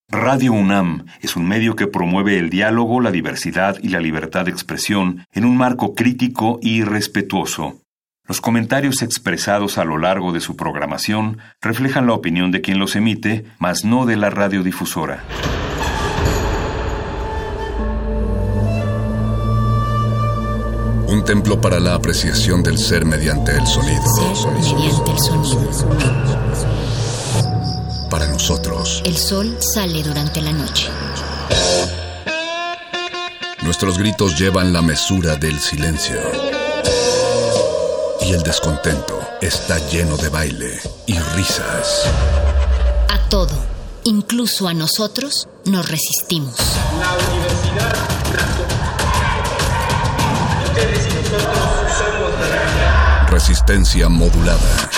Radio UNAM es un medio que promueve el diálogo, la diversidad y la libertad de expresión en un marco crítico y respetuoso. Los comentarios expresados a lo largo de su programación reflejan la opinión de quien los emite, mas no de la radiodifusora. Un templo para la apreciación del ser mediante el sonido. Mediante el sonido. Para nosotros, el sol sale durante la noche. Nuestros gritos llevan la mesura del silencio. Y el descontento está lleno de baile y risas. A todo, incluso a nosotros, nos resistimos. La Universidad Nacional. Ustedes y nosotros somos la realidad. Resistencia modulada.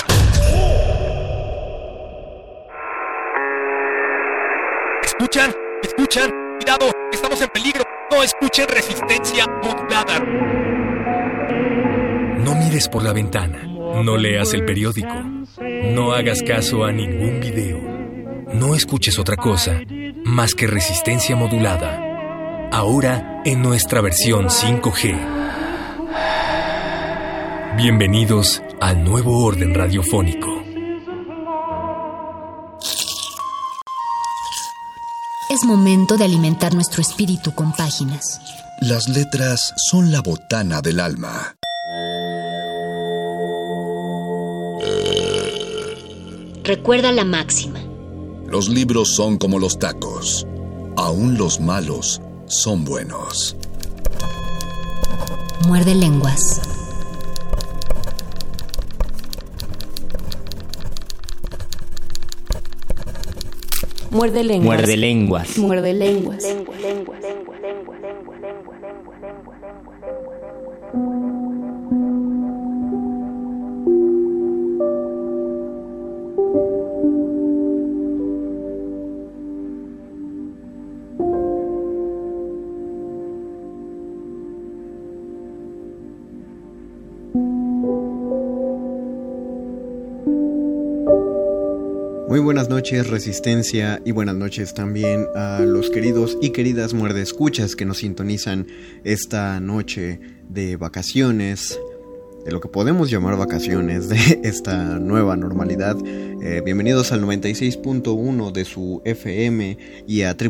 Escuchan, cuidado, estamos en peligro. No escuchen resistencia modulada. No mires por la ventana, no leas el periódico, no hagas caso a ningún video, no escuches otra cosa más que resistencia modulada. Ahora en nuestra versión 5G. Bienvenidos al nuevo orden radiofónico. Es momento de alimentar nuestro espíritu con páginas. Las letras son la botana del alma. Recuerda la máxima. Los libros son como los tacos. Aún los malos son buenos. Muerde lenguas. Muerde lenguas. Muerde lenguas. Muerde lenguas. Muy buenas noches, Resistencia, y buenas noches también a los queridos y queridas muerdescuchas que nos sintonizan esta noche de vacaciones, de lo que podemos llamar vacaciones, de esta nueva normalidad. Bienvenidos al 96.1 de su FM y a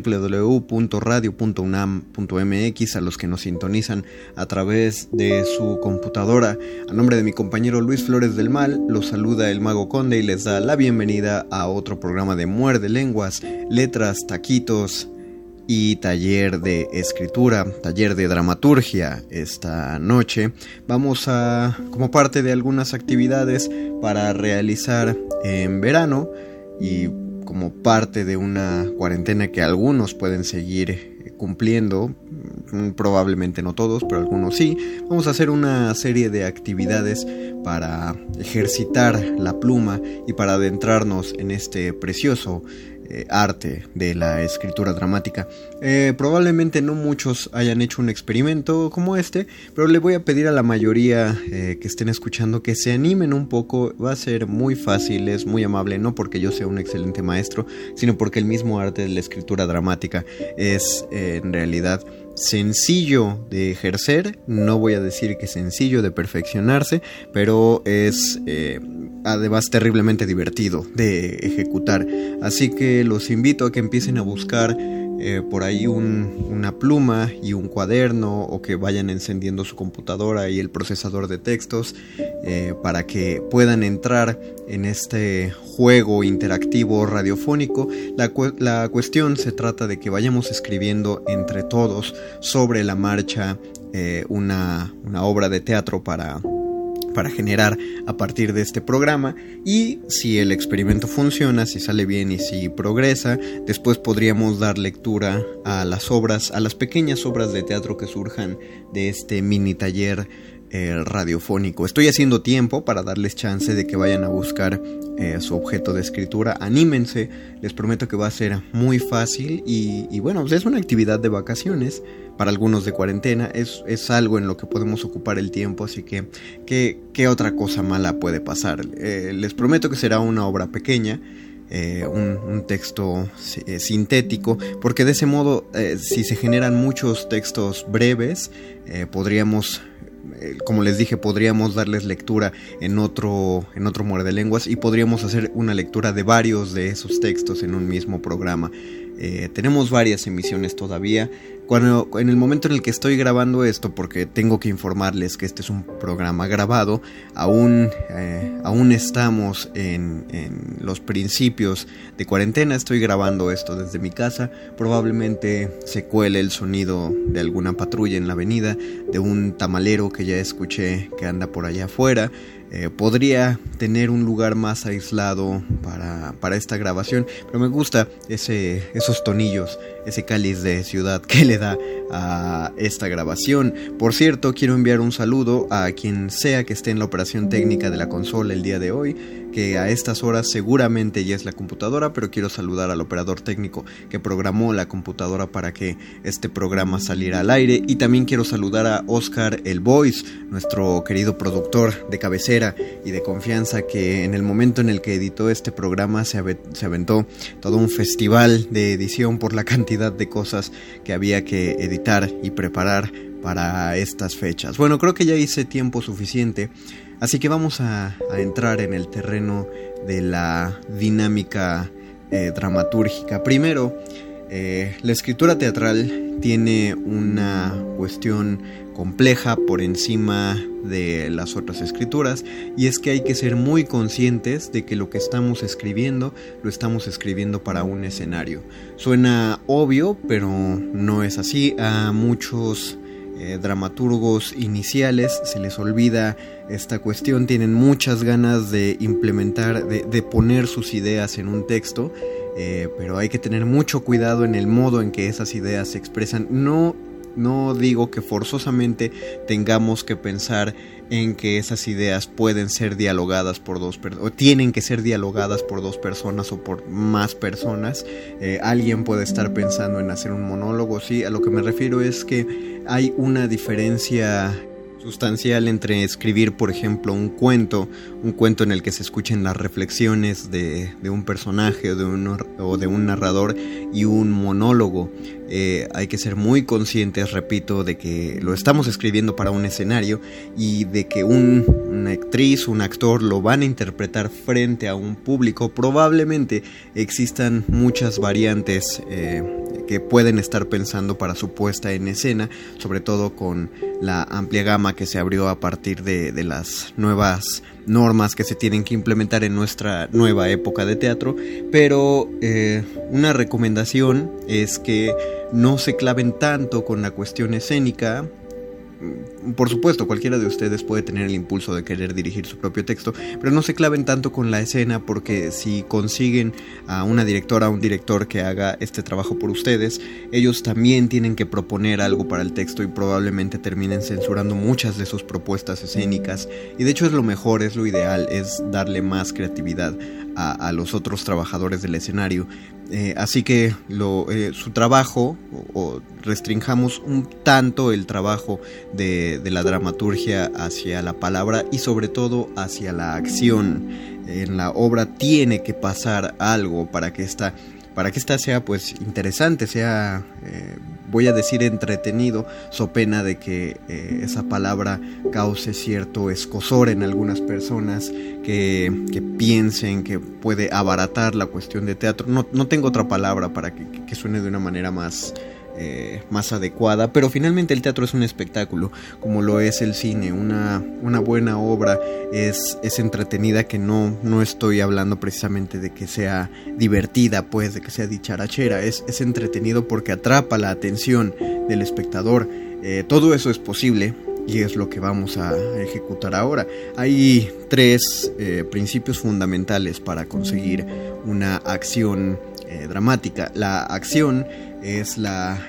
www.radio.unam.mx, a los que nos sintonizan a través de su computadora. A nombre de mi compañero Luis Flores del Mal, los saluda el Mago Conde y les da la bienvenida a otro programa de Muerde Lenguas, Letras, Taquitos y taller de escritura, taller de dramaturgia. Esta noche vamos a, como parte de algunas actividades para realizar en verano y como parte de una cuarentena que algunos pueden seguir cumpliendo, probablemente no todos, pero algunos sí, vamos a hacer una serie de actividades para ejercitar la pluma y para adentrarnos en este precioso arte de la escritura dramática. Probablemente no muchos hayan hecho un experimento como este, pero le voy a pedir a la mayoría que estén escuchando que se animen un poco. Va a ser muy fácil, es muy amable, no porque yo sea un excelente maestro, sino porque el mismo arte de la escritura dramática es en realidad sencillo de ejercer. No voy a decir que sencillo de perfeccionarse, pero es además terriblemente divertido de ejecutar. Así que los invito a que empiecen a buscar por ahí una pluma y un cuaderno, o que vayan encendiendo su computadora y el procesador de textos para que puedan entrar en este juego interactivo radiofónico. La cuestión se trata de que vayamos escribiendo entre todos sobre la marcha una obra de teatro para generar a partir de este programa, y si el experimento funciona, si sale bien y si progresa, después podríamos dar lectura a las obras, a las pequeñas obras de teatro que surjan de este mini taller radiofónico. Estoy haciendo tiempo para darles chance de que vayan a buscar su objeto de escritura. Anímense, les prometo que va a ser muy fácil y bueno, pues es una actividad de vacaciones, para algunos de cuarentena, es algo en lo que podemos ocupar el tiempo, así que ¿qué otra cosa mala puede pasar? Les prometo que será una obra pequeña, un texto sintético, porque de ese modo, si se generan muchos textos breves, podríamos, como les dije, podríamos darles lectura en otro Muerde Lenguas, y podríamos hacer una lectura de varios de esos textos en un mismo programa. Tenemos varias emisiones todavía. En el momento en el que estoy grabando esto, porque tengo que informarles que este es un programa grabado, aún estamos en los principios de cuarentena. Estoy grabando esto desde mi casa. Probablemente se cuele el sonido de alguna patrulla en la avenida, de un tamalero que ya escuché que anda por allá afuera. Podría tener un lugar más aislado para esta grabación, pero me gusta esos tonillos, ese cáliz de ciudad que le da a esta grabación. Por cierto, quiero enviar un saludo a quien sea que esté en la operación técnica de la consola el día de hoy, que a estas horas seguramente ya es la computadora, pero quiero saludar al operador técnico que programó la computadora para que este programa saliera al aire, y también quiero saludar a Oscar el Voice, nuestro querido productor de cabecera y de confianza, que en el momento en el que editó este programa se aventó todo un festival de edición por la cantidad de cosas que había que editar y preparar para estas fechas. Bueno, creo que ya hice tiempo suficiente, así que vamos a entrar en el terreno de la dinámica dramatúrgica. Primero, la escritura teatral tiene una cuestión compleja por encima de las otras escrituras, y es que hay que ser muy conscientes de que lo que estamos escribiendo lo estamos escribiendo para un escenario. Suena obvio, pero no es así. A muchos dramaturgos iniciales se les olvida esta cuestión, tienen muchas ganas de implementar, de poner sus ideas en un texto, pero hay que tener mucho cuidado en el modo en que esas ideas se expresan. No digo que forzosamente tengamos que pensar en que esas ideas pueden ser dialogadas por dos personas, o tienen que ser dialogadas por dos personas o por más personas. Alguien puede estar pensando en hacer un monólogo, sí. A lo que me refiero es que hay una diferencia sustancial entre escribir, por ejemplo, un cuento en el que se escuchen las reflexiones de un personaje o de un narrador, y un monólogo. Hay que ser muy conscientes, repito, de que lo estamos escribiendo para un escenario, y de que una actriz, un actor lo van a interpretar frente a un público. Probablemente existan muchas variantes que pueden estar pensando para su puesta en escena, sobre todo con la amplia gama que se abrió a partir de las nuevas normas que se tienen que implementar en nuestra nueva época de teatro. Pero una recomendación es que no se claven tanto con la cuestión escénica. Por supuesto, cualquiera de ustedes puede tener el impulso de querer dirigir su propio texto, pero no se claven tanto con la escena, porque si consiguen a una directora o un director que haga este trabajo por ustedes, ellos también tienen que proponer algo para el texto, y probablemente terminen censurando muchas de sus propuestas escénicas. Y de hecho es lo mejor, es lo ideal, es darle más creatividad a los otros trabajadores del escenario. Así que su trabajo, o restringamos un tanto el trabajo de la dramaturgia hacia la palabra, y sobre todo hacia la acción. En la obra tiene que pasar algo para que esta sea pues interesante, sea voy a decir entretenido, so pena de que esa palabra cause cierto escosor en algunas personas que piensen que puede abaratar la cuestión de teatro. No tengo otra palabra para que suene de una manera más adecuada, pero finalmente el teatro es un espectáculo, como lo es el cine. Una buena obra es entretenida, que no estoy hablando precisamente de que sea divertida, pues de que sea dicharachera, es entretenido porque atrapa la atención del espectador. Todo eso es posible, y es lo que vamos a ejecutar ahora. Hay 3 principios fundamentales para conseguir una acción dramática. La acción es la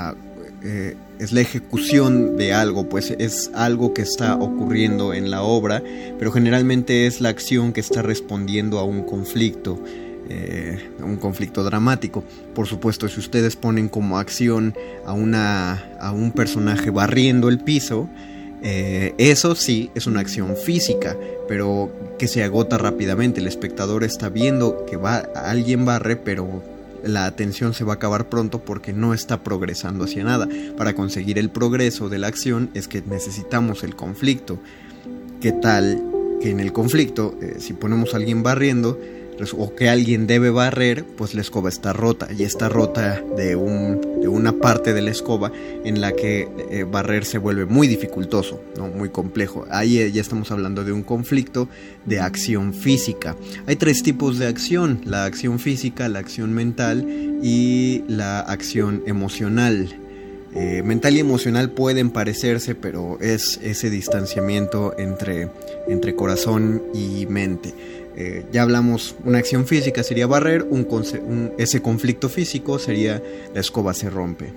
ejecución de algo, pues es algo que está ocurriendo en la obra, pero generalmente es la acción que está respondiendo a un conflicto dramático. Por supuesto, si ustedes ponen como acción a un personaje barriendo el piso, Eso sí es una acción física, pero que se agota rápidamente. El espectador está viendo que alguien barre, pero la atención se va a acabar pronto porque no está progresando hacia nada. Para conseguir el progreso de la acción es que necesitamos el conflicto. ¿Qué tal que en el conflicto, si ponemos a alguien barriendo o que alguien debe barrer, pues la escoba está rota, y está rota de una parte de la escoba en la que barrer se vuelve muy dificultoso, ¿no? Muy complejo. Ahí ya estamos hablando de un conflicto de acción física. Hay 3 tipos de acción: la acción física, la acción mental y la acción emocional. Mental y emocional pueden parecerse, pero es ese distanciamiento entre corazón y mente. Ya hablamos, una acción física sería barrer, ese conflicto físico sería la escoba se rompe.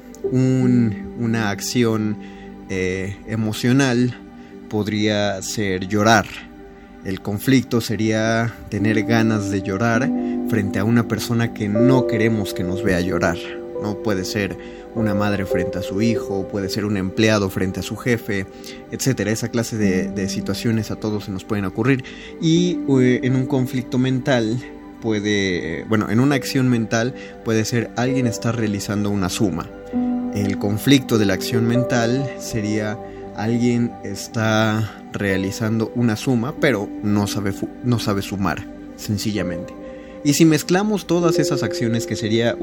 Una acción emocional podría ser llorar. El conflicto sería tener ganas de llorar frente a una persona que no queremos que nos vea llorar, ¿no? Puede ser una madre frente a su hijo, puede ser un empleado frente a su jefe, etcétera. Esa clase de situaciones a todos se nos pueden ocurrir. Y en un conflicto mental en una acción mental puede ser alguien está realizando una suma. El conflicto de la acción mental sería alguien está realizando una suma, pero no sabe sumar, sencillamente. Y si mezclamos todas esas acciones, que sería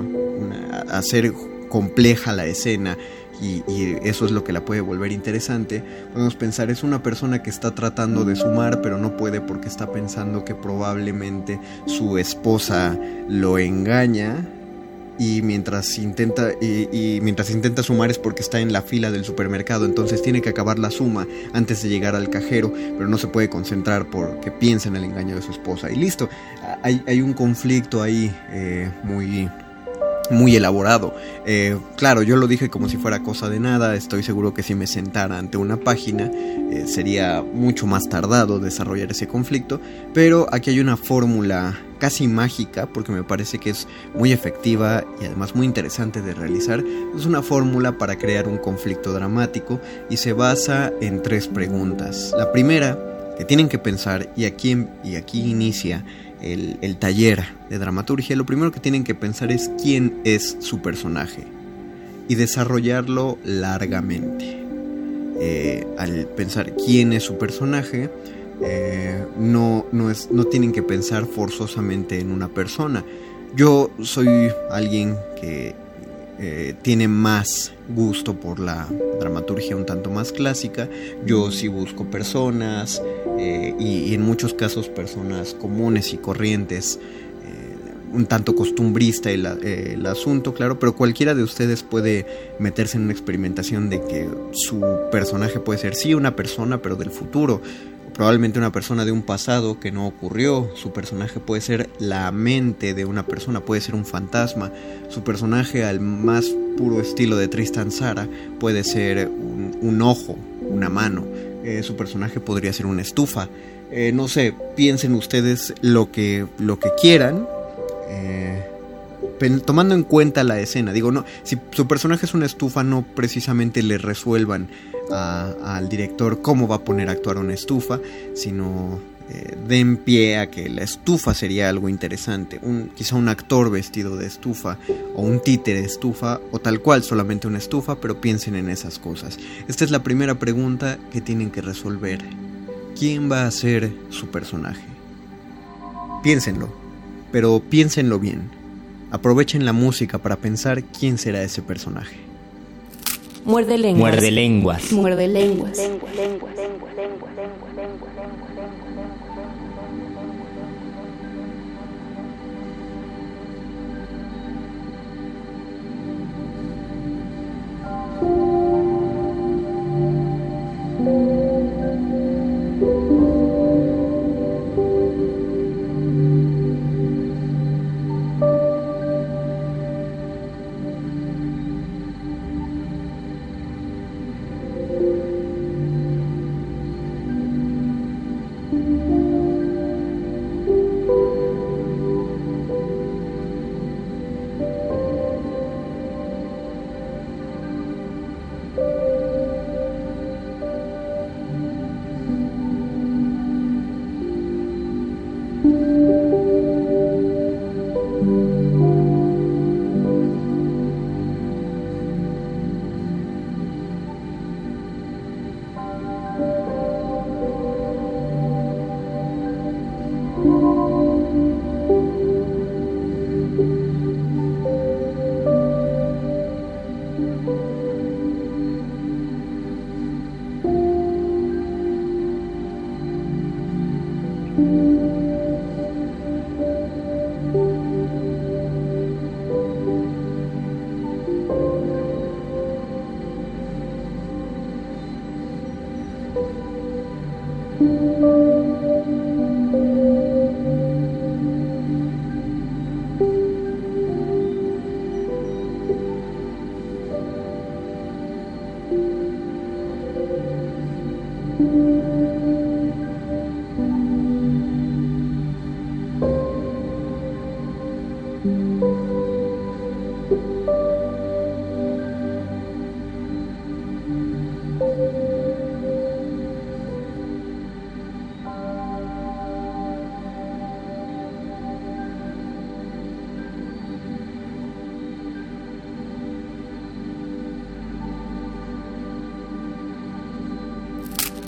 hacer compleja la escena, y eso es lo que la puede volver interesante, podemos pensar, es una persona que está tratando de sumar pero no puede porque está pensando que probablemente su esposa lo engaña, y mientras intenta sumar es porque está en la fila del supermercado, entonces tiene que acabar la suma antes de llegar al cajero, pero no se puede concentrar porque piensa en el engaño de su esposa, y listo. Hay un conflicto ahí muy elaborado. Claro, yo lo dije como si fuera cosa de nada. Estoy seguro que si me sentara ante una página sería mucho más tardado desarrollar ese conflicto, pero aquí hay una fórmula casi mágica, porque me parece que es muy efectiva y además muy interesante de realizar. Es una fórmula para crear un conflicto dramático y se basa en 3 preguntas. La primera que tienen que pensar, y aquí inicia el taller de dramaturgia, lo primero que tienen que pensar es quién es su personaje y desarrollarlo largamente. Al pensar quién es su personaje, no tienen que pensar forzosamente en una persona. Yo soy alguien que tiene más gusto por la dramaturgia un tanto más clásica. Yo sí busco personas, y en muchos casos personas comunes y corrientes, un tanto costumbrista el asunto, claro, pero cualquiera de ustedes puede meterse en una experimentación de que su personaje puede ser sí una persona, pero del futuro, probablemente una persona de un pasado que no ocurrió. Su personaje puede ser la mente de una persona, puede ser un fantasma. Su personaje, al más puro estilo de Tristan Tzara, puede ser un ojo, una mano. Su personaje podría ser una estufa. No sé, piensen ustedes lo que quieran, tomando en cuenta la escena. Digo, no, si su personaje es una estufa, no precisamente le resuelvan al director cómo va a poner a actuar una estufa, sino den pie a que la estufa sería algo interesante. Quizá un actor vestido de estufa, o un títere de estufa, o tal cual solamente una estufa, pero piensen en esas cosas. Esta es la primera pregunta que tienen que resolver. ¿Quién va a ser su personaje? Piénsenlo, pero piénsenlo bien. Aprovechen la música para pensar quién será ese personaje. Muerde lenguas. Muerde lenguas. Muerde lenguas.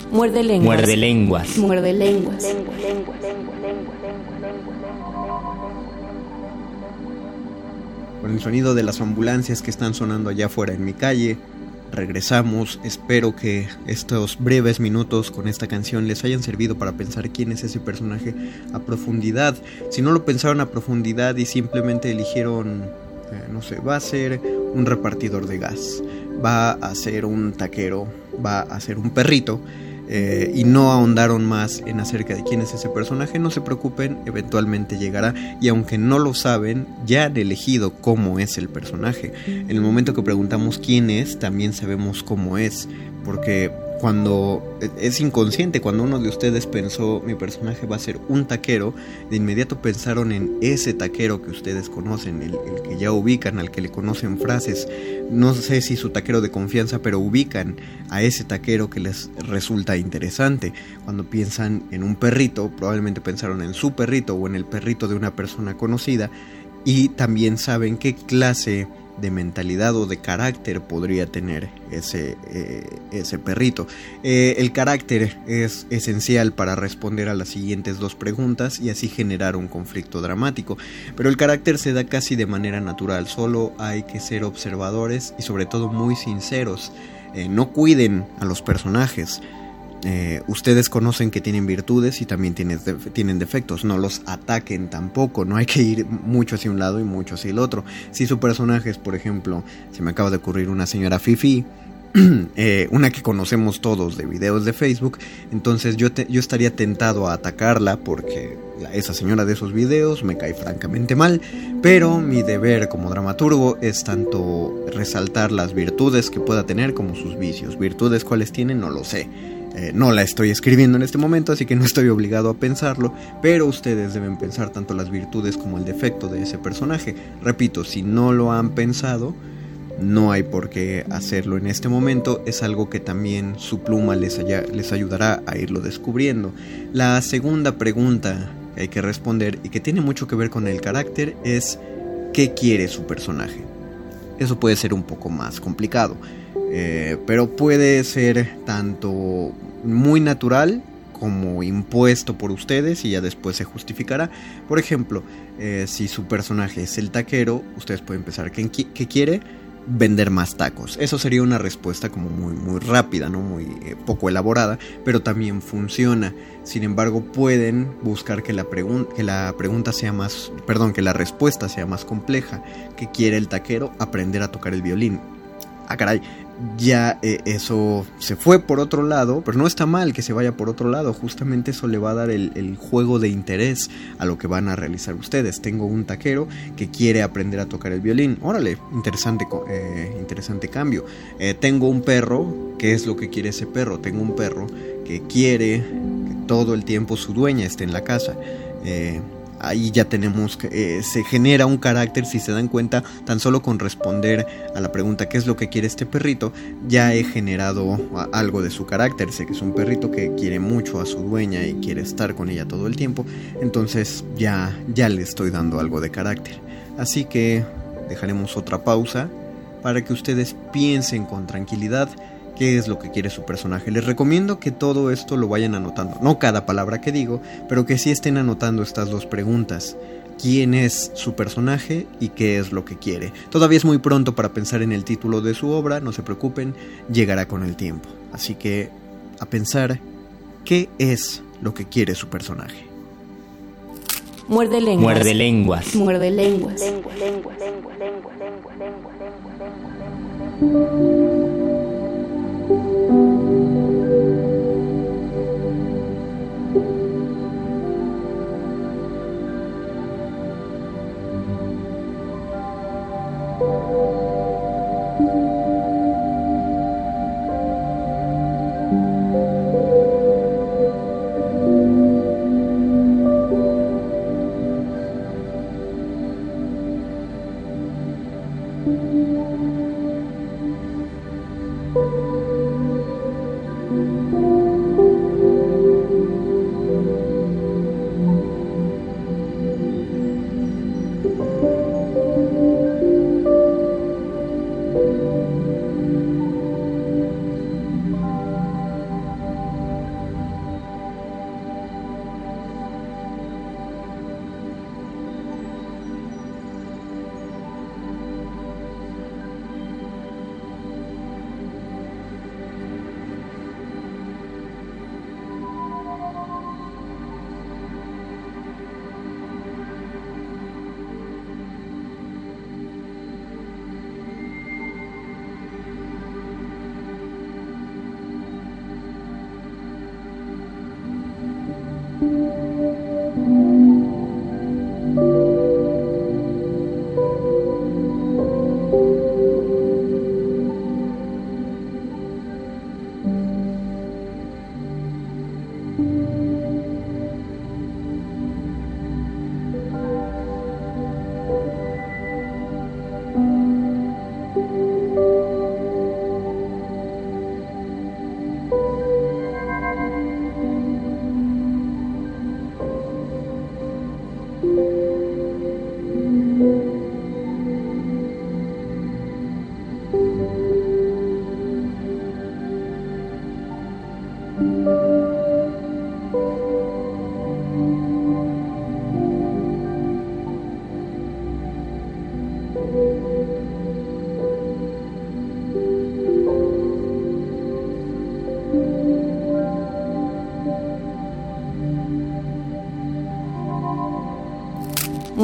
Muerde lenguas. Muerde lenguas. Muerde lenguas. Con el sonido de las ambulancias que están sonando allá afuera en mi calle, regresamos. Espero que estos breves minutos con esta canción les hayan servido para pensar quién es ese personaje a profundidad. Si no lo pensaron a profundidad y simplemente eligieron, no sé, va a ser un repartidor de gas, va a ser un taquero, va a ser un perrito, y no ahondaron más en acerca de quién es ese personaje, no se preocupen, eventualmente llegará. Y aunque no lo saben, ya han elegido cómo es el personaje. En el momento que preguntamos quién es, también sabemos cómo es, porque cuando es inconsciente, cuando uno de ustedes pensó mi personaje va a ser un taquero, de inmediato pensaron en ese taquero que ustedes conocen, el que ya ubican, al que le conocen frases, no sé si su taquero de confianza, pero ubican a ese taquero que les resulta interesante. Cuando piensan en un perrito, probablemente pensaron en su perrito o en el perrito de una persona conocida, y también saben qué clase de mentalidad o de carácter podría tener ese perrito. El carácter es esencial para responder a las siguientes dos preguntas y así generar un conflicto dramático, pero el carácter se da casi de manera natural, solo hay que ser observadores y sobre todo muy sinceros. No cuiden a los personajes. Ustedes conocen que tienen virtudes y también tienen defectos, no los ataquen tampoco, no hay que ir mucho hacia un lado y mucho hacia el otro. Si su personaje es, por ejemplo, se me acaba de ocurrir una señora fifí, una que conocemos todos de videos de Facebook, entonces yo estaría tentado a atacarla porque esa señora de esos videos me cae francamente mal, pero mi deber como dramaturgo es tanto resaltar las virtudes que pueda tener como sus vicios. Virtudes cuáles tienen no lo sé. No la estoy escribiendo en este momento, así que no estoy obligado a pensarlo, pero ustedes deben pensar tanto las virtudes como el defecto de ese personaje. Repito, si no lo han pensado, no hay por qué hacerlo en este momento, es algo que también su pluma les ayudará a irlo descubriendo. La segunda pregunta que hay que responder y que tiene mucho que ver con el carácter es ¿qué quiere su personaje? Eso puede ser un poco más complicado. Pero puede ser tanto muy natural como impuesto por ustedes y ya después se justificará. Por ejemplo, si su personaje es el taquero, ustedes pueden pensar ¿qué quiere? Vender más tacos. Eso sería una respuesta como muy rápida, ¿no? Muy poco elaborada, pero también funciona. Sin embargo, pueden buscar que la respuesta sea más compleja. ¿Qué quiere el taquero? Aprender a tocar el violín. Ah, caray, ya eso se fue por otro lado, pero no está mal que se vaya por otro lado, justamente eso le va a dar el juego de interés a lo que van a realizar ustedes. Tengo un taquero que quiere aprender a tocar el violín, órale, interesante cambio. Tengo un perro, ¿qué es lo que quiere ese perro? Tengo un perro que quiere que todo el tiempo su dueña esté en la casa. Ahí ya tenemos que se genera un carácter, si se dan cuenta, tan solo con responder a la pregunta ¿qué es lo que quiere este perrito? Ya he generado algo de su carácter. Sé que es un perrito que quiere mucho a su dueña y quiere estar con ella todo el tiempo, entonces ya le estoy dando algo de carácter. Así que dejaremos otra pausa para que ustedes piensen con tranquilidad qué es lo que quiere su personaje. Les recomiendo que todo esto lo vayan anotando, no cada palabra que digo, pero que sí estén anotando estas dos preguntas: quién es su personaje y qué es lo que quiere. Todavía es muy pronto para pensar en el título de su obra, no se preocupen, llegará con el tiempo. Así que a pensar qué es lo que quiere su personaje. Muerde lenguas. Muerde lenguas. Muerde lenguas.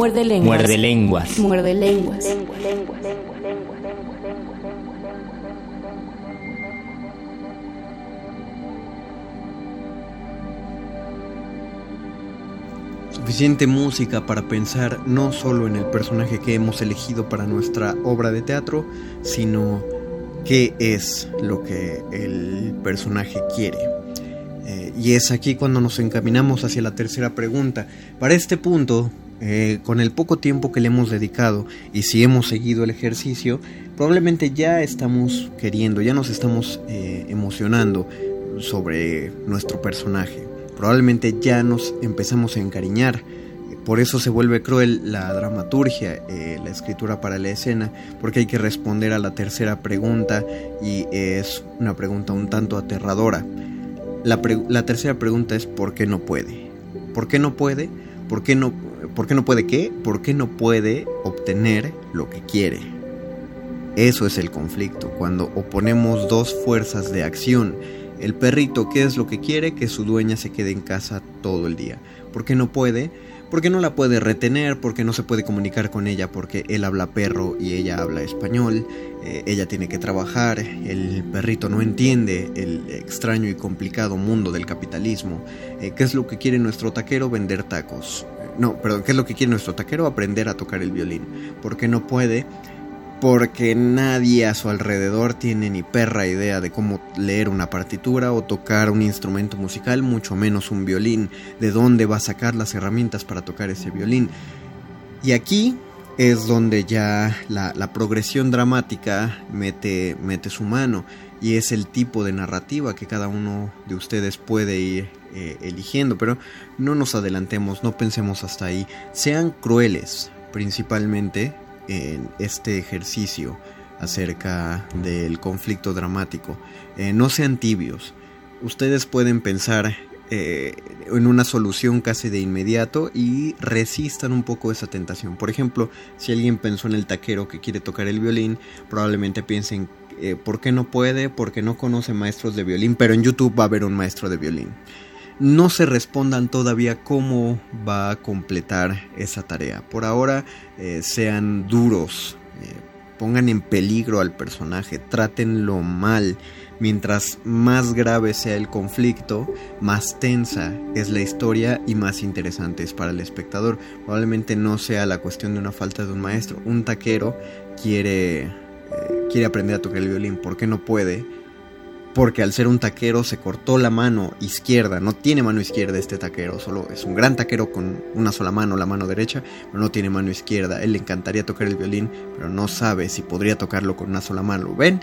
Muerde lenguas. Muerde lenguas. Muerde lenguas. Suficiente música para pensar no solo en el personaje que hemos elegido para nuestra obra de teatro, sino qué es lo que el personaje quiere. Y es aquí cuando nos encaminamos hacia la tercera pregunta. Para este punto, con el poco tiempo que le hemos dedicado y si hemos seguido el ejercicio, probablemente ya estamos queriendo, ya nos estamos emocionando sobre nuestro personaje. Probablemente ya nos empezamos a encariñar. Por eso se vuelve cruel la dramaturgia, la escritura para la escena, porque hay que responder a la tercera pregunta y es una pregunta un tanto aterradora. La tercera pregunta es ¿por qué no puede? ¿Por qué no puede? ¿Por qué no puede qué? ¿Por qué no puede obtener lo que quiere? Eso es el conflicto, cuando oponemos dos fuerzas de acción. El perrito, ¿qué es lo que quiere? Que su dueña se quede en casa todo el día. ¿Por qué no puede? Porque no la puede retener, porque no se puede comunicar con ella, porque él habla perro y ella habla español, ella tiene que trabajar, el perrito no entiende el extraño y complicado mundo del capitalismo. ¿Qué es lo que quiere nuestro taquero? Vender tacos. ¿Qué es lo que quiere nuestro taquero? Aprender a tocar el violín. ¿Por qué no puede? Porque nadie a su alrededor tiene ni perra idea de cómo leer una partitura o tocar un instrumento musical, mucho menos un violín. ¿De dónde va a sacar las herramientas para tocar ese violín? Y aquí es donde ya la progresión dramática mete su mano, y es el tipo de narrativa que cada uno de ustedes puede ir eligiendo. Pero no nos adelantemos, no pensemos hasta ahí. Sean crueles, principalmente en este ejercicio acerca del conflicto dramático. No sean tibios. Ustedes pueden pensar en una solución casi de inmediato y resistan un poco esa tentación. Por ejemplo, si alguien pensó en el taquero que quiere tocar el violín, probablemente piensen ¿por qué no puede? Porque no conoce maestros de violín, pero en YouTube va a haber un maestro de violín. No se respondan todavía cómo va a completar esa tarea. Por ahora, sean duros, pongan en peligro al personaje, trátenlo mal. Mientras más grave sea el conflicto, más tensa es la historia y más interesante es para el espectador. Probablemente no sea la cuestión de una falta de un maestro. Un taquero quiere aprender a tocar el violín. ¿Por qué no puede? Porque al ser un taquero se cortó la mano izquierda. No tiene mano izquierda este taquero, solo es un gran taquero con una sola mano, la mano derecha, pero no tiene mano izquierda. Él le encantaría tocar el violín, pero no sabe si podría tocarlo con una sola mano. ¿Ven?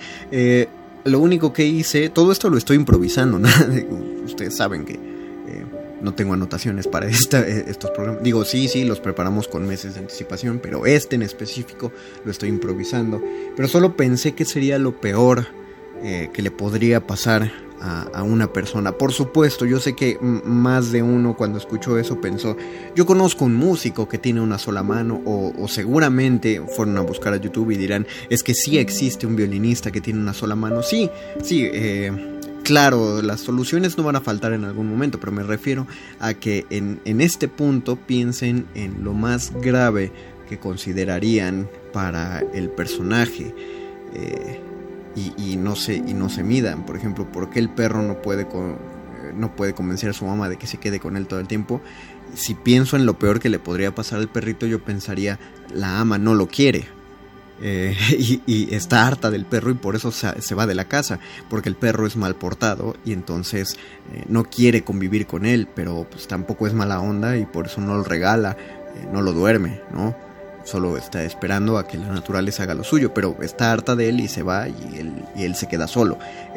Lo único que hice, todo esto lo estoy improvisando, ¿no? Ustedes saben que no tengo anotaciones para estos programas. Digo, sí, los preparamos con meses de anticipación, pero este en específico lo estoy improvisando. Pero solo pensé que sería lo peor que le podría pasar a una persona. Por supuesto, yo sé que más de uno cuando escuchó eso pensó, yo conozco un músico que tiene una sola mano, o seguramente fueron a buscar a YouTube y dirán, es que sí existe un violinista que tiene una sola mano. Sí, claro, las soluciones no van a faltar en algún momento, pero me refiero a que en este punto piensen en lo más grave que considerarían para el personaje. Y no se midan. Por ejemplo, ¿por qué el perro no puede convencer a su mamá de que se quede con él todo el tiempo? Si pienso en lo peor que le podría pasar al perrito, yo pensaría, la ama no lo quiere, y está harta del perro y por eso se va de la casa, porque el perro es mal portado y entonces no quiere convivir con él, pero pues tampoco es mala onda y por eso no lo regala, no lo duerme, ¿no? Solo está esperando a que la naturaleza haga lo suyo, pero está harta de él y se va y él se queda solo.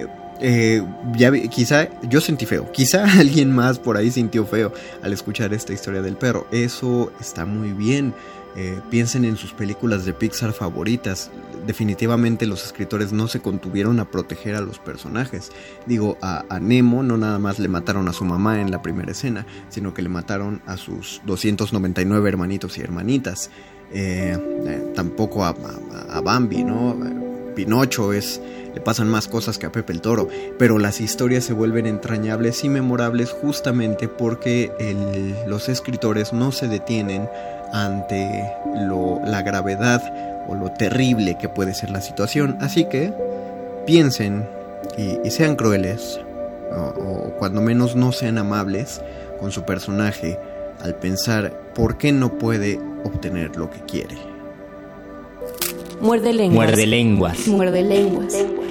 Quizá yo sentí feo, quizá alguien más por ahí sintió feo al escuchar esta historia del perro. Eso está muy bien. Piensen en sus películas de Pixar favoritas. Definitivamente los escritores no se contuvieron a proteger a los personajes. Digo, a Nemo no nada más le mataron a su mamá en la primera escena, sino que le mataron a sus 299 hermanitos y hermanitas. Tampoco a Bambi, ¿no? Pinocho le pasan más cosas que a Pepe el Toro, pero las historias se vuelven entrañables y memorables justamente porque los escritores no se detienen ante la gravedad o lo terrible que puede ser la situación. Así que piensen y sean crueles, o cuando menos no sean amables con su personaje al pensar por qué no puede obtener lo que quiere. Muerde lenguas. Muerde lenguas. Muerde lenguas.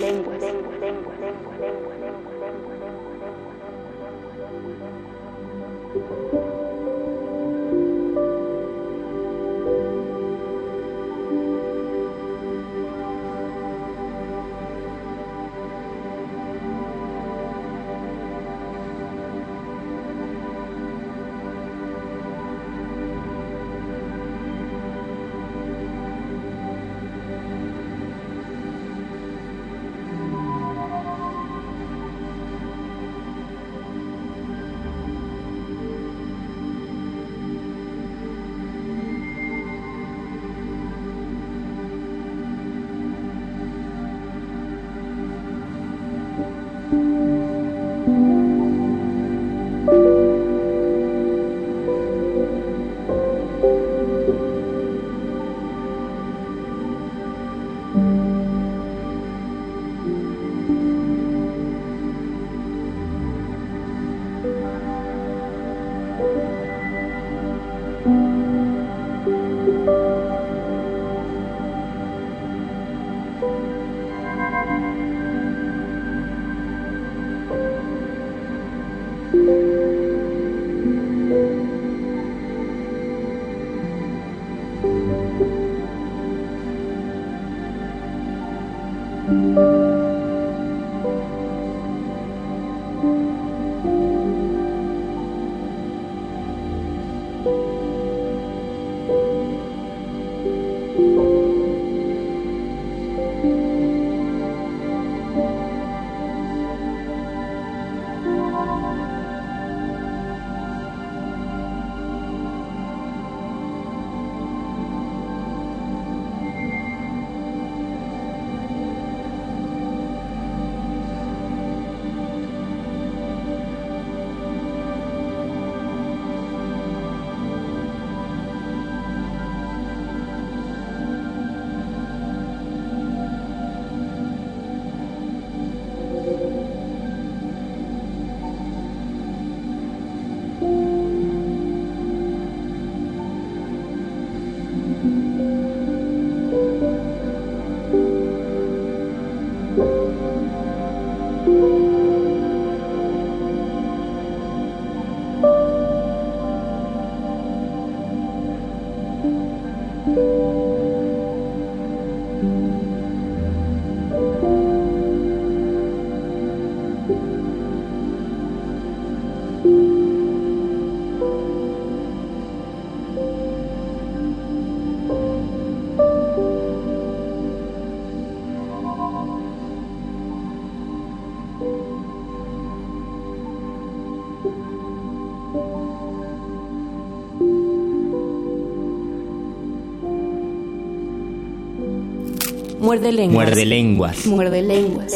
Muerde lenguas. Muerde lenguas. Muerde lenguas.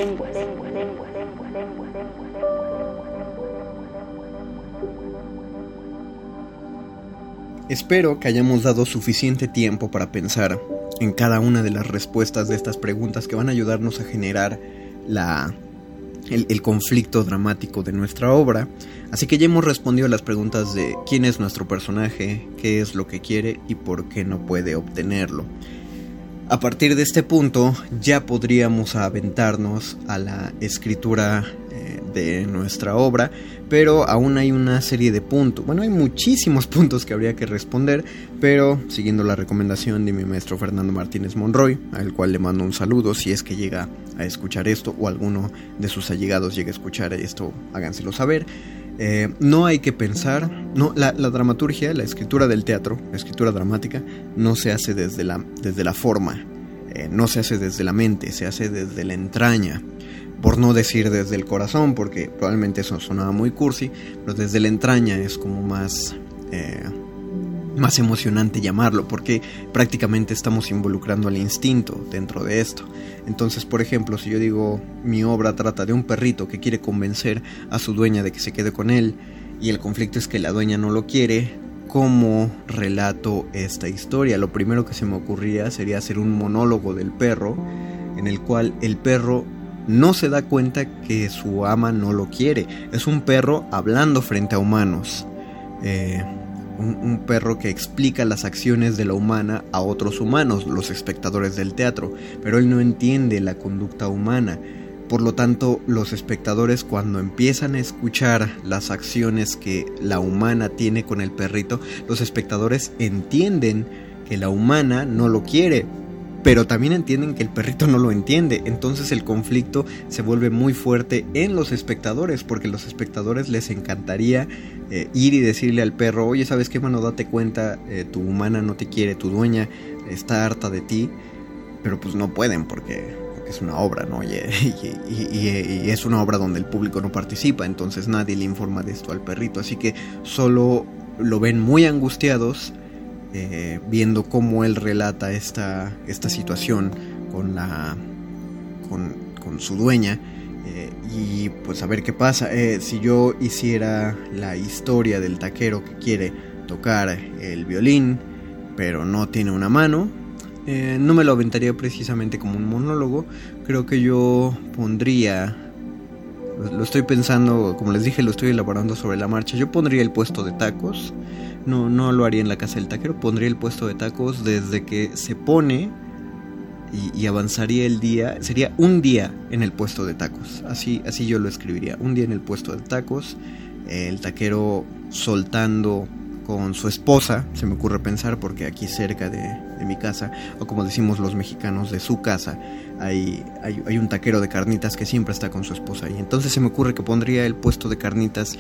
Espero que hayamos dado suficiente tiempo para pensar en cada una de las respuestas de estas preguntas que van a ayudarnos a generar el conflicto dramático de nuestra obra. Así que ya hemos respondido a las preguntas de quién es nuestro personaje, qué es lo que quiere y por qué no puede obtenerlo. A partir de este punto ya podríamos aventarnos a la escritura de nuestra obra, pero aún hay una serie de puntos. Bueno, hay muchísimos puntos que habría que responder, pero siguiendo la recomendación de mi maestro Fernando Martínez Monroy, al cual le mando un saludo si es que llega a escuchar esto o alguno de sus allegados llega a escuchar esto, háganselo saber. No hay que pensar, la dramaturgia, la escritura del teatro, la escritura dramática, no se hace desde la forma, no se hace desde la mente, se hace desde la entraña, por no decir desde el corazón, porque probablemente eso sonaba muy cursi, pero desde la entraña es como más más emocionante llamarlo, porque prácticamente estamos involucrando al instinto dentro de esto. Entonces, por ejemplo, si yo digo mi obra trata de un perrito que quiere convencer a su dueña de que se quede con él, y el conflicto es que la dueña no lo quiere, ¿cómo relato esta historia? Lo primero que se me ocurría sería hacer un monólogo del perro, en el cual el perro no se da cuenta que su ama no lo quiere. Es un perro hablando frente a humanos. Un perro que explica las acciones de la humana a otros humanos, los espectadores del teatro, pero él no entiende la conducta humana. Por lo tanto, los espectadores, cuando empiezan a escuchar las acciones que la humana tiene con el perrito, los espectadores entienden que la humana no lo quiere, pero también entienden que el perrito no lo entiende. Entonces el conflicto se vuelve muy fuerte en los espectadores, porque a los espectadores les encantaría ir y decirle al perro: oye, ¿sabes qué, mano? Date cuenta, tu humana no te quiere, tu dueña está harta de ti. Pero pues no pueden porque es una obra, ¿no? Y es una obra donde el público no participa, entonces nadie le informa de esto al perrito, así que solo lo ven muy angustiados, viendo cómo él relata esta situación con su dueña, y pues a ver qué pasa. Si yo hiciera la historia del taquero que quiere tocar el violín pero no tiene una mano, no me lo aventaría precisamente como un monólogo. Creo que yo pondría, lo estoy pensando, como les dije, lo estoy elaborando sobre la marcha. Yo pondría el puesto de tacos. No lo haría en la casa del taquero. Pondría el puesto de tacos desde que se pone y avanzaría el día. Sería un día en el puesto de tacos. Así yo lo escribiría. Un día en el puesto de tacos. El taquero soltando con su esposa, se me ocurre pensar, porque aquí cerca de mi casa, o como decimos los mexicanos, de su casa, hay un taquero de carnitas que siempre está con su esposa, y entonces se me ocurre que pondría el puesto de carnitas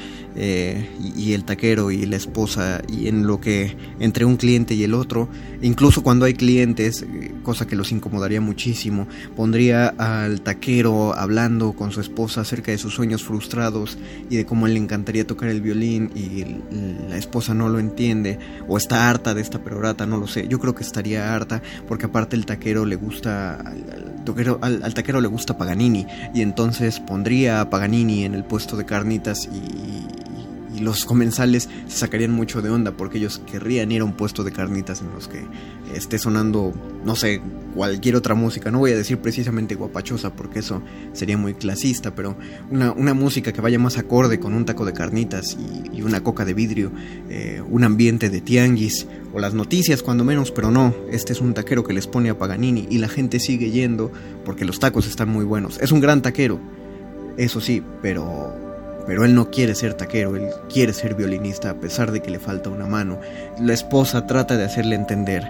y el taquero y la esposa, y en lo que entre un cliente y el otro, incluso cuando hay clientes, cosa que los incomodaría muchísimo, pondría al taquero hablando con su esposa acerca de sus sueños frustrados y de cómo le encantaría tocar el violín y la esposa no lo entiende, o está harta de esta perorata, no lo sé. Yo creo que estaría harta, porque aparte el taquero le gusta al taquero le gusta Paganini, y entonces pondría a Paganini en el puesto de carnitas y los comensales se sacarían mucho de onda, porque ellos querrían ir a un puesto de carnitas en los que esté sonando, no sé, cualquier otra música. No voy a decir precisamente guapachosa, porque eso sería muy clasista, pero una música que vaya más acorde con un taco de carnitas y una coca de vidrio, un ambiente de tianguis, o las noticias cuando menos. Pero no, este es un taquero que les pone a Paganini y la gente sigue yendo porque los tacos están muy buenos. Es un gran taquero, eso sí, pero él no quiere ser taquero, él quiere ser violinista, a pesar de que le falta una mano. La esposa trata de hacerle entender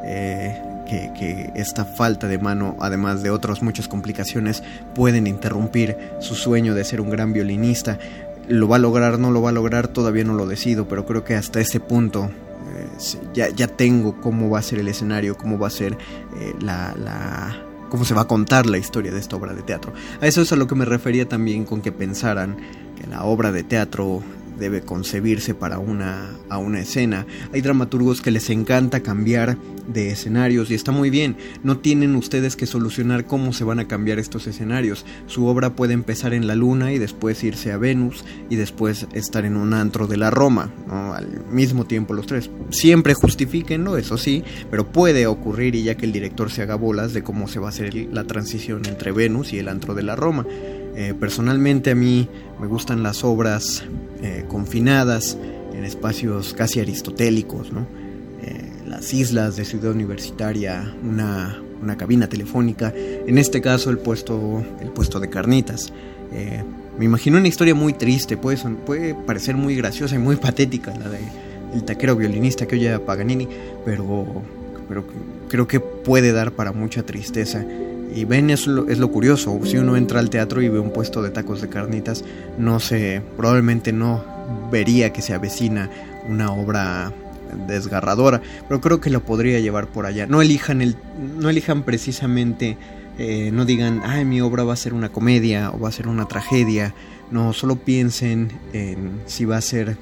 que esta falta de mano, además de otras muchas complicaciones, pueden interrumpir su sueño de ser un gran violinista. ¿Lo va a lograr? ¿No lo va a lograr? Todavía no lo decido, pero creo que hasta ese punto ya tengo cómo va a ser el escenario, cómo va a ser cómo se va a contar la historia de esta obra de teatro. A eso es a lo que me refería también con que pensaran que la obra de teatro debe concebirse para una escena. Hay dramaturgos que les encanta cambiar de escenarios y está muy bien. No tienen ustedes que solucionar cómo se van a cambiar estos escenarios. Su obra puede empezar en la Luna y después irse a Venus y después estar en un antro de la Roma, ¿no? Al mismo tiempo los tres. Siempre justifíquenlo, eso sí, pero puede ocurrir, y ya que el director se haga bolas de cómo se va a hacer la transición entre Venus y el antro de la Roma. Personalmente a mí me gustan las obras confinadas en espacios casi aristotélicos, ¿no? Las islas de Ciudad Universitaria, una cabina telefónica, en este caso el puesto de carnitas. Me imagino una historia muy triste, puede parecer muy graciosa y muy patética, la de el taquero violinista que oye a Paganini, pero creo que puede dar para mucha tristeza. Y ven, es lo curioso, si uno entra al teatro y ve un puesto de tacos de carnitas, probablemente no vería que se avecina una obra desgarradora, pero creo que lo podría llevar por allá. No elijan precisamente, no digan, mi obra va a ser una comedia o va a ser una tragedia. No, solo piensen en si va a ser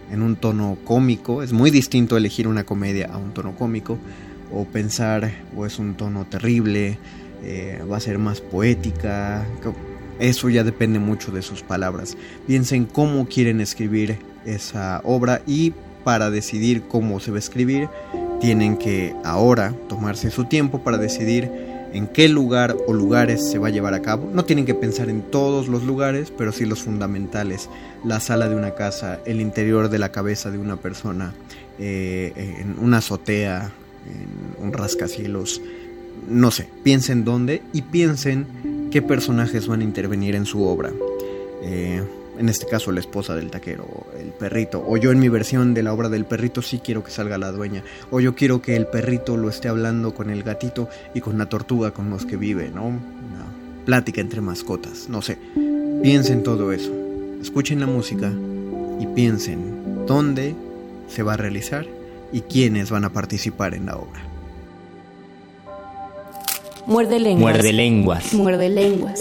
en un tono cómico. Es muy distinto elegir una comedia a un tono cómico, o pensar, o es un tono terrible, va a ser más poética. Eso ya depende mucho de sus palabras. Piensen cómo quieren escribir esa obra, y para decidir cómo se va a escribir tienen que ahora tomarse su tiempo para decidir en qué lugar o lugares se va a llevar a cabo. No tienen que pensar en todos los lugares, pero sí los fundamentales: la sala de una casa, el interior de la cabeza de una persona, en una azotea, en un rascacielos. No sé, piensen dónde y piensen qué personajes van a intervenir en su obra. En este caso, la esposa del taquero, el perrito, o yo en mi versión de la obra del perrito sí quiero que salga la dueña, o yo quiero que el perrito lo esté hablando con el gatito y con la tortuga con los que vive, ¿no? Una plática entre mascotas, no sé. Piensen todo eso, escuchen la música y piensen dónde se va a realizar y quiénes van a participar en la obra. Muerde lenguas. Muerde lenguas. Muerde lenguas.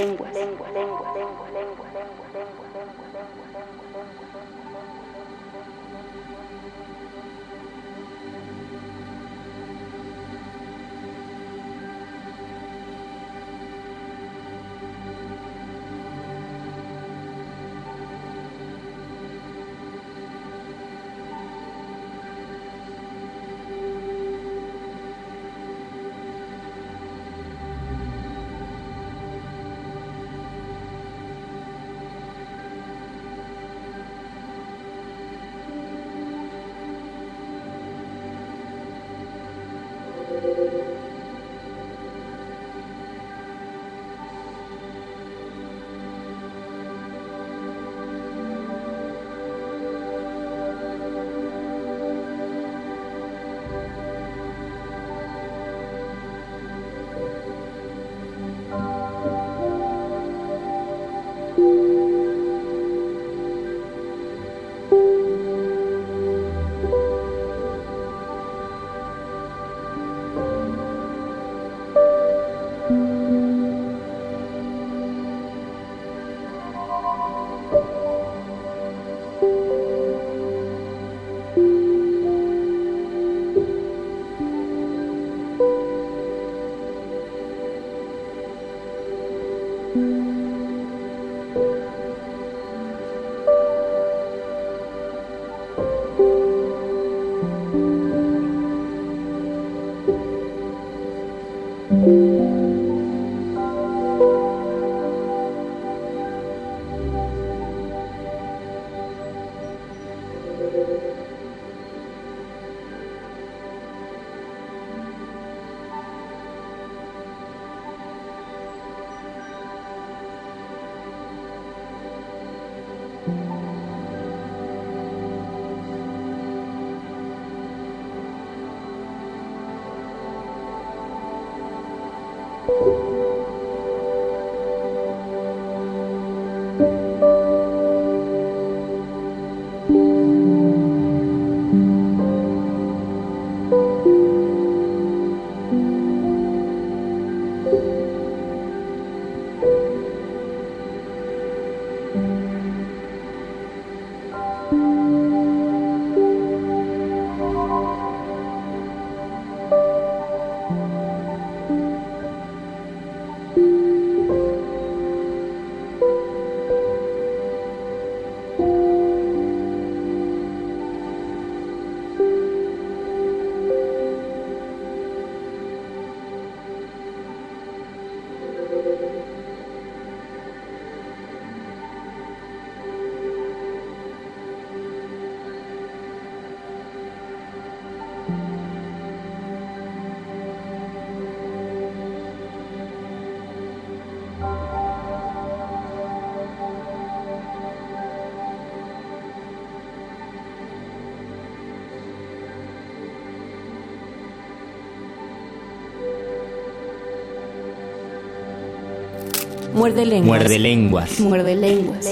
Muerde lenguas. Muerde lenguas. Muerde lenguas.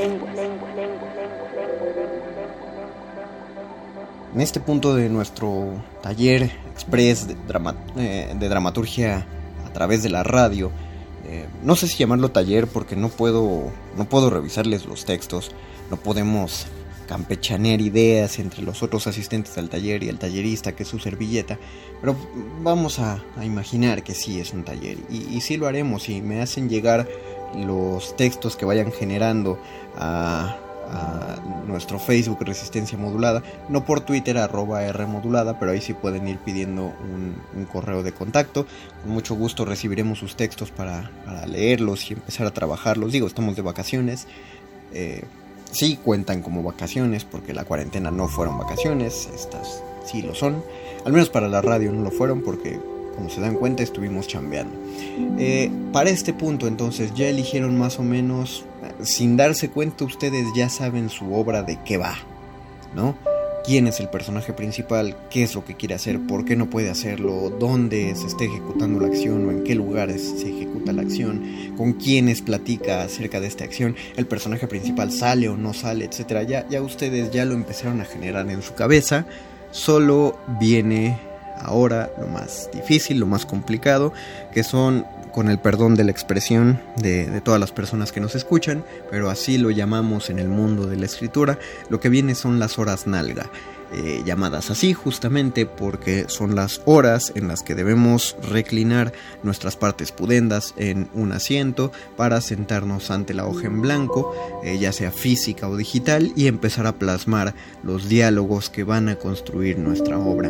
En este punto de nuestro taller express de dramaturgia a través de la radio, no sé si llamarlo taller porque no puedo revisarles los textos, no podemos campechanear ideas entre los otros asistentes al taller y el tallerista, que es su servilleta, pero vamos a imaginar que sí es un taller, y sí lo haremos. Y me hacen llegar los textos que vayan generando a nuestro Facebook Resistencia Modulada, no por Twitter @Rmodulada, pero ahí sí pueden ir pidiendo un correo de contacto. Con mucho gusto recibiremos sus textos para leerlos y empezar a trabajarlos. Digo, estamos de vacaciones, sí cuentan como vacaciones porque la cuarentena no fueron vacaciones, estas sí lo son, al menos para la radio no lo fueron porque, como se dan cuenta, estuvimos chambeando. Para este punto, entonces, ya eligieron más o menos, sin darse cuenta, ustedes ya saben su obra de qué va, ¿no? ¿Quién es el personaje principal? ¿Qué es lo que quiere hacer? ¿Por qué no puede hacerlo? ¿Dónde se está ejecutando la acción? ¿O en qué lugares se ejecuta la acción? ¿Con quiénes platica acerca de esta acción? ¿El personaje principal sale o no sale? Etcétera. Ya ustedes ya lo empezaron a generar en su cabeza. Solo viene ahora lo más difícil, lo más complicado, que son, con el perdón de la expresión de todas las personas que nos escuchan, pero así lo llamamos en el mundo de la escritura, lo que viene son las horas nalga, llamadas así justamente porque son las horas en las que debemos reclinar nuestras partes pudendas en un asiento para sentarnos ante la hoja en blanco, ya sea física o digital, y empezar a plasmar los diálogos que van a construir nuestra obra.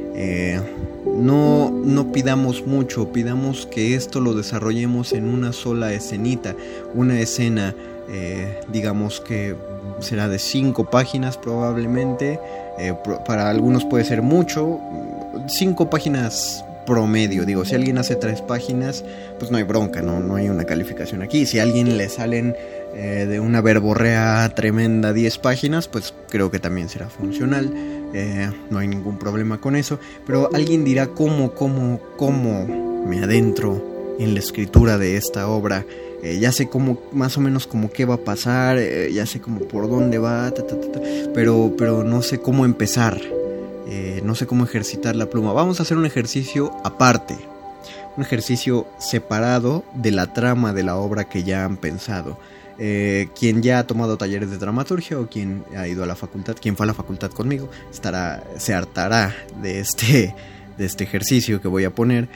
No pidamos mucho, pidamos que esto lo desarrollemos en una sola escenita, una escena, digamos que será de 5 páginas probablemente, para algunos puede ser mucho, 5 páginas promedio. Digo, si alguien hace 3 páginas, pues no hay bronca, no hay una calificación aquí. Si a alguien le salen de una verborrea tremenda 10 páginas, pues creo que también será funcional. No hay ningún problema con eso. Pero alguien dirá, ¿cómo me adentro en la escritura de esta obra? Ya sé cómo, más o menos como qué va a pasar, ya sé como por dónde va, pero no sé cómo empezar, no sé cómo ejercitar la pluma. Vamos a hacer un ejercicio aparte, un ejercicio separado de la trama de la obra que ya han pensado. Quien ya ha tomado talleres de dramaturgia o quien ha ido a la facultad, quien fue a la facultad conmigo, se hartará de este ejercicio que voy a poner,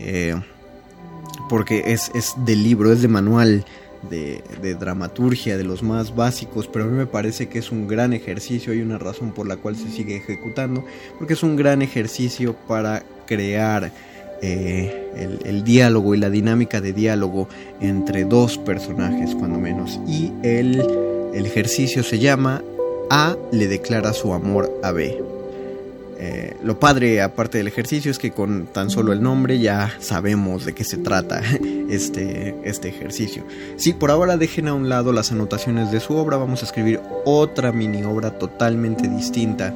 porque es de libro, es de manual de dramaturgia, de los más básicos, pero a mí me parece que es un gran ejercicio. Hay una razón por la cual se sigue ejecutando, porque es un gran ejercicio para crear el diálogo y la dinámica de diálogo entre 2 personajes, cuando menos. Y el ejercicio se llama A le declara su amor a B. Lo padre, aparte del ejercicio, es que con tan solo el nombre ya sabemos de qué se trata este ejercicio. Sí, por ahora dejen a un lado las anotaciones de su obra. Vamos a escribir otra mini obra totalmente distinta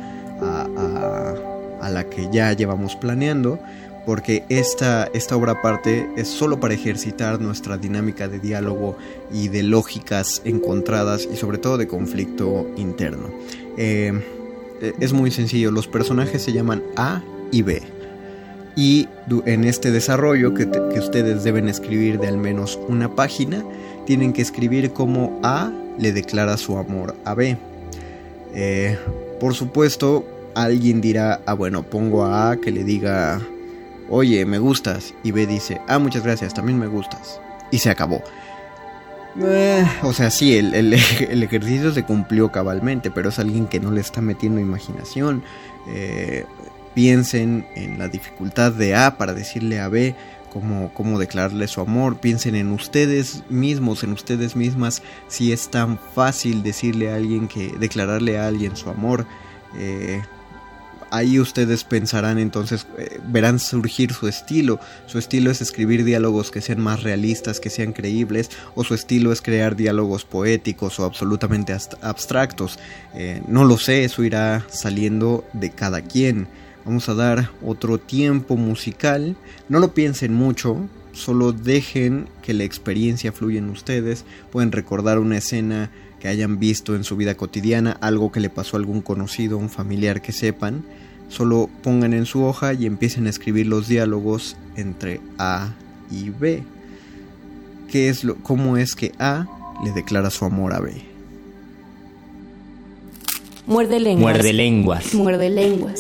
a la que ya llevamos planeando, porque esta obra aparte es solo para ejercitar nuestra dinámica de diálogo y de lógicas encontradas y sobre todo de conflicto interno. Es muy sencillo, los personajes se llaman A y B, y en este desarrollo que ustedes deben escribir de al menos una página, tienen que escribir cómo A le declara su amor a B. Por supuesto, alguien dirá, bueno, pongo a A que le diga, oye, me gustas, y B dice, muchas gracias, también me gustas, y se acabó. O sea, sí, el ejercicio se cumplió cabalmente, pero es alguien que no le está metiendo imaginación. Piensen en la dificultad de A para decirle a B cómo declararle su amor. Piensen en ustedes mismos, en ustedes mismas, si es tan fácil decirle a alguien declararle a alguien su amor. Ahí ustedes pensarán, entonces verán surgir su estilo. Su estilo es escribir diálogos que sean más realistas, que sean creíbles, o su estilo es crear diálogos poéticos o absolutamente abstractos. No lo sé, eso irá saliendo de cada quien. Vamos a dar otro tiempo musical. No lo piensen mucho, solo dejen que la experiencia fluya en ustedes. Pueden recordar una escena que hayan visto en su vida cotidiana, algo que le pasó a algún conocido, un familiar que sepan. Solo pongan en su hoja y empiecen a escribir los diálogos entre A y B. ¿Cómo es que A le declara su amor a B? Muerde lenguas. Muerde lenguas. Muerde lenguas.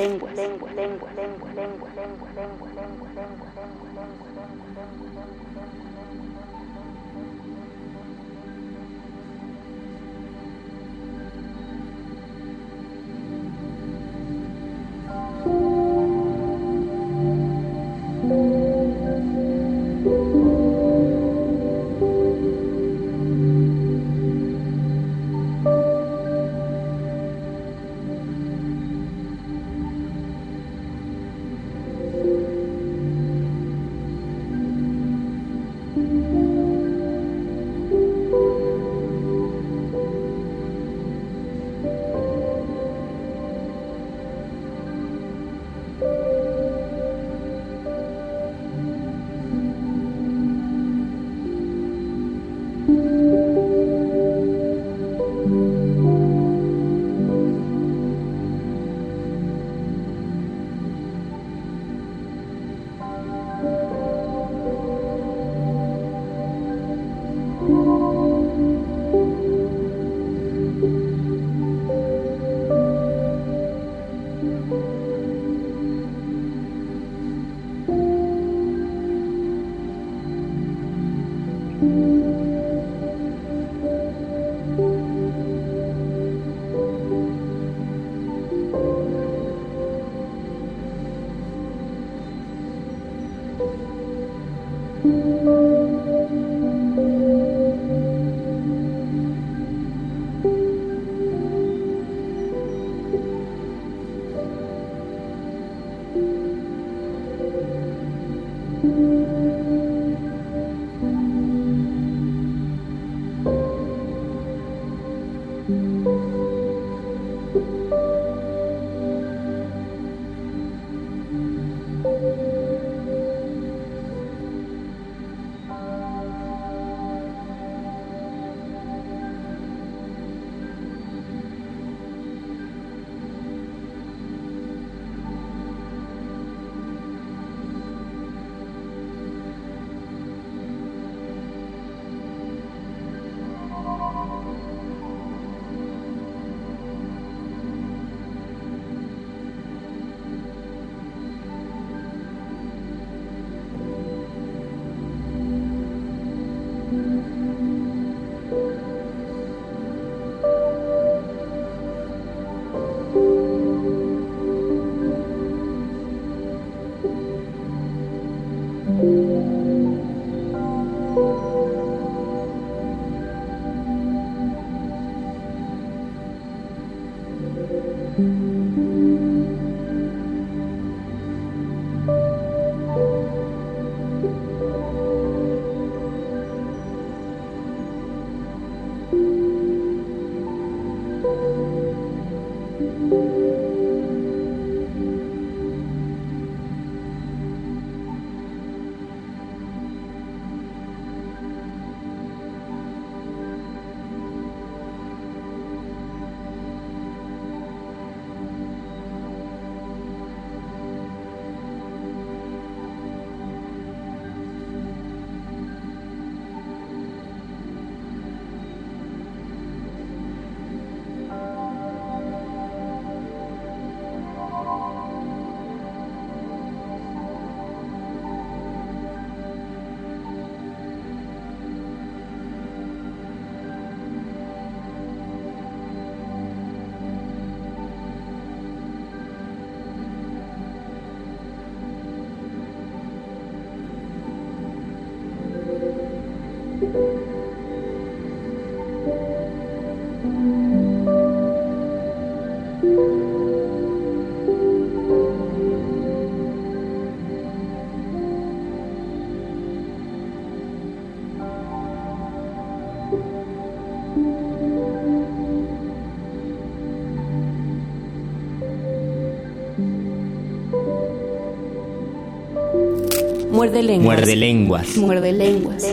Muerde lenguas. Muerde lenguas. Muerde lenguas.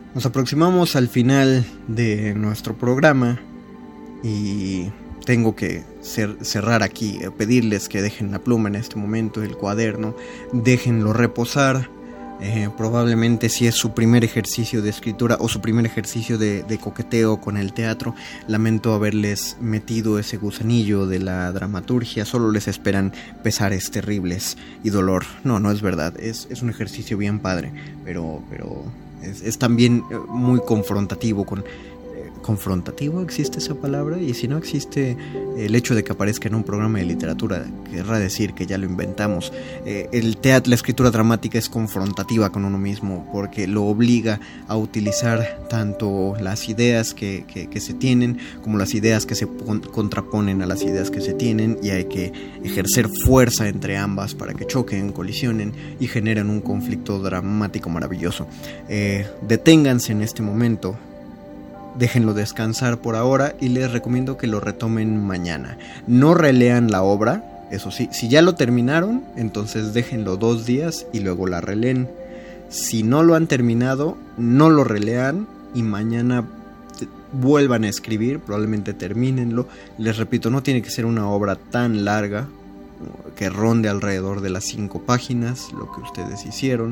Nos aproximamos al final de nuestro programa y tengo que cerrar aquí, pedirles que dejen la pluma en este momento, el cuaderno, déjenlo reposar. Probablemente si es su primer ejercicio de escritura o su primer ejercicio de coqueteo con el teatro, lamento haberles metido ese gusanillo de la dramaturgia. Solo les esperan pesares terribles y dolor. No es verdad, es un ejercicio bien padre, pero es también muy confrontativo con... ¿Confrontativo? ¿Existe esa palabra? Y si no existe, el hecho de que aparezca en un programa de literatura querrá decir que ya lo inventamos. El teatro, la escritura dramática es confrontativa con uno mismo porque lo obliga a utilizar tanto las ideas que se tienen como las ideas que se contraponen a las ideas que se tienen, y hay que ejercer fuerza entre ambas para que choquen, colisionen y generen un conflicto dramático maravilloso. Deténganse en este momento. Déjenlo descansar por ahora y les recomiendo que lo retomen mañana. No relean la obra, eso sí, si ya lo terminaron, entonces déjenlo 2 días y luego la releen. Si no lo han terminado, no lo relean y mañana vuelvan a escribir, probablemente termínenlo. Les repito, no tiene que ser una obra tan larga, que ronde alrededor de las 5 páginas, lo que ustedes hicieron.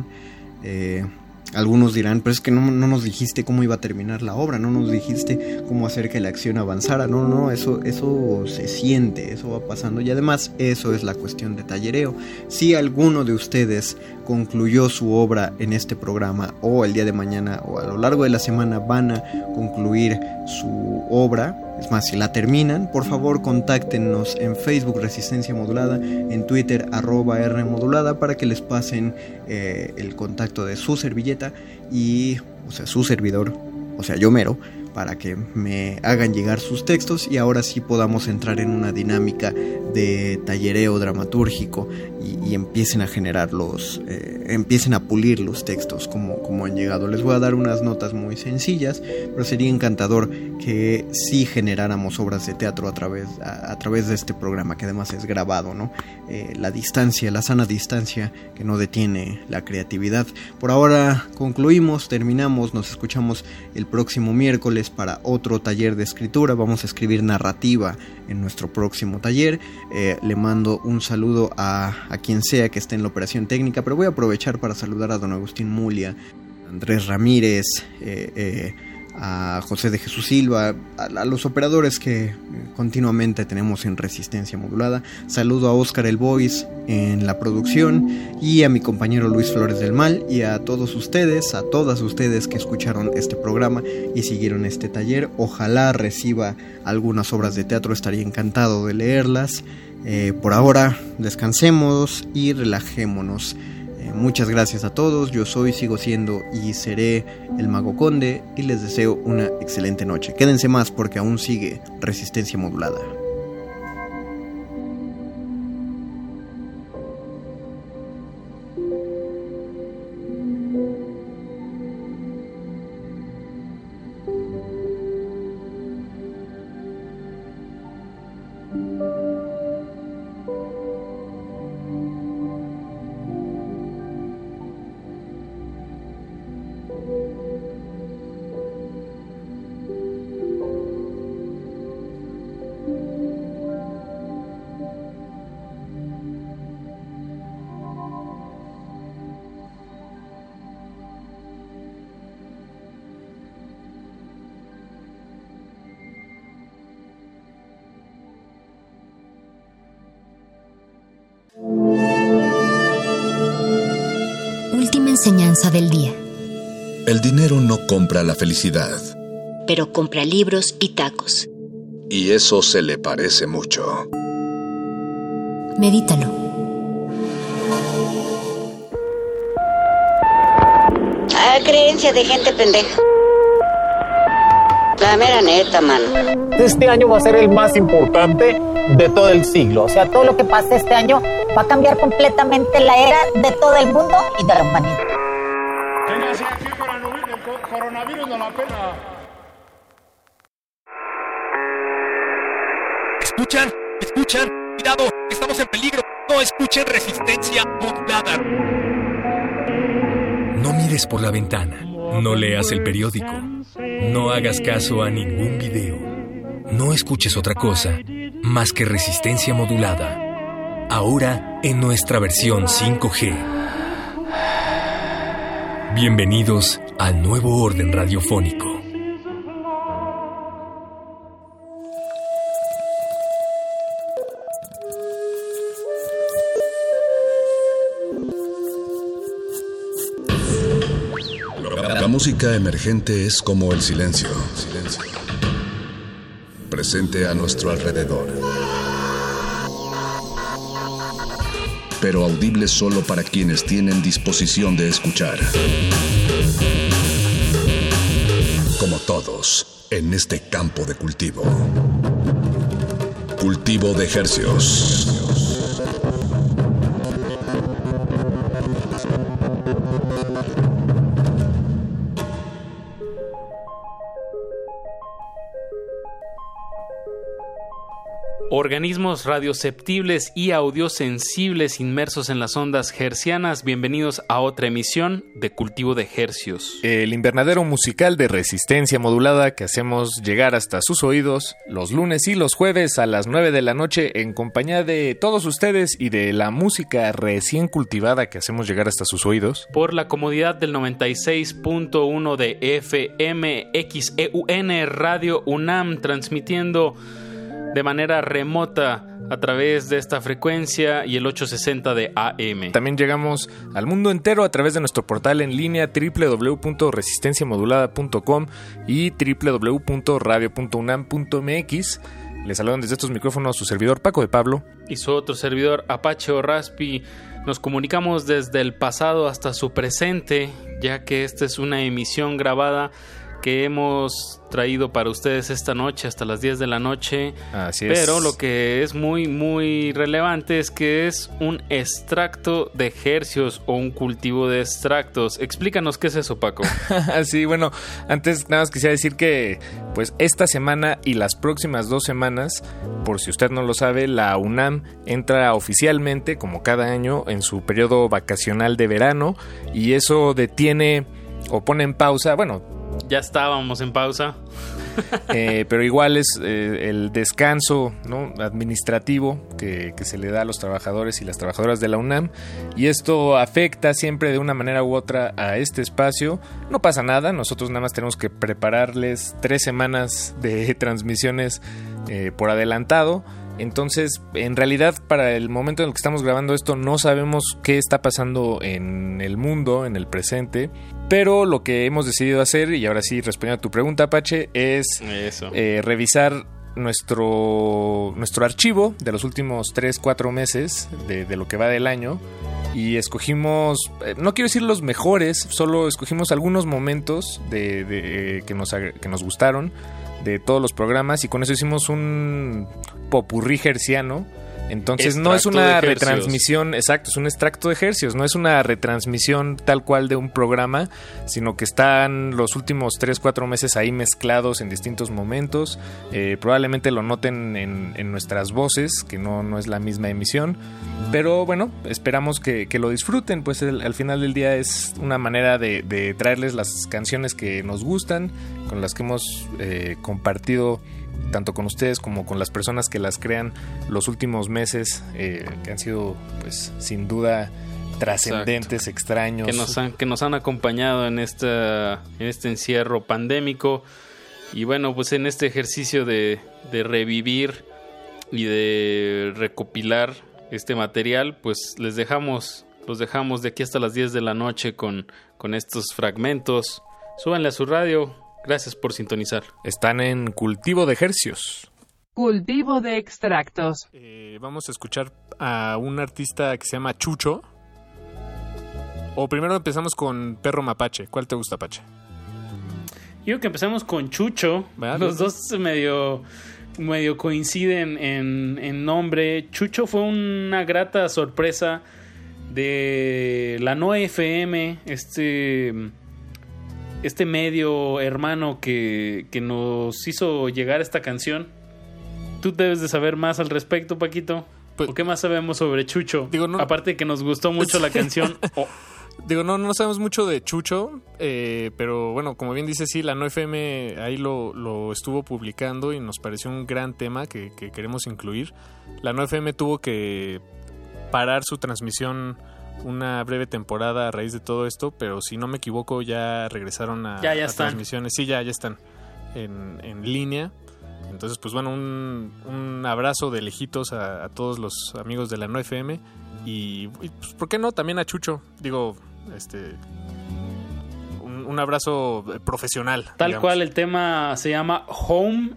Algunos dirán, pero es que no nos dijiste cómo iba a terminar la obra, no nos dijiste cómo hacer que la acción avanzara. No, eso se siente, eso va pasando, y además eso es la cuestión de tallereo. Si alguno de ustedes concluyó su obra en este programa, o el día de mañana o a lo largo de la semana van a concluir su obra, es más, si la terminan, por favor contáctenos en Facebook Resistencia Modulada, en Twitter @Rmodulada, para que les pasen el contacto de su servilleta y, o sea, su servidor, o sea, yo mero, para que me hagan llegar sus textos y ahora sí podamos entrar en una dinámica de tallereo dramatúrgico y empiecen a generar empiecen a pulir los textos como han llegado. Les voy a dar unas notas muy sencillas, pero sería encantador que sí generáramos obras de teatro a través de este programa, que además es grabado, ¿no? La distancia, la sana distancia que no detiene la creatividad. Por ahora terminamos, nos escuchamos el próximo miércoles para otro taller de escritura. Vamos a escribir narrativa en nuestro próximo taller. Le mando un saludo a quien sea que esté en la operación técnica, pero voy a aprovechar para saludar a don Agustín Mulia, a Andrés Ramírez, a José de Jesús Silva, a los operadores que continuamente tenemos en Resistencia Modulada. Saludo a Oscar El Boys en la producción y a mi compañero Luis Flores del Mal, y a todas ustedes que escucharon este programa y siguieron este taller. Ojalá reciba algunas obras de teatro, estaría encantado de leerlas. Por ahora descansemos y relajémonos. Muchas gracias a todos. Yo sigo siendo y seré el Mago Conde, y les deseo una excelente noche. Quédense más porque aún sigue Resistencia Modulada. Enseñanza del día. El dinero no compra la felicidad, pero compra libros y tacos. y eso se le parece mucho. Medítalo. Creencia de gente pendeja. La mera neta, mano. Este año va a ser el más importante de todo el siglo. O sea, todo lo que pase este año va a cambiar completamente la era de todo el mundo y de la humanidad. Venga, si aquí el coronavirus no la pena. Escuchan, cuidado, estamos en peligro. No escuchen Resistencia Modulada. No mires por la ventana, No leas el periódico. No hagas caso a ningún video. No escuches otra cosa más que resistencia modulada. Ahora en nuestra versión 5G. Bienvenidos al nuevo orden radiofónico. La música emergente es como el silencio, presente a nuestro alrededor, pero audible solo para quienes tienen disposición de escuchar. Como todos, en este campo de cultivo. Cultivo de hercios. Organismos radioceptibles y audiosensibles inmersos en las ondas hercianas, bienvenidos a otra emisión de Cultivo de Hercios. El invernadero musical de resistencia modulada que hacemos llegar hasta sus oídos los lunes y los jueves a las 9 de la noche en compañía de todos ustedes y de la música recién cultivada que hacemos llegar hasta sus oídos. Por la comodidad del 96.1 de FM XEUN Radio UNAM, transmitiendo de manera remota a través de esta frecuencia y el 860 de AM. También llegamos al mundo entero a través de nuestro portal en línea www.resistenciamodulada.com y www.radio.unam.mx. Les saludan desde estos micrófonos su servidor Paco de Pablo y su otro servidor Apache o Raspi. Nos comunicamos desde el pasado hasta su presente, ya que esta es una emisión grabada que hemos traído para ustedes esta noche hasta las 10 de la noche. Así es. Pero lo que es muy muy relevante es que es un extracto de hercios o un cultivo de extractos. Explícanos qué es eso, Paco. Sí, bueno, antes nada más quisiera decir que pues esta semana y las próximas 2 semanas, por si usted no lo sabe, la UNAM entra oficialmente, como cada año, en su periodo vacacional de verano, y eso detiene o pone en pausa, bueno, ya estábamos en pausa. Pero igual es el descanso, ¿no?, administrativo que se le da a los trabajadores y las trabajadoras de la UNAM, y esto afecta siempre de una manera u otra a este espacio. No pasa nada, nosotros nada más tenemos que prepararles 3 semanas de transmisiones por adelantado. Entonces, en realidad, para el momento en el que estamos grabando esto, no sabemos qué está pasando en el mundo, en el presente. Pero lo que hemos decidido hacer, y ahora sí respondiendo a tu pregunta, Apache, es revisar nuestro archivo de los últimos 3-4 meses de lo que va del año. Y escogimos, no quiero decir los mejores, solo escogimos algunos momentos que nos gustaron de todos los programas, y con eso hicimos un popurrí herciano. Entonces extracto no es una retransmisión, exacto, es un extracto de hercios, no es una retransmisión tal cual de un programa, sino que están los últimos 3-4 meses ahí mezclados en distintos momentos. Probablemente lo noten en nuestras voces, que no es la misma emisión, pero bueno, esperamos que lo disfruten, pues al final del día es una manera de traerles las canciones que nos gustan, con las que hemos compartido tanto con ustedes como con las personas que las crean los últimos meses, que han sido pues sin duda trascendentes, extraños, que nos han acompañado en este encierro pandémico. Y bueno, pues en este ejercicio de revivir y de recopilar este material, pues los dejamos de aquí hasta las 10 de la noche con estos fragmentos. Súbanle a su radio. Gracias por sintonizar. Están en Cultivo de Hercios. Cultivo de extractos. Vamos a escuchar a un artista que se llama Chucho. O primero empezamos con Perro Mapache. ¿Cuál te gusta, Pache? Yo que empecemos con Chucho. ¿Verdad? Los dos medio coinciden en nombre. Chucho fue una grata sorpresa de la No FM, este medio hermano que nos hizo llegar esta canción. Tú debes de saber más al respecto, Paquito. Pues, ¿o qué más sabemos sobre Chucho? Aparte de que nos gustó mucho la canción Digo, no sabemos mucho de Chucho, pero bueno, como bien dice, sí, la No FM ahí lo estuvo publicando y nos pareció un gran tema que queremos incluir. La No FM tuvo que parar su transmisión una breve temporada a raíz de todo esto, pero si no me equivoco ya regresaron a transmisiones. Sí, ya están en línea. Entonces, pues bueno, un abrazo de lejitos a todos los amigos de la No FM y pues, ¿por qué no? También a Chucho, digo... un abrazo profesional. Tal digamos. Cual, el tema se llama Home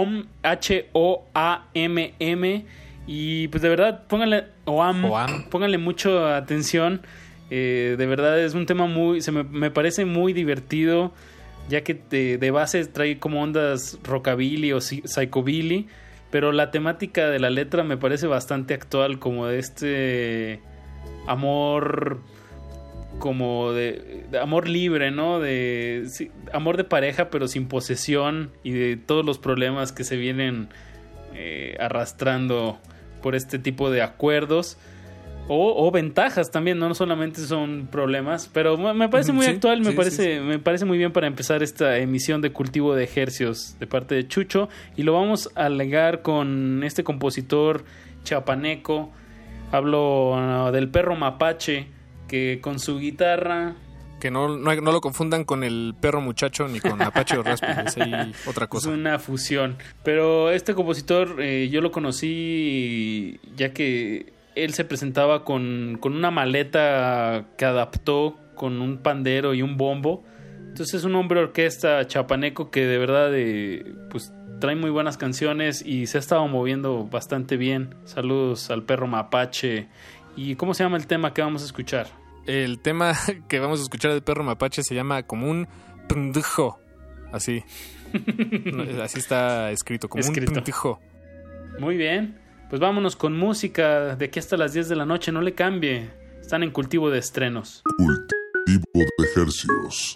H-O-A-M-M y pues de verdad pónganle mucho atención. De verdad es un tema me parece muy divertido, ya que de base trae como ondas rockabilly o psychobilly, pero la temática de la letra me parece bastante actual, como de este amor, como de amor libre, ¿no? Amor de pareja, pero sin posesión, y de todos los problemas que se vienen arrastrando por este tipo de acuerdos o ventajas también, no solamente son problemas, pero me parece muy actual, me parece muy bien para empezar esta emisión de Cultivo de Hercios de parte de Chucho, y lo vamos a ligar con este compositor chapaneco. Hablo del Perro Mapache, que con su guitarra... Que no lo confundan con el Perro Muchacho ni con Apache o Raspi, es ahí otra cosa. Es una fusión. Pero este compositor yo lo conocí ya que él se presentaba con una maleta que adaptó con un pandero y un bombo. Entonces es un hombre orquesta chapaneco que de verdad pues trae muy buenas canciones y se ha estado moviendo bastante bien. Saludos al Perro Mapache. ¿Y cómo se llama el tema que vamos a escuchar? El tema que vamos a escuchar del Perro Mapache se llama como un pendejo. Así. Así está escrito, como un pendejo. Muy bien. Pues vámonos con música de aquí hasta las 10 de la noche. No le cambie. Están en Cultivo de Estrenos. Cultivo de Hercios.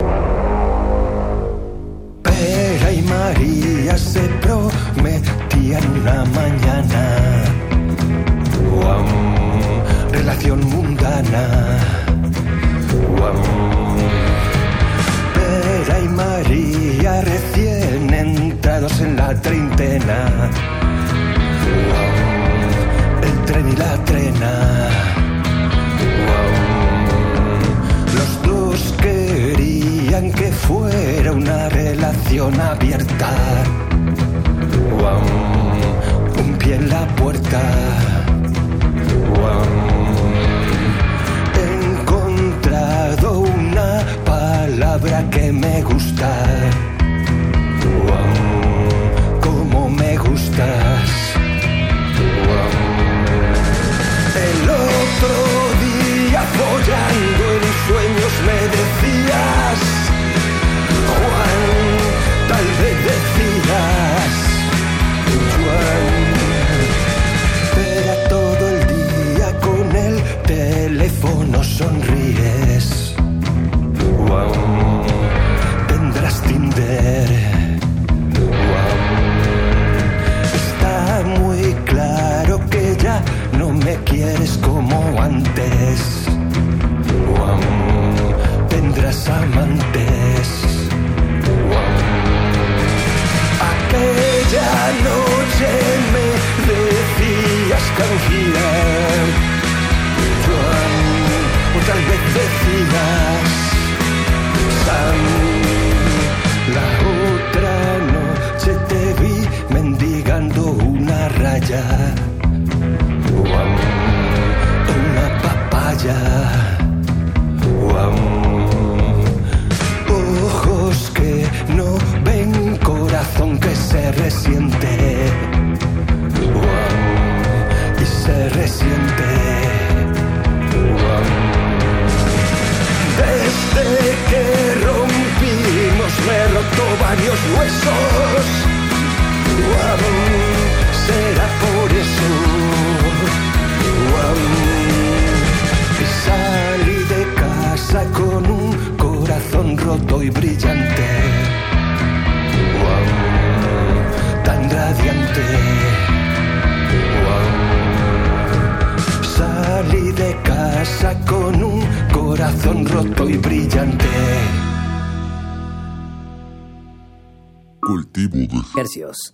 Pera y María se prometían una mañana. Relación mundana. Pera y María recién entrados en la treintena. El tren y la trena. Los dos querían que fuera una relación abierta. Un pie en la puerta. He encontrado una palabra que me gusta. Como me gustas. El otro día follando en sueños me decías, Juan, tal vez decías, Juan. Pero todo el día con el teléfono sonríes. Tendrás Tinder. Está muy claro que ya no me quieres como antes. Tendrás amantes. Aquella noche me decías canción, o tal vez decías Sam. La otra noche te vi mendigando una raya, una papaya. Ojos que no ven, corazón que se resiente. Y se resiente. Desde que rompimos me he roto varios huesos. Será por eso. Salí de casa con un corazón roto y brillante. Tan radiante. Salí salí de casa con un corazón roto y brillante. Cultivo de hercios.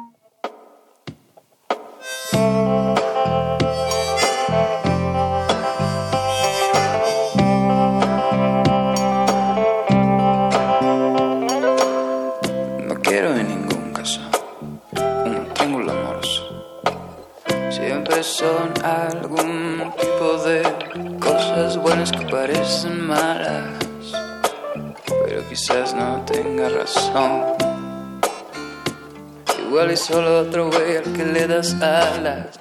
No quiero en ningún caso un triángulo amoroso. Siempre son algún tipo de cosas buenas que parecen malas, pero quizás no tenga razón. Igual y solo otro güey al que le das alas.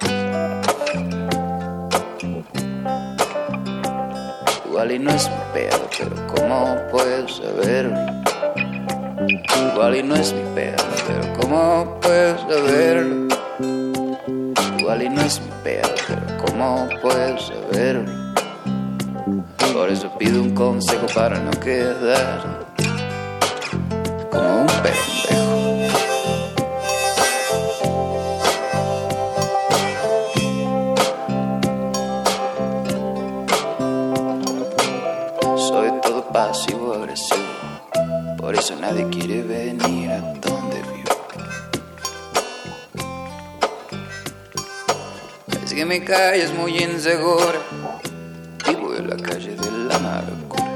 Igual y no es mi pedo, pero ¿cómo puedes saberlo? Igual y no es mi pedo, pero ¿cómo puedes saberlo? Igual y no es mi pedo, pero ¿cómo puedes saberlo? Por eso pido un consejo para no quedar como un pendejo. Soy todo pasivo agresivo, por eso nadie quiere venir a donde vivo. Es que mi calle es muy insegura, vivo en la calle de la amargura.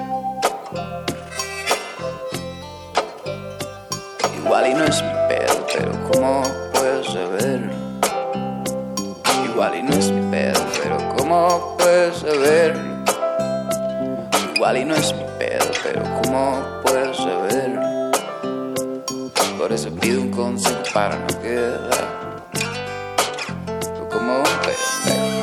Igual y no es mi pedo, pero ¿cómo puedo saberlo? Igual y no es mi pedo, pero ¿cómo puedo saberlo? Igual y no es mi pedo, pero ¿cómo puedo saberlo? Por eso pido un consejo para no quedar como un pendejo.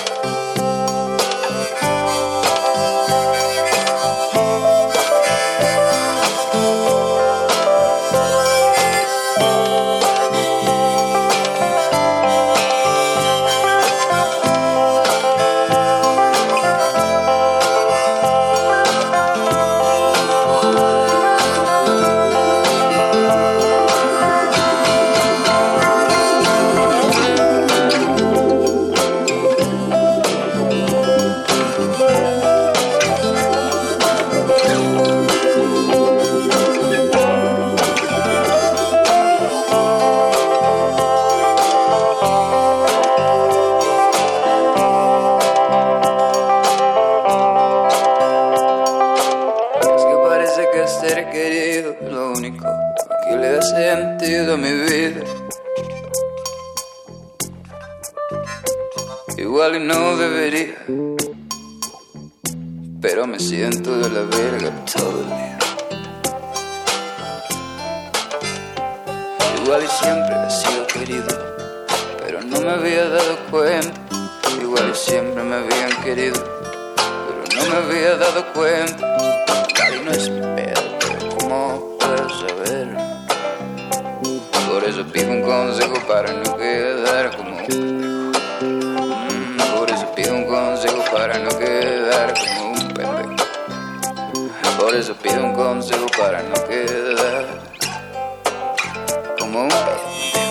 Sentido a mi vida. Igual y no debería, pero me siento de la verga todo el día. Igual y siempre he sido querido, pero no me había dado cuenta. Igual y siempre me habían querido, pero no me había dado cuenta. Igual y no es mi pedo, pero ¿cómo puedo saberlo? Por eso pido un consejo para no quedar como un pendejo. Por eso pido un consejo para no quedar como un pendejo. Por eso pido un consejo para no quedar como un pendejo.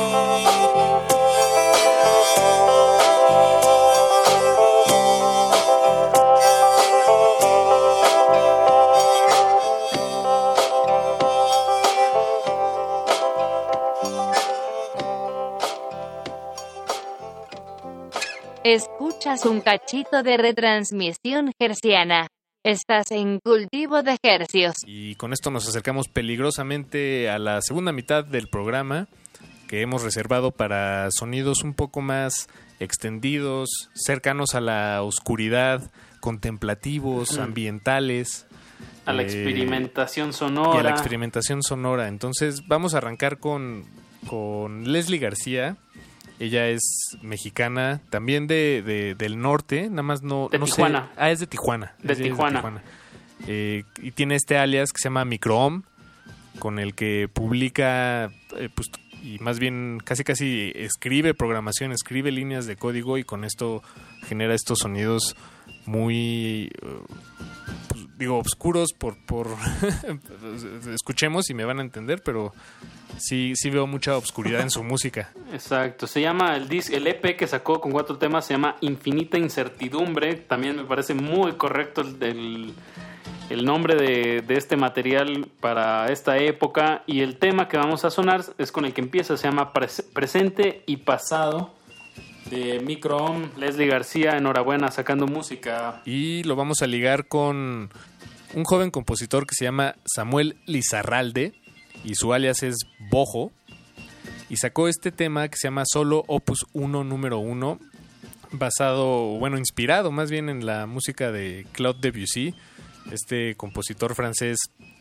Escuchas un cachito de retransmisión herciana. Estás en Cultivo de Hercios. Y con esto nos acercamos peligrosamente a la segunda mitad del programa, que hemos reservado para sonidos un poco más extendidos, cercanos a la oscuridad, contemplativos, ambientales. A la experimentación sonora. Y a la experimentación sonora. Entonces vamos a arrancar con Leslie García. Ella es mexicana, también del norte, nada más no Tijuana. Sé. Es de Tijuana. De Tijuana. Y tiene este alias que se llama Microom, con el que publica, pues, y más bien casi escribe programación, escribe líneas de código, y con esto genera estos sonidos muy, pues, digo, oscuros por escuchemos y me van a entender, pero sí veo mucha oscuridad en su música. Exacto, se llama el EP que sacó con 4 temas, se llama Infinita Incertidumbre. También me parece muy correcto el nombre de este material para esta época. Y el tema que vamos a sonar es con el que empieza, se llama Presente y Pasado, de Micro-Ohm. Leslie García, enhorabuena, sacando música. Y lo vamos a ligar con un joven compositor que se llama Samuel Lizarralde, y su alias es Bojo, y sacó este tema que se llama Solo Opus 1 número 1, inspirado más bien en la música de Claude Debussy, este compositor francés.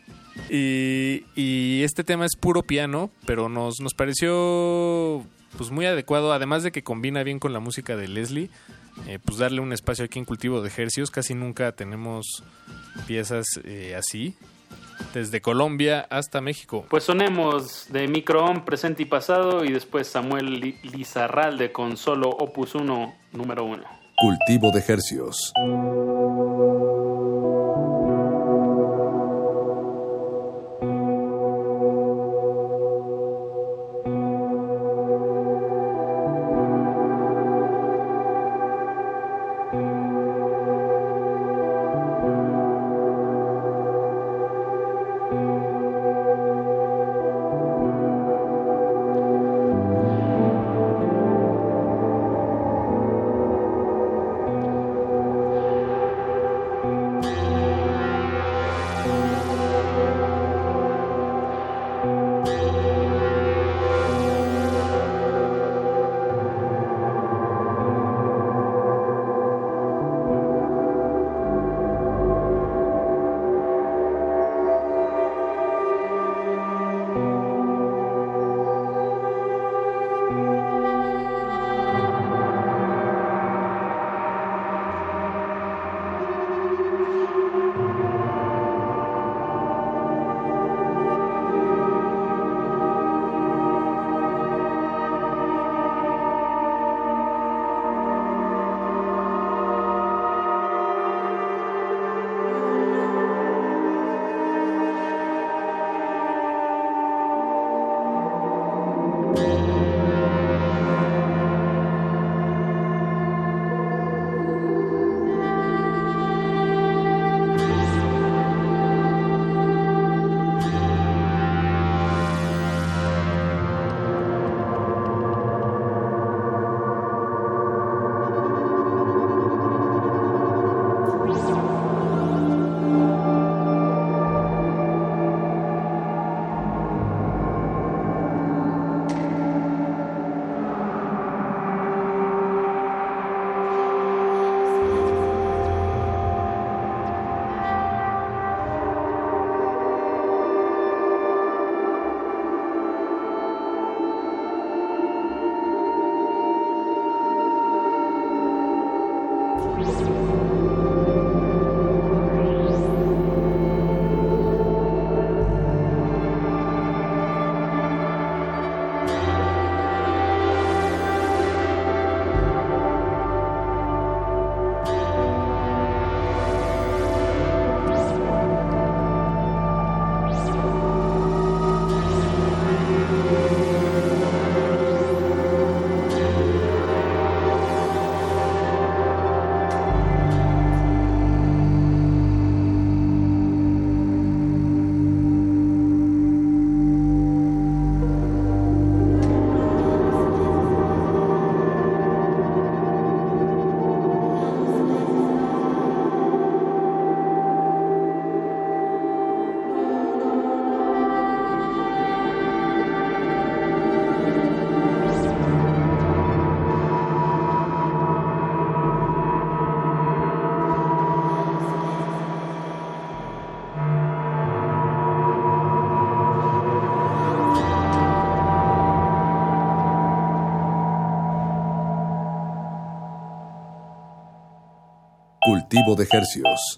Y este tema es puro piano, pero nos pareció pues muy adecuado, además de que combina bien con la música de Leslie, pues darle un espacio aquí en Cultivo de Hercios. Casi nunca tenemos piezas así, desde Colombia hasta México. Pues sonemos de Micro-Ohm, Presente y Pasado, y después Samuel Lizarralde con Solo Opus 1 número 1. Cultivo de Hercios. Cultivo de Hercios.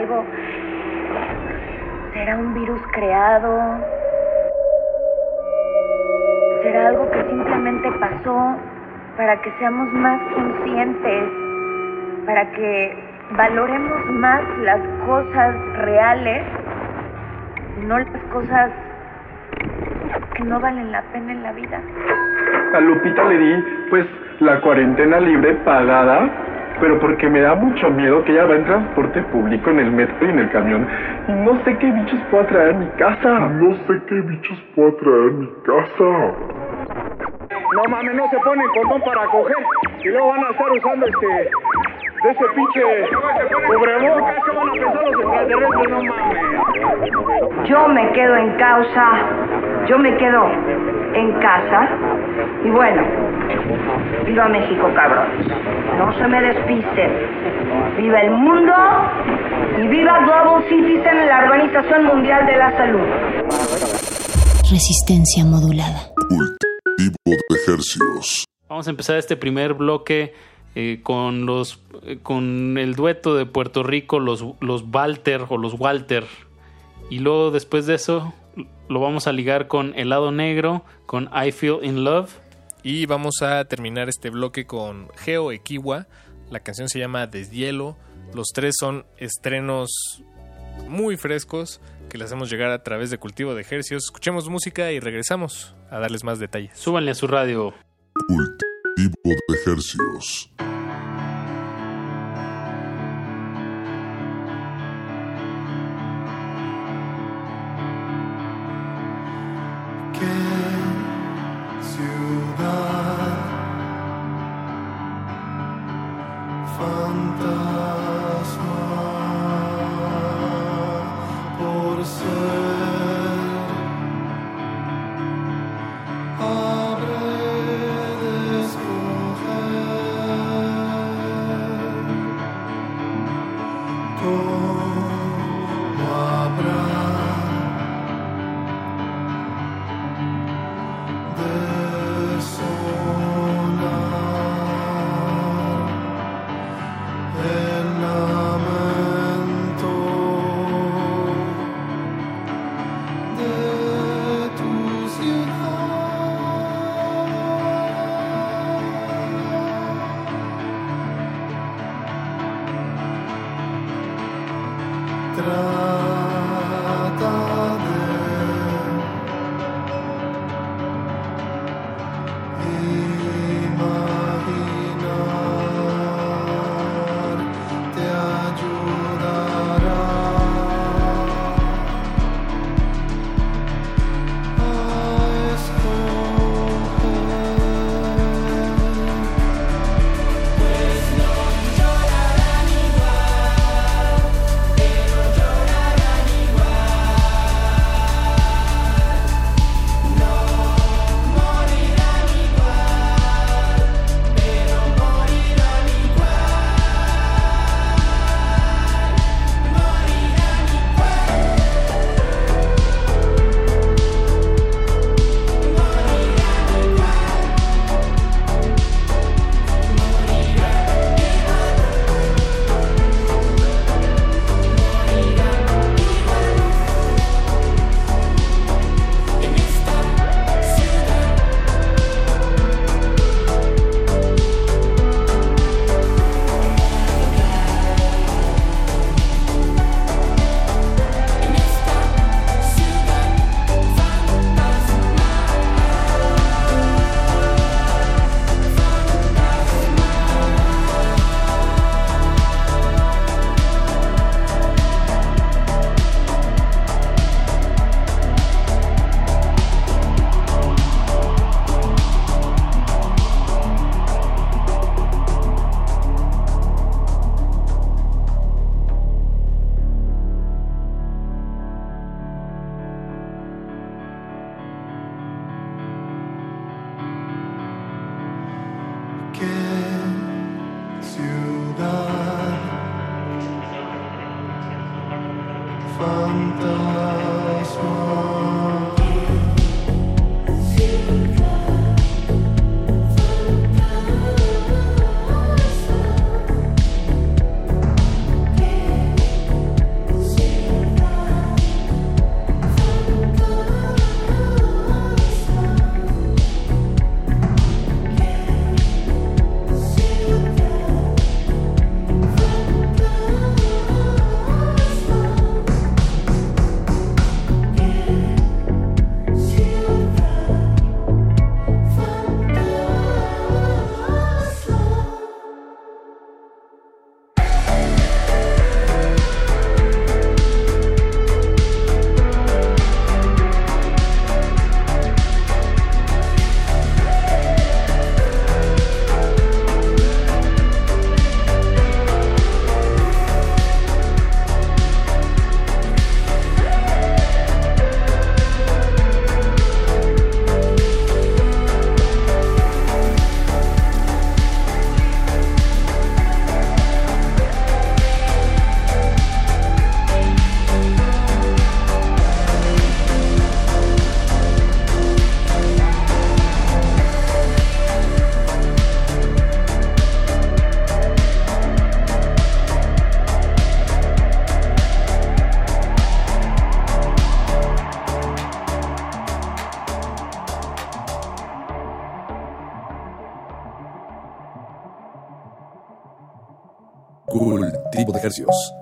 algo... ¿Será un virus creado? ¿Será algo que simplemente pasó para que seamos más conscientes, para que valoremos más las cosas reales, no las cosas que no valen la pena en la vida? A Lupita le di, pues, la cuarentena libre pagada, pero porque me da mucho miedo que ella va en transporte público, en el metro y en el camión, y no sé qué bichos puedo traer a mi casa. No mames, no se ponen condón para coger y luego van a estar usando de ese pinche cubrebocas. ¿Qué van a pensar los extraterrestres? No mames. Yo me quedo en casa y bueno, viva México, cabrón. No se me despisten. Viva el mundo y viva Global Citizen, la Organización Mundial de la Salud. Resistencia modulada. Cultivo de hercios. Vamos a empezar este primer bloque con el dueto de Puerto Rico, los Walter o los Walter. Y luego después de eso lo vamos a ligar con Helado Negro, con I Feel in Love. Y vamos a terminar este bloque con Geo Equiwa. La canción se llama Deshielo. Los tres son estrenos muy frescos que les hacemos llegar a través de Cultivo de Hercios. Escuchemos música y regresamos a darles más detalles. Súbanle a su radio. Cultivo de Hercios. Cultivo de Hercios.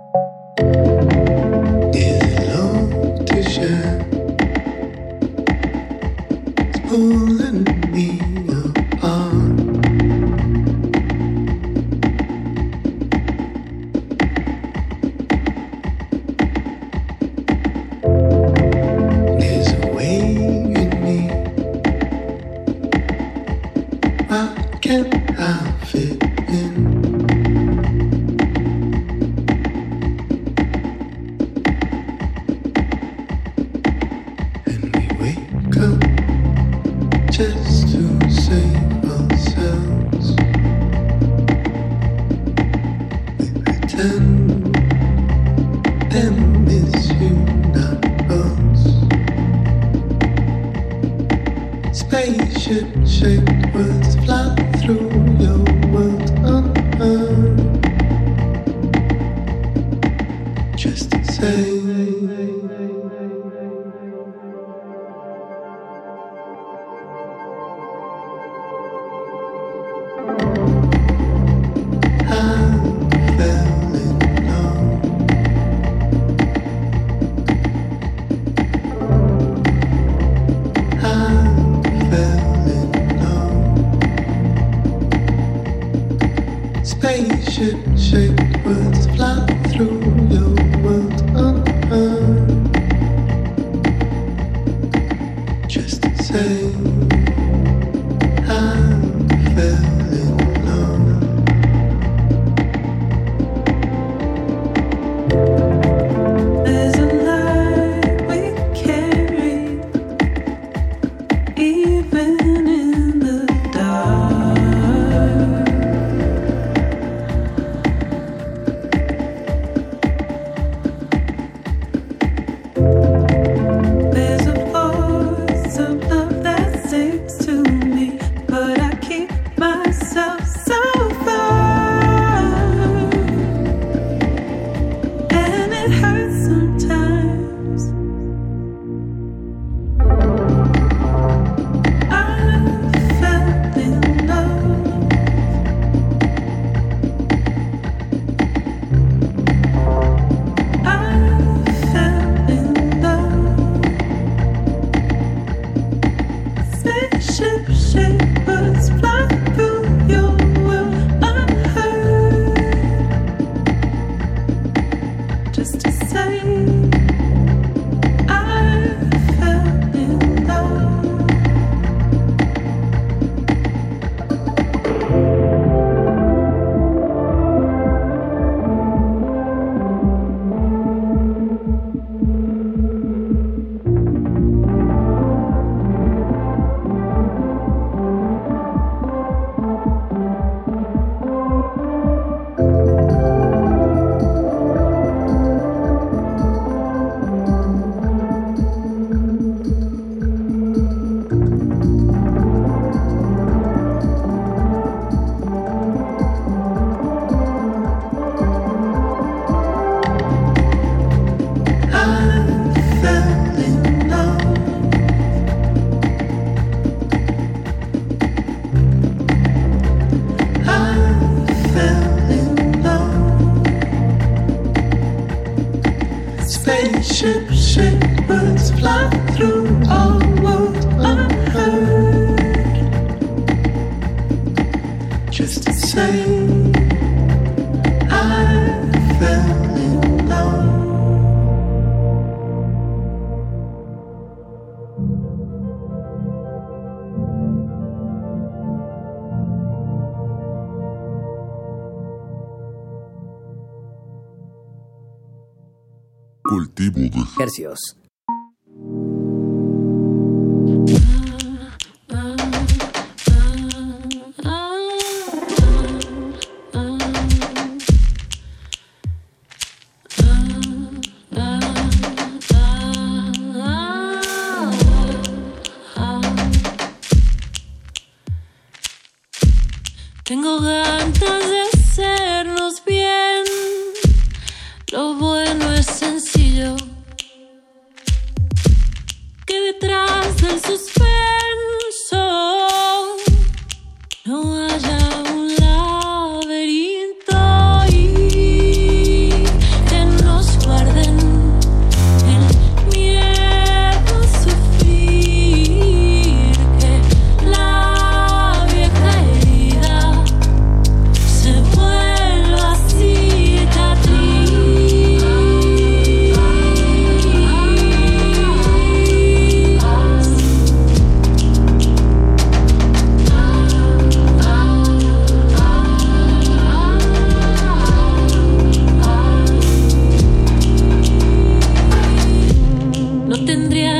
Cultivo de Hercios. Tengo ganas de hacernos bien. Lo bueno es sencillo, que detrás del suspenso no haya un laberinto y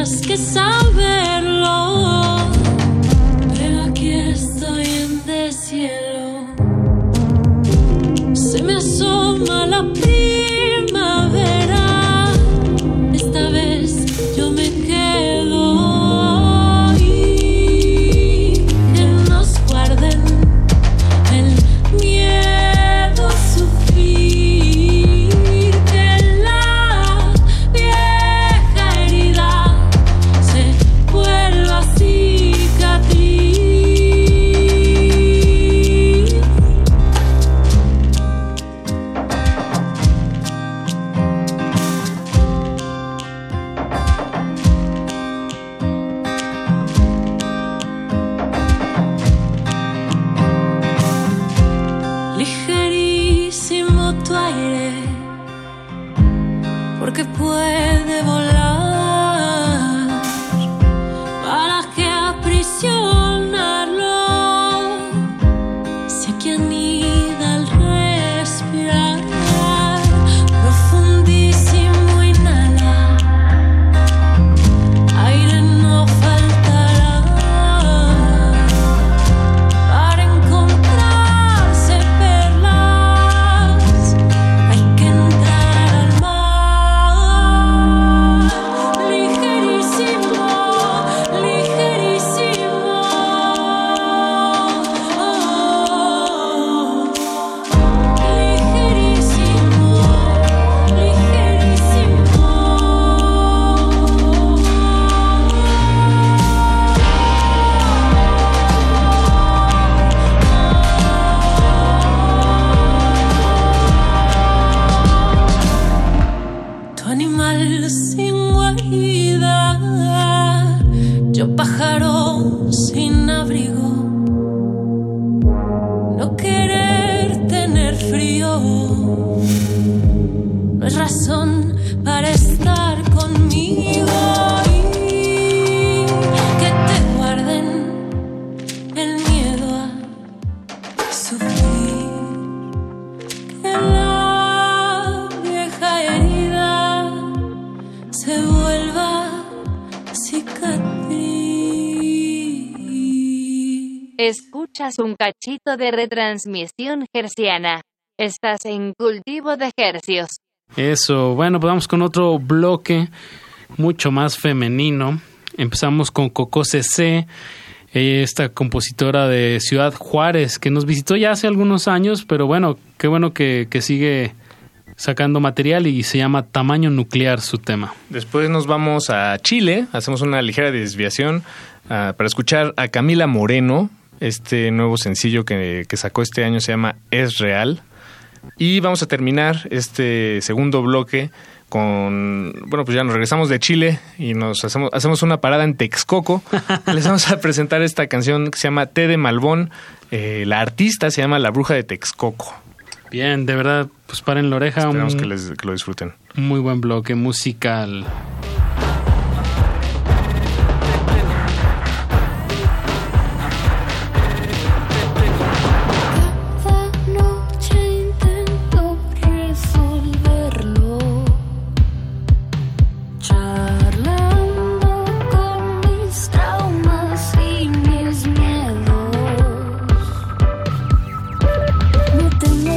tendrías que saberlo. Pero aquí estoy en deshielo. Se me asoma la primavera. Esta vez yo me quedo. Y que nos guarden el miedo a sufrir. Que la vieja herida se vuelva cicatriz. Ligerísimo tu aire, porque puede volar. ¿Para qué aprisionarlo? Sé que anida al respirar. Profundísimo inhala, aire no faltará. Para encontrarse perlas hay que entrar al mar. Ligerísimo, ligerísimo. Tu animal sin guarida, yo pájaro sin abrigo. No querer tener frío no es razón para estar conmigo. Y que te guarden el miedo a sufrir. Que la vieja herida se vuelva cicatriz. Escuchas un cachito de retransmisión herciana. Estás en Cultivo de Hercios. Eso, bueno, pues vamos con otro bloque mucho más femenino. Empezamos con Coco CC, esta compositora de Ciudad Juárez, que nos visitó ya hace algunos años, pero bueno, qué bueno que sigue sacando material y se llama Tamaño Nuclear su tema. Después nos vamos a Chile, hacemos una ligera desviación para escuchar a Camila Moreno. Este nuevo sencillo que sacó este año se llama Es Real. Y vamos a terminar este segundo bloque con... Bueno, pues ya nos regresamos de Chile y nos hacemos una parada en Texcoco. Les vamos a presentar esta canción que se llama Té de Malbón. La artista se llama La Bruja de Texcoco. Bien, de verdad, pues paren la oreja. Esperamos que lo disfruten. Muy buen bloque musical.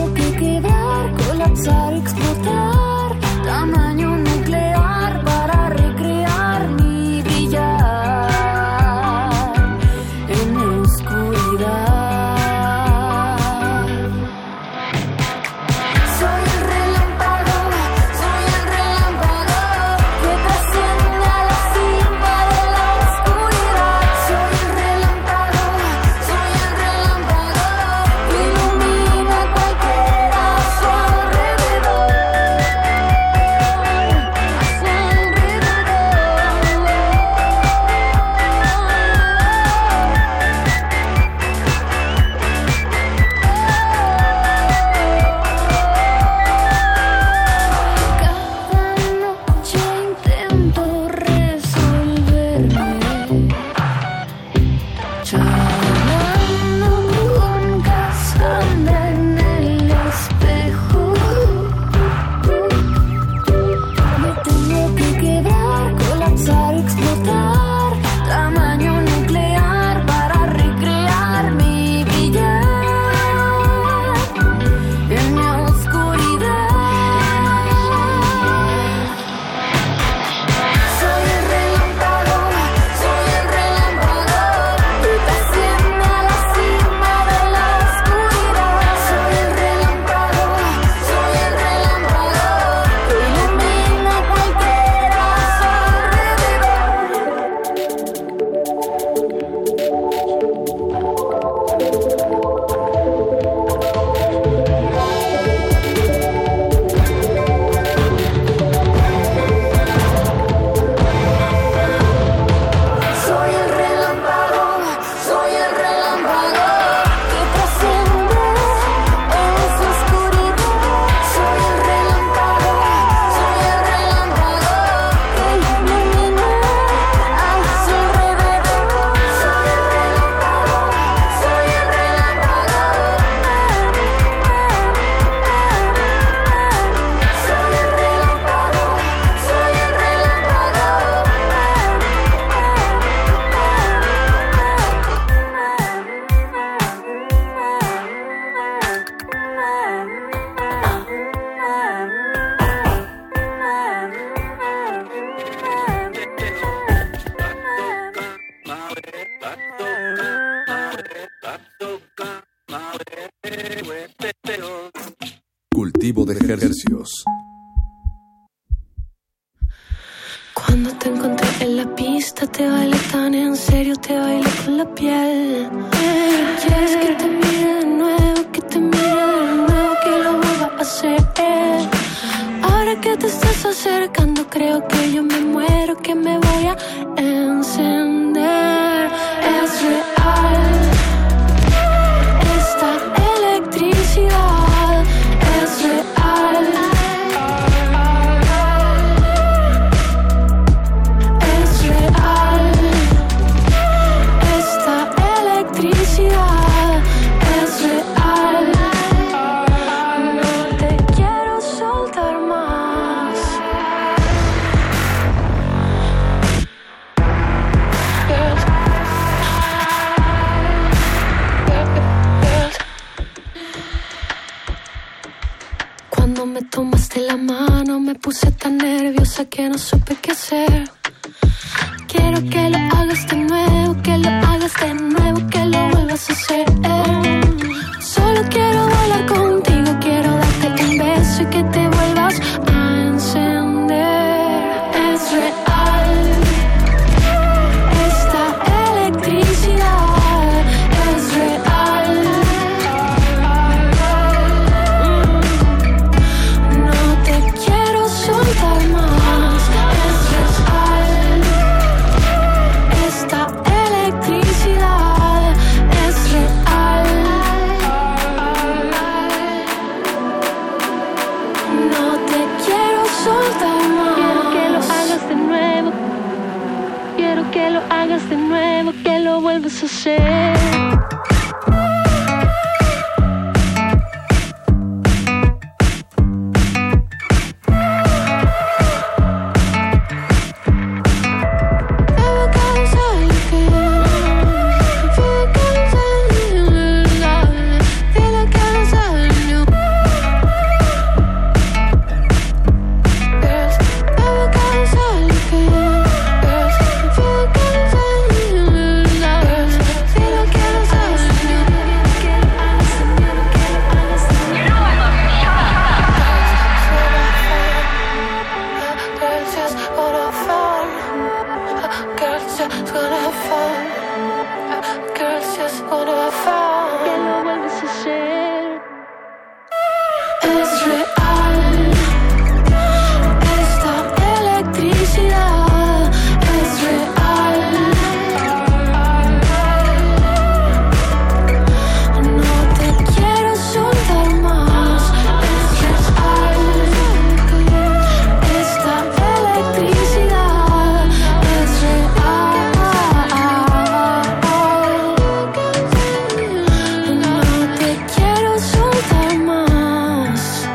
Explotar, tamaño nuclear para Cultivo de hercios. Cuando te encontré en la pista, te bailé tan en serio, te bailé con la piel. Quieres que te mire de nuevo, que te mire de nuevo, que lo vuelva a hacer. Ahora que te estás acercando, creo que yo me muero, que me voy a encender. Es real esta electricidad, es real. Es real esta electricidad, es real. No te quiero soltar más. Cuando me tomaste la mano me puse tan nerviosa que no supe qué hacer. Quiero que lo hagas de nuevo, que lo hagas de nuevo, que lo vuelvas a hacer. Solo quiero volar contigo, quiero darte un beso y que te vuelvas a encender. Es real esta electricidad, es real. No te quiero soltar más. Es real esta electricidad, es real. No te quiero soltar más. Quiero que lo hagas de nuevo, quiero que lo hagas de nuevo, que lo vuelvas a hacer. Es real esta electricidad, es real. No te quiero soltar más. Es real esta electricidad, es real. No te quiero soltar más.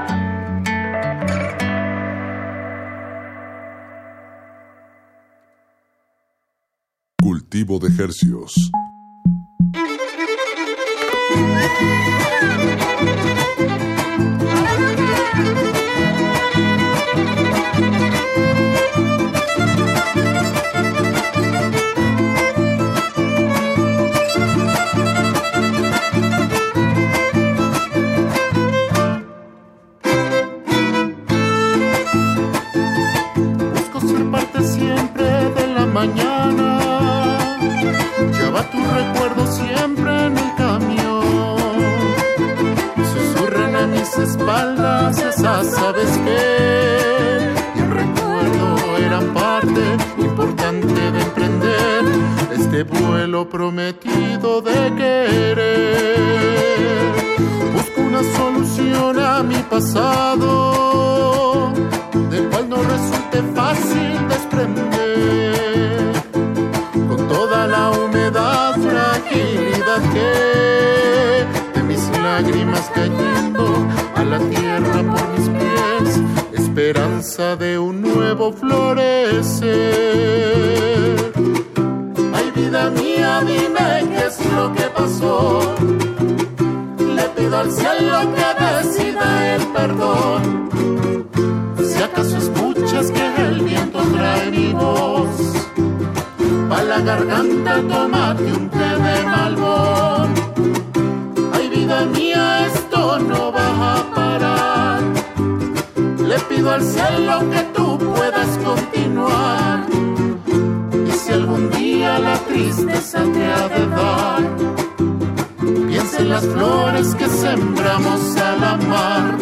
Cultivo de hercios. Busco ser parte siempre de la mañana. Lleva tu recuerdo siempre en el camión. Susurran a mis espaldas esas sabes que el recuerdo eran parte importante de emprender este vuelo prometido de querer. Busco una solución a mi pasado, del cual no resulte fácil desprender, con toda la humedad, fragilidad que de mis lágrimas cayendo a la tierra por mis pies, esperanza de un nuevo florecer. Ay, vida mía, dime qué es lo que pasó. Le pido al cielo que decida el perdón. Si acaso escuchas que el viento trae mi voz, pa' la garganta tómate un té de Malbón. Ay, vida mía, esto no va a parar. pido al cielo que tú puedas continuar. Y si algún día la tristeza te ha de dar, piensa en las flores que sembramos al amar.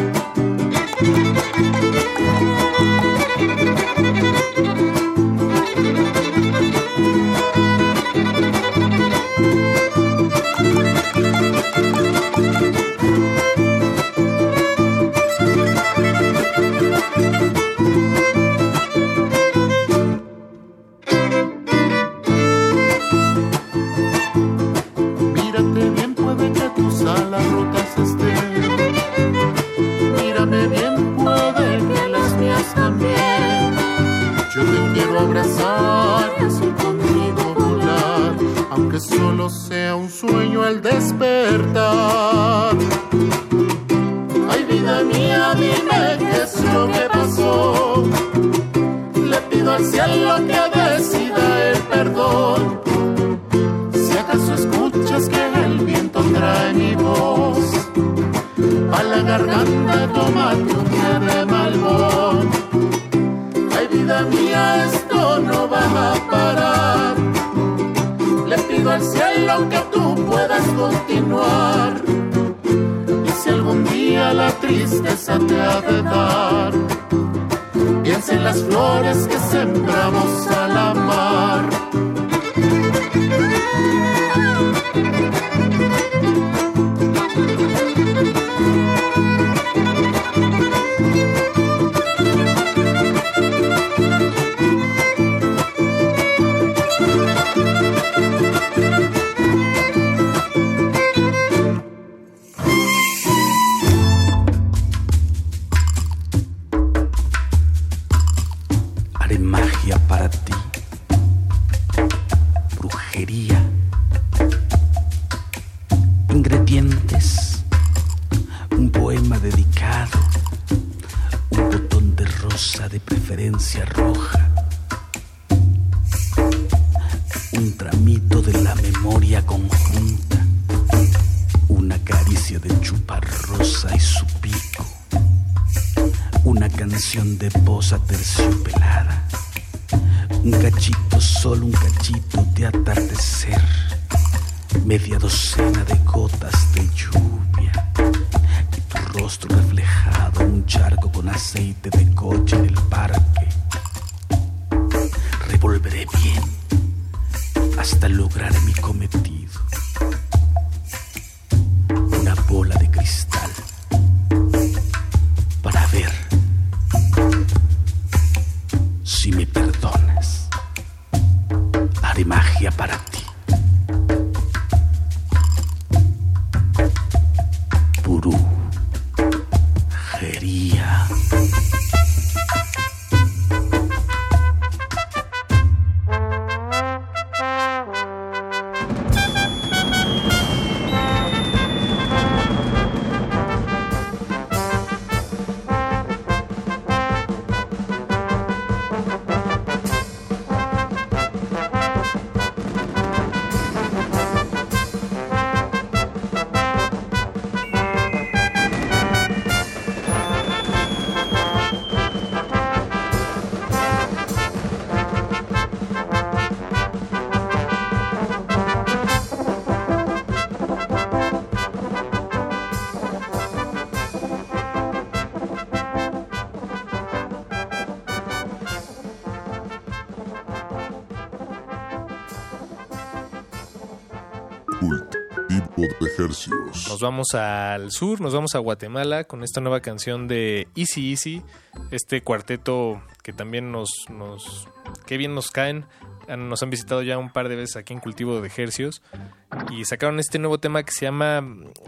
Mírate bien, puede que tus alas rotas estén. Mírame bien, puede que las mías también. Yo te quiero abrazar y así contigo volar, aunque solo sea un sueño al despertar. Ay, vida mía, dime qué es lo que pasó. Le pido al cielo que decida el perdón. Si acaso escuchas que el viento trae mi voz, a la garganta tómate un té de Malbón. Ay, vida mía, esto no va a parar. Le pido al cielo que tú puedas continuar. Y si algún día la tristeza te ha de dar, piensa en las flores que sembramos al amar. Haré magia para ti, brujería, ingredientes, un poema dedicado, un botón de rosa de preferencia roja, un tramito de la memoria conjunta, una caricia de chuparrosa y su pico, una canción de voz aterciopelada, un cachito, solo un cachito de atardecer, media docena de gotas de lluvia y tu rostro reflejado en un charco con aceite de coche en el parque. Revolveré bien hasta lograr mi cometido, una bola de cristal para ver si me perdonas. Haré magia para ti. Brujería. Nos vamos al sur, nos vamos a Guatemala con esta nueva canción de Easy Easy, este cuarteto que también qué bien nos caen. Nos han visitado ya un par de veces aquí en Cultivo de Hercios y sacaron este nuevo tema que se llama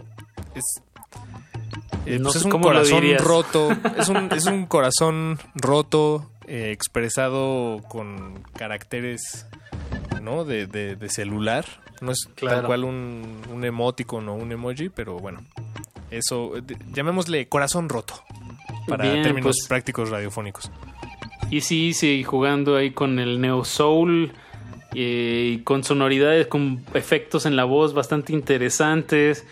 no sé es un cómo corazón lo roto, es un corazón roto expresado con caracteres, ¿no? de celular. No es tal cual un emoticon o un emoji, pero bueno, eso, llamémosle corazón roto para bien, términos pues, prácticos radiofónicos. Y sí, jugando ahí con el neo soul y con sonoridades, con efectos en la voz bastante interesantes.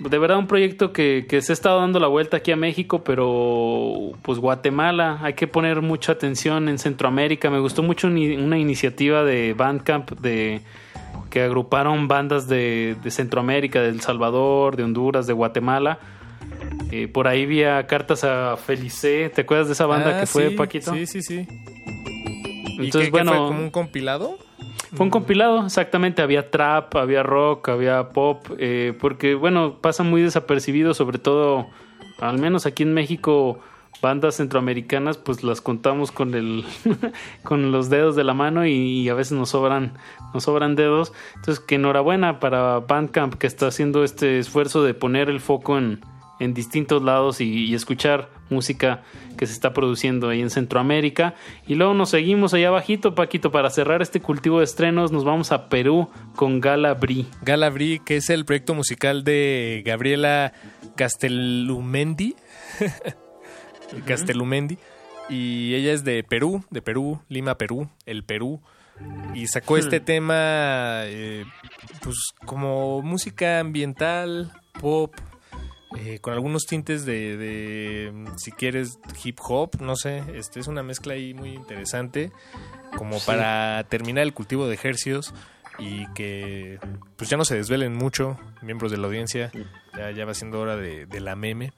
de verdad un proyecto que se ha estado dando la vuelta aquí a México, pero pues Guatemala, hay que poner mucha atención en Centroamérica. Me gustó mucho una iniciativa de Bandcamp que agruparon bandas de Centroamérica, de El Salvador, de Honduras, de Guatemala. Por ahí vi cartas a Felice. ¿Te acuerdas de esa banda que fue, Paquito? Sí. Entonces, ¿Y qué fue, como un compilado? Fue un compilado, exactamente. Había trap, había rock, había pop, porque, bueno, pasa muy desapercibido, sobre todo, al menos aquí en México, bandas centroamericanas, pues las contamos con con los dedos de la mano y a veces nos sobran dedos. Entonces, que enhorabuena para Bandcamp, que está haciendo este esfuerzo de poner el foco en distintos lados y escuchar música que se está produciendo ahí en Centroamérica. Y luego nos seguimos allá abajito, Paquito, para cerrar este cultivo de estrenos. Nos vamos a Perú con Gala Bri. Gala Bri, que es el proyecto musical de Gabriela Castelumendi. Castelumendi. Y ella es de Perú, Lima, Perú, el Perú. Y sacó este tema, pues como música ambiental, pop, con algunos tintes de si quieres, hip hop, no sé. Es una mezcla ahí muy interesante, como para terminar el cultivo de hercios y que pues ya no se desvelen mucho, miembros de la audiencia. Ya va siendo hora de la meme.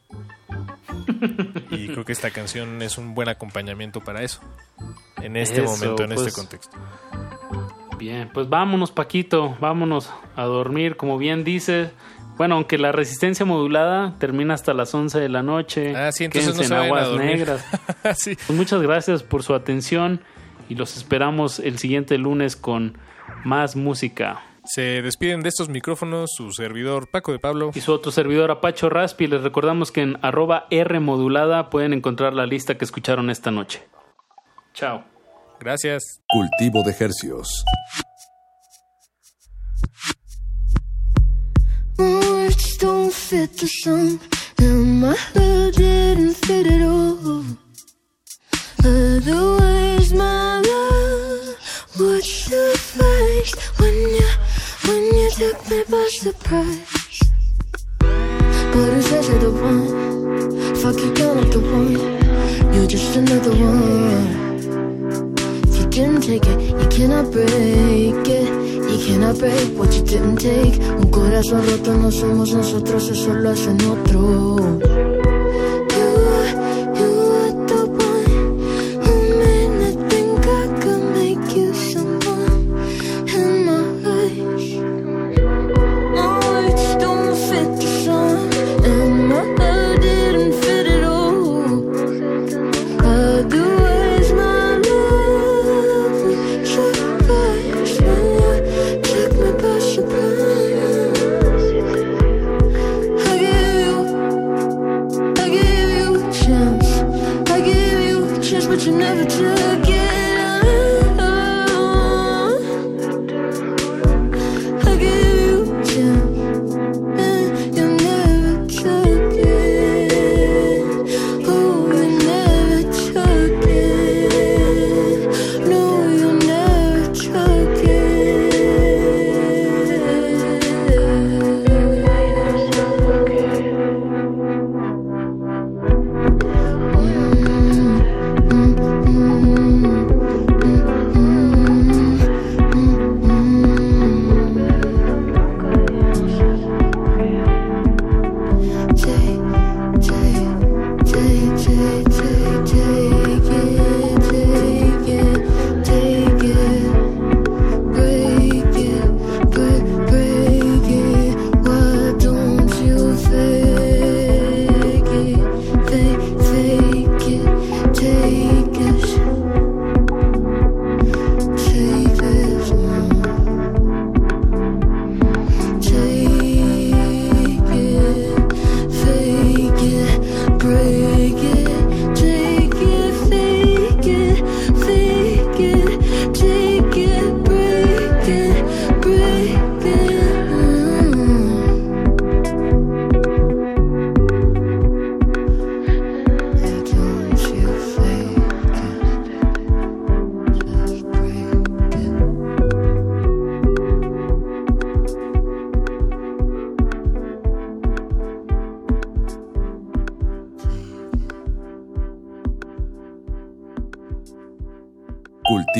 Y creo que esta canción es un buen acompañamiento para eso, en este momento, en este contexto. Bien, pues vámonos, Paquito, vámonos a dormir, como bien dices. Bueno, aunque la resistencia modulada termina hasta las 11 de la noche. Sí, entonces no se en aguas a dormir. negras. Sí. Pues muchas gracias por su atención y los esperamos el siguiente lunes con más música. Se despiden de estos micrófonos su servidor Paco de Pablo y su otro servidor Apacho Raspi. Les recordamos que en @Rmodulada pueden encontrar la lista que escucharon esta noche. Chao. Gracias. Cultivo de hercios. Words don't fit the song, and my head didn't fit at all. Otherwise, my love would suffice when you took me by surprise. But who says you're the one? Fuck you, you're not the one. You're just another one. If you didn't take it, you cannot break it. You cannot break what you didn't take. Un corazón roto no somos nosotros, eso lo hacen otro.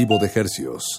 Cultivo de Hercios.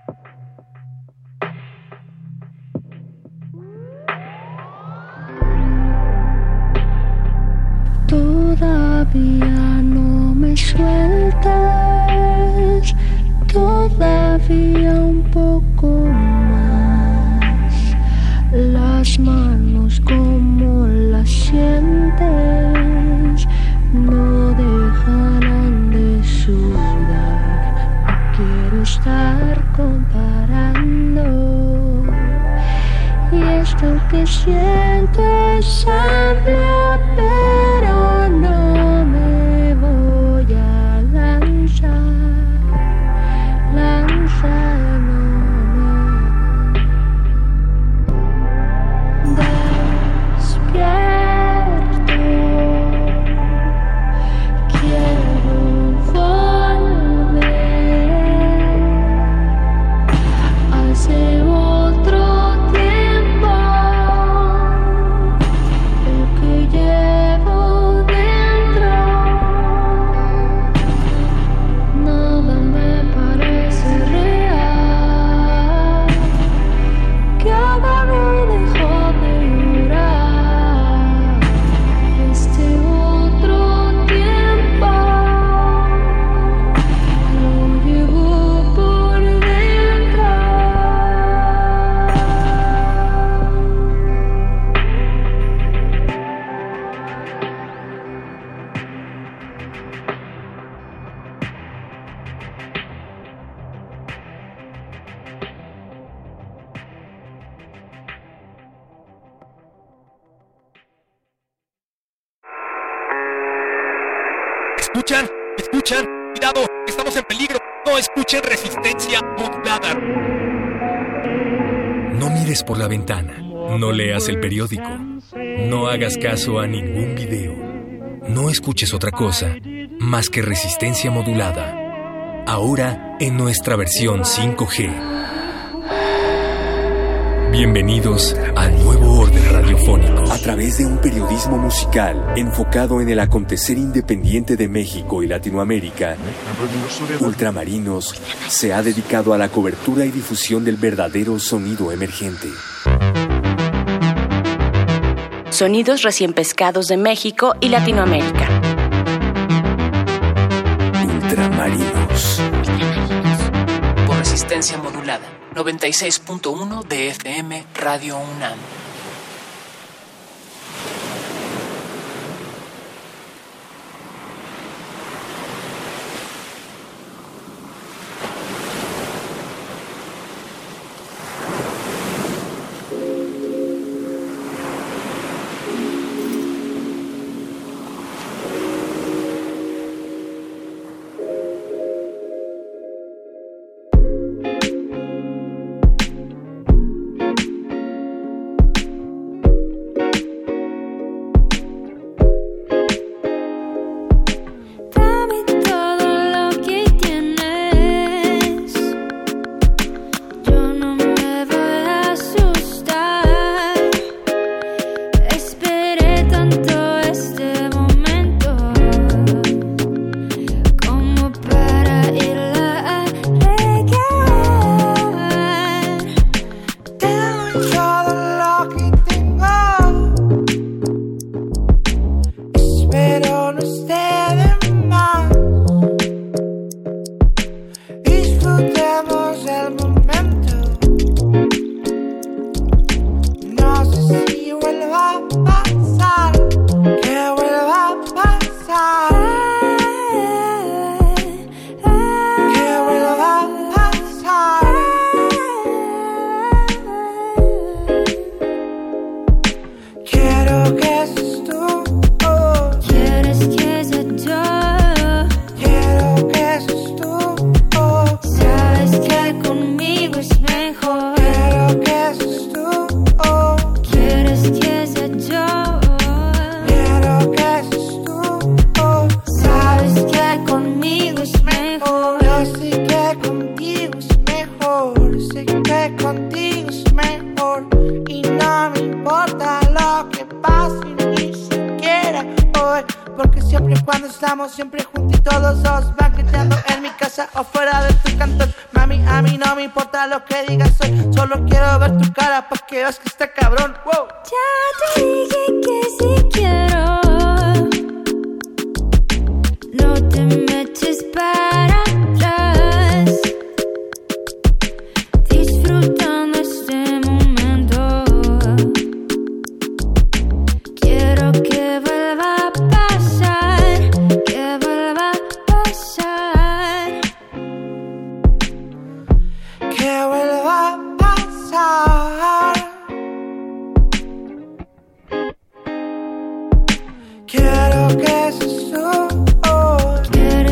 Todavía no me sueltas, todavía un poco más. Las manos como las sientes no dejarán de sudar. No quiero estar comparando, y esto que siento es amplio, pero no me voy a lanzar, despierto, quiero volver. Hace otro tiempo el que llevo dentro, nada me parece real, que ahora no dejo de llorar. Este otro tiempo lo llevo por dentro. Escuchan, cuidado, estamos en peligro. No escuchen resistencia modulada. No mires por la ventana, no leas el periódico, no hagas caso a ningún video, no escuches otra cosa más que resistencia modulada. Ahora en nuestra versión 5G. Bienvenidos al nuevo orden radiofónico. A través de un periodismo musical enfocado en el acontecer independiente de México y Latinoamérica, Ultramarinos se ha dedicado a la cobertura y difusión del verdadero sonido emergente. Sonidos recién pescados de México y Latinoamérica. Ultramarinos. Por resistencia modulada. 96.1 de FM Radio UNAM. porque siempre y cuando estamos siempre juntitos los dos, banqueteando en mi casa o fuera de tu cantón. Mami, a mí no me importa lo que digas hoy, solo quiero ver tu cara pa' que veas que está cabrón. Wow. Ya te dije que sí quiero, no te me eches para atrás, disfrutando este momento. Quiero que vuelva a pasar, que vuelva a pasar, que vuelva a pasar. Quiero que se suba.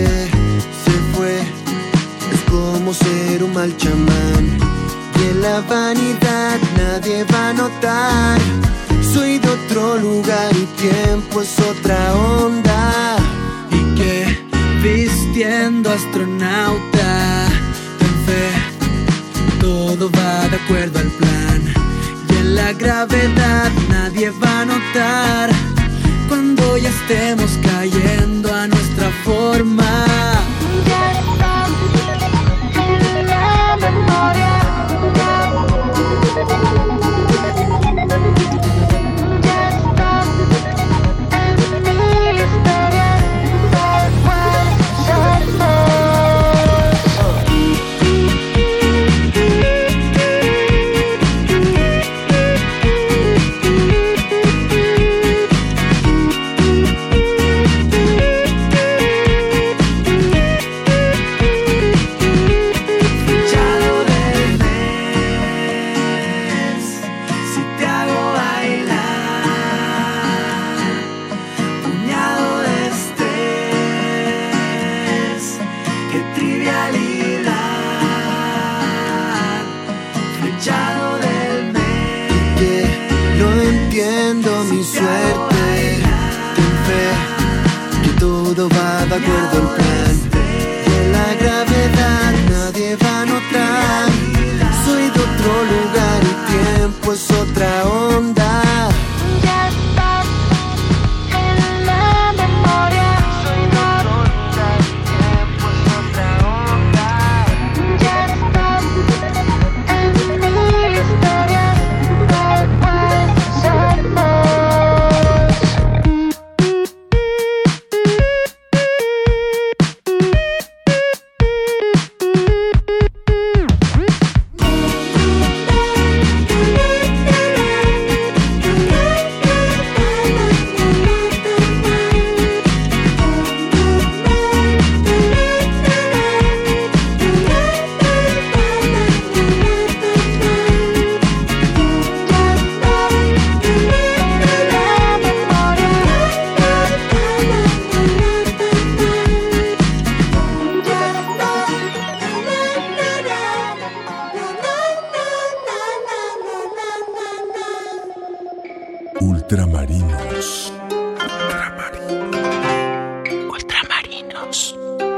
que se fue es como ser un mal chamán. Y en la vanidad nadie va a notar. Soy de otro lugar y tiempo es otra onda. Y que vistiendo astronauta, ten fe, todo va de acuerdo al plan. Y en la gravedad nadie va a notar cuando ya estemos cayendo a nuestra forma. Ya está en la memoria. Ya está en mi historia. Puede ser más. Mi suerte, ten fe, que todo va de acuerdo al plan. Y en la gravedad nadie va a notar. Soy de otro lugar y tiempo es otra onda. Ya está en la memoria. Soy de otro lugar y tiempo es otra onda. Ya está en mi historia. Puede ser más. Ultramarinos. Ultramarinos.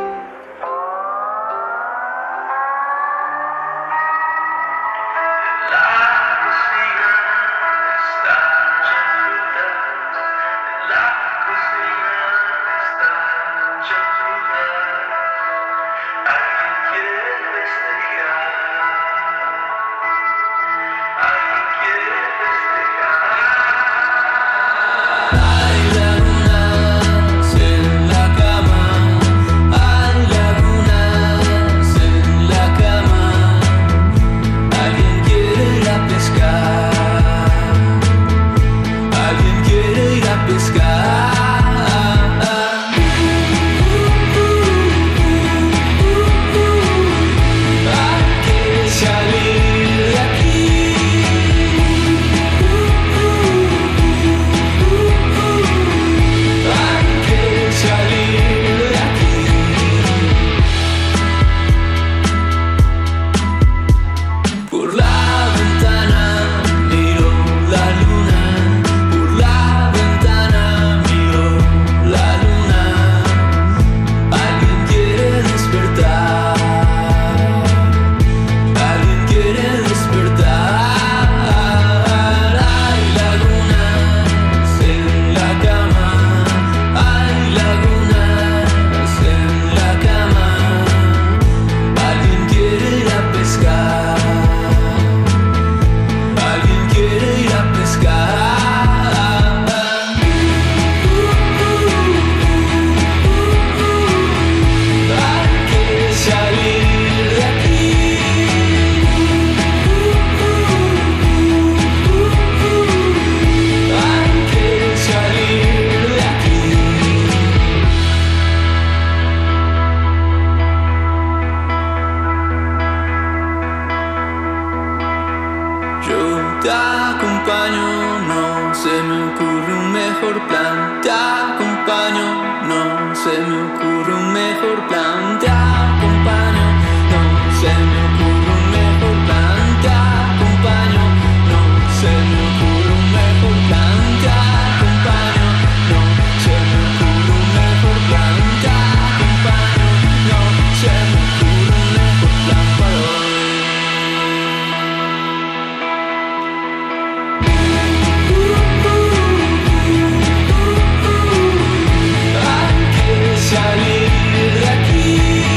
Te acompaño, no se me ocurre un mejor plan. Te acompaño, no se me ocurre un mejor mejor plan, te acompaño. No se me ocurre un mejor plan, te acompaño. No se me ocurre un mejor plan, te acompaño. No se me ocurre un mejor plan, te acompaño. No se me ocurre un mejor plan para hoy. Hay que salir de aquí.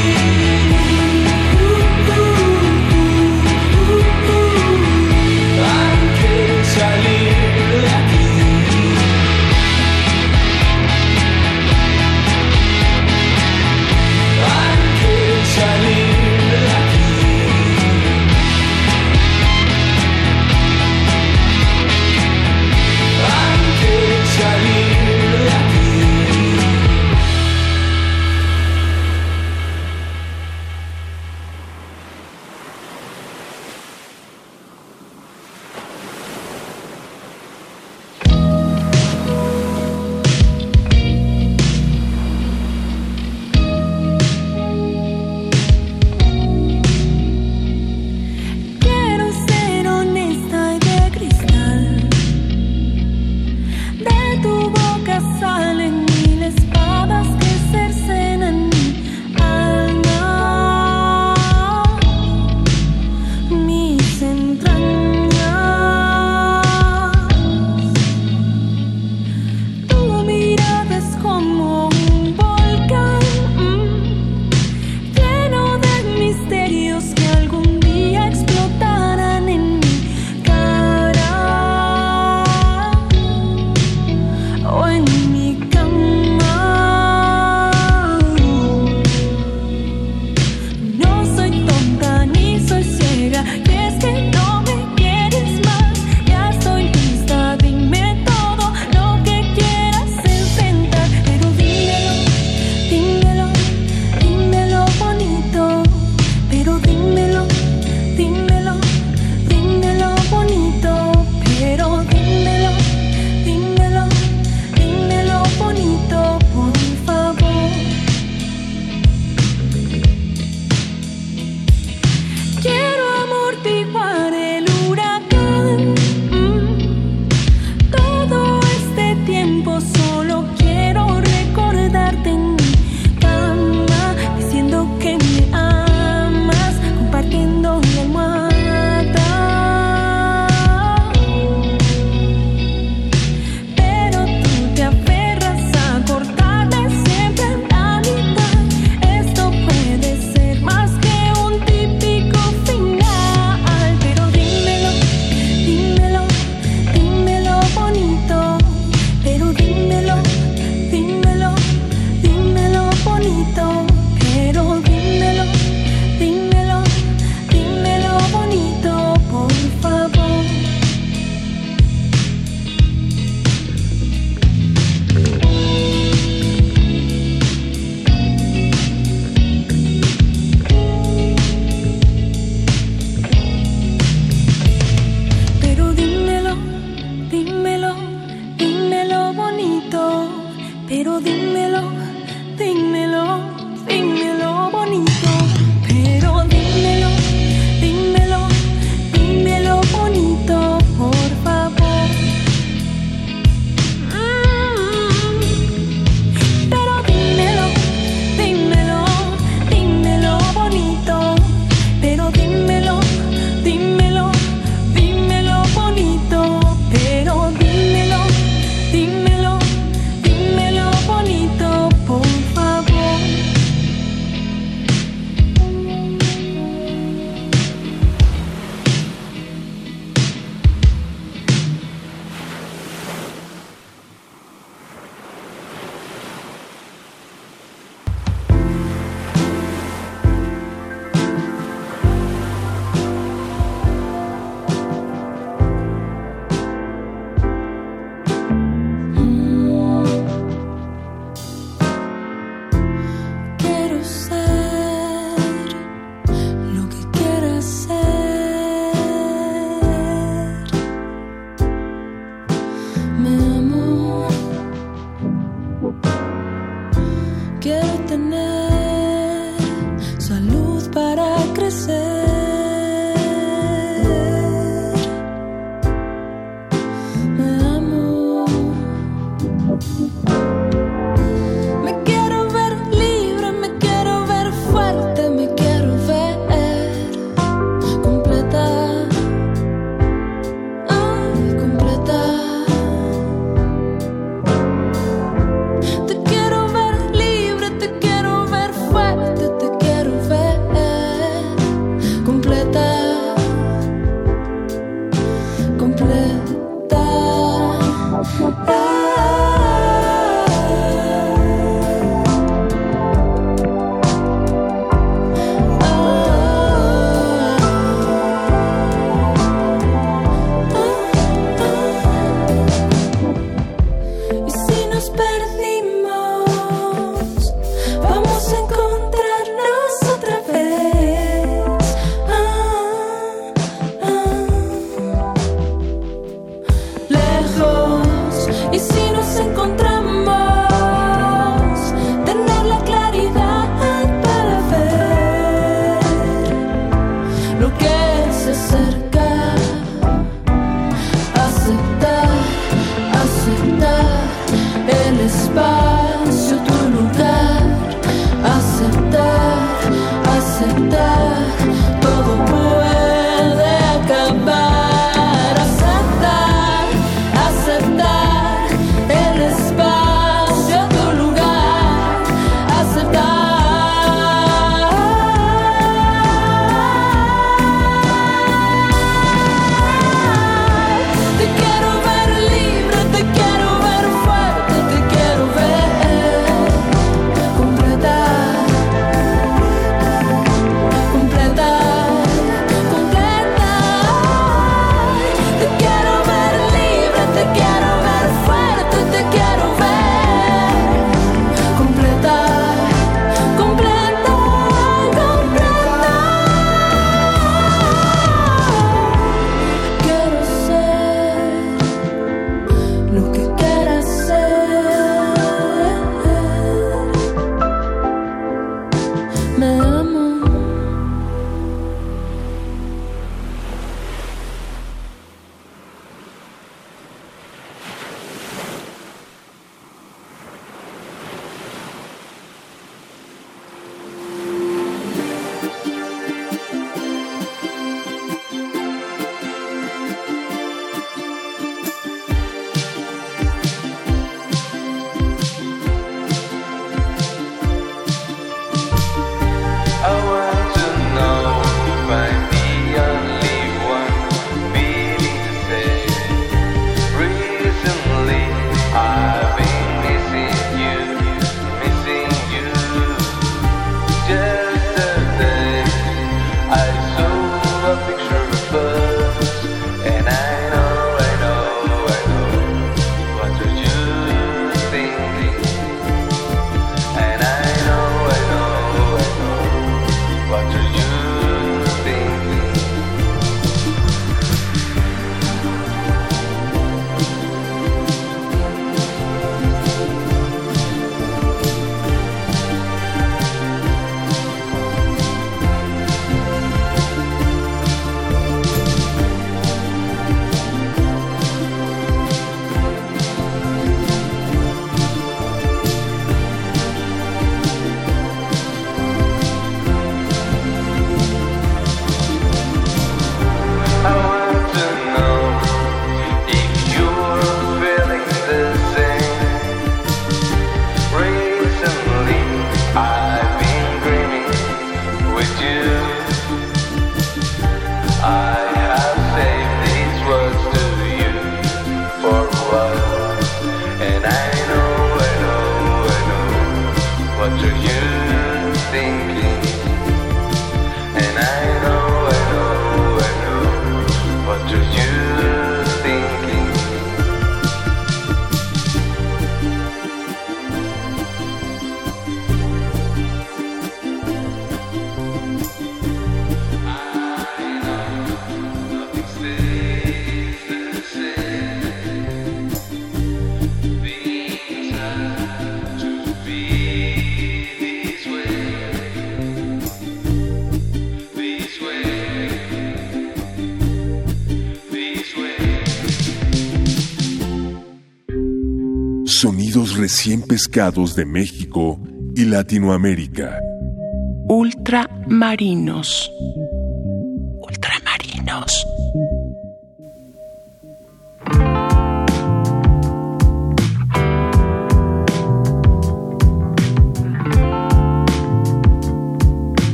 sonidos recién pescados de México y Latinoamérica. Ultramarinos. Ultramarinos.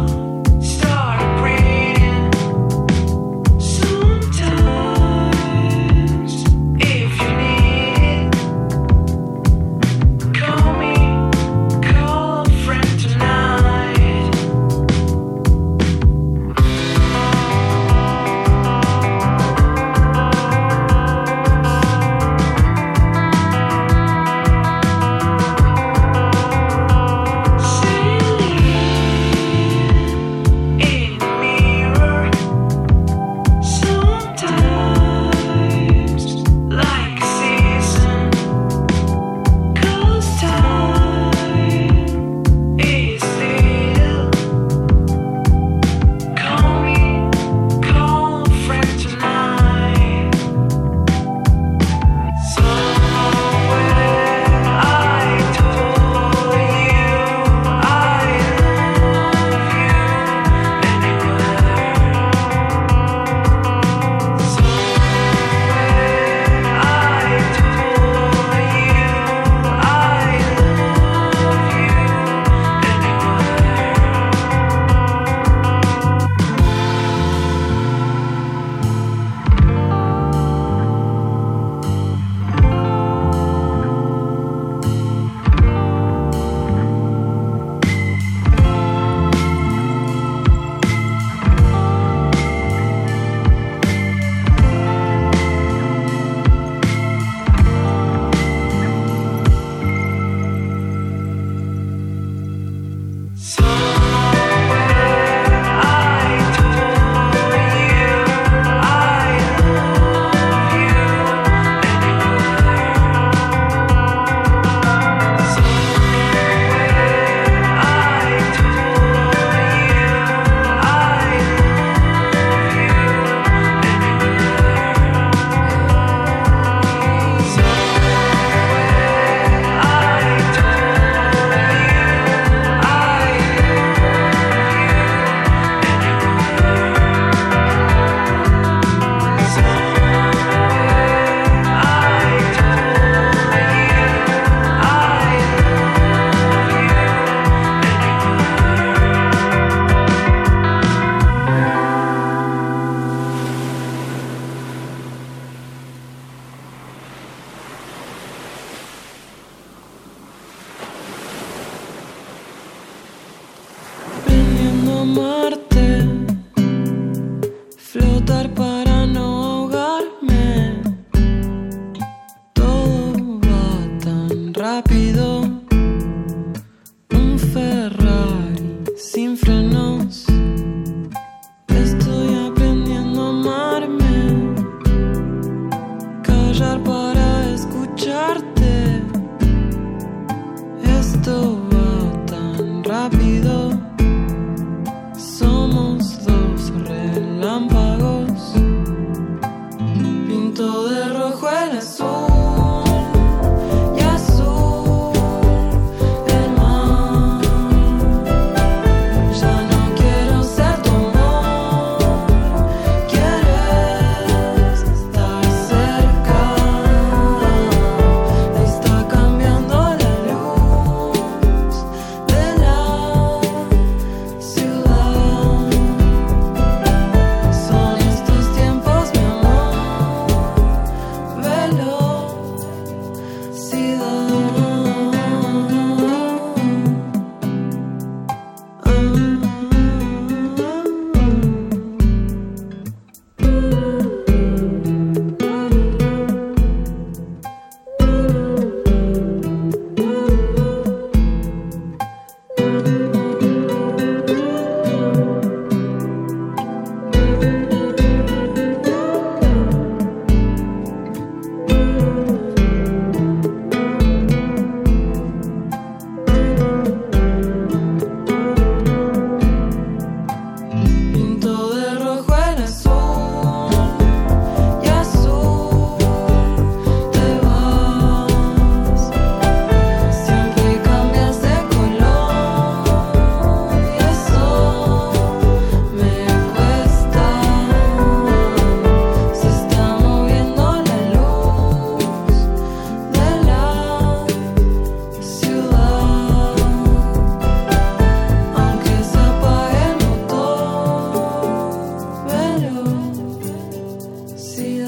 Start breathing. Sometimes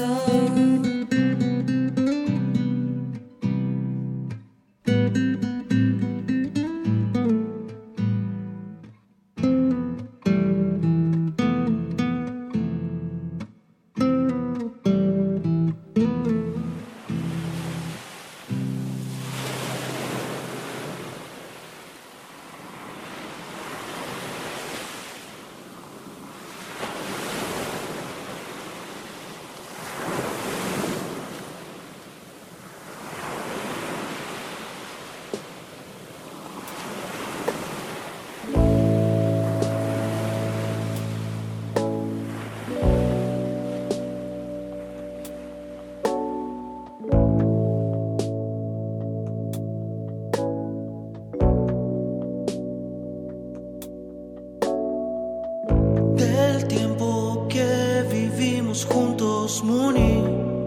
Del tiempo que vivimos juntos, Muni,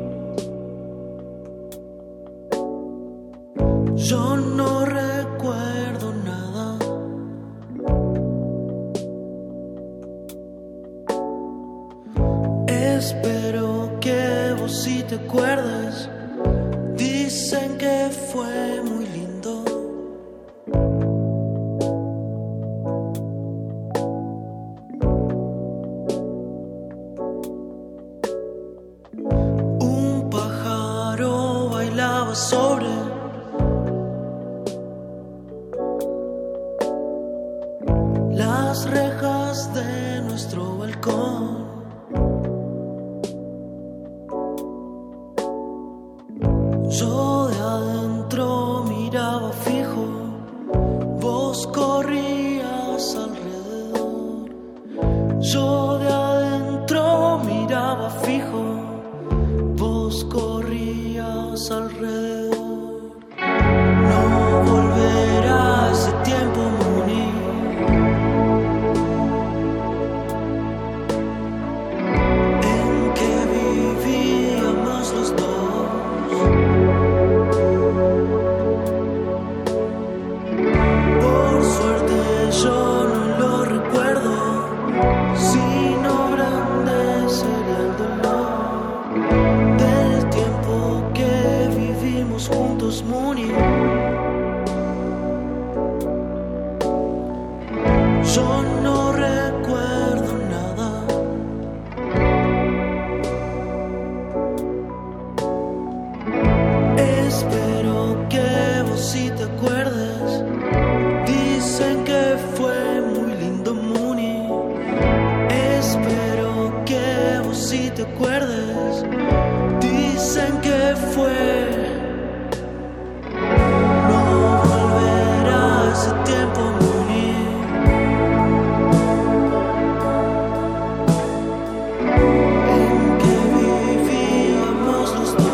yo no recuerdo nada. Espero que vos sí te acuerdes. Dicen que fue muy lindo. Un pájaro bailaba sobre las rejas de nuestro balcón. Yo de adentro miraba fijo, vos corrías alrededor. Yo de adentro miraba fijo, vos corrías alrededor. No volverá ese tiempo, Muni. En que vivíamos los dos. Por suerte yo no lo recuerdo, sino grande sería el dolor del tiempo que vivimos juntos, Muni. Yo no recuerdo nada. Espero que vos sí te acuerdes. Dicen que fue muy lindo, Muni. Espero que vos sí te acuerdes. Dicen que fue. No volverá ese tiempo, Muni. En que vivíamos los dos.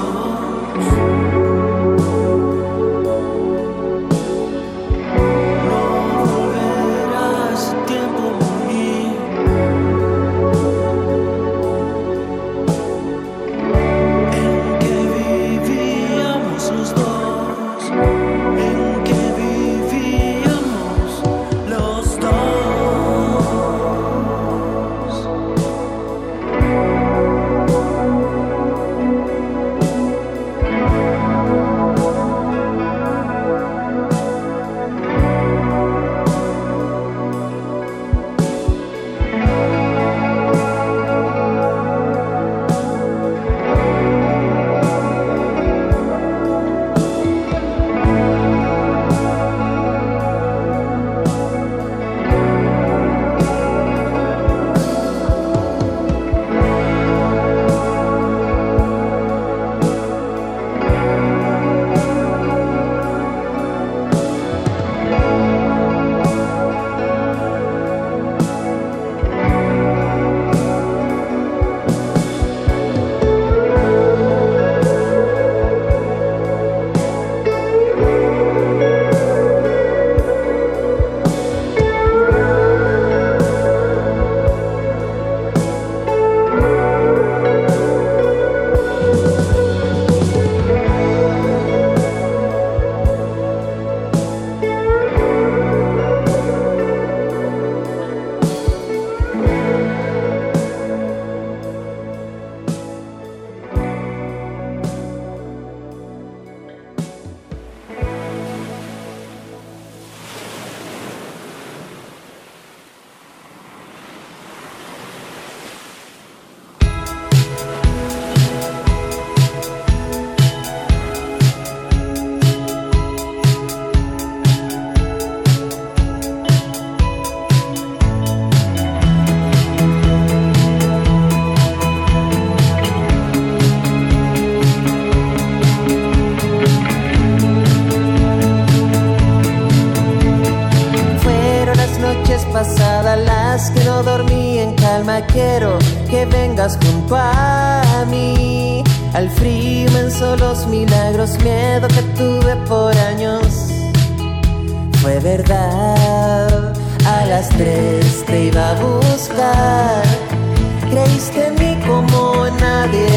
al frío inmenso, los milagros, miedo que tuve por años. Fue verdad, a las 3 te iba a buscar. Creíste en mí como en nadie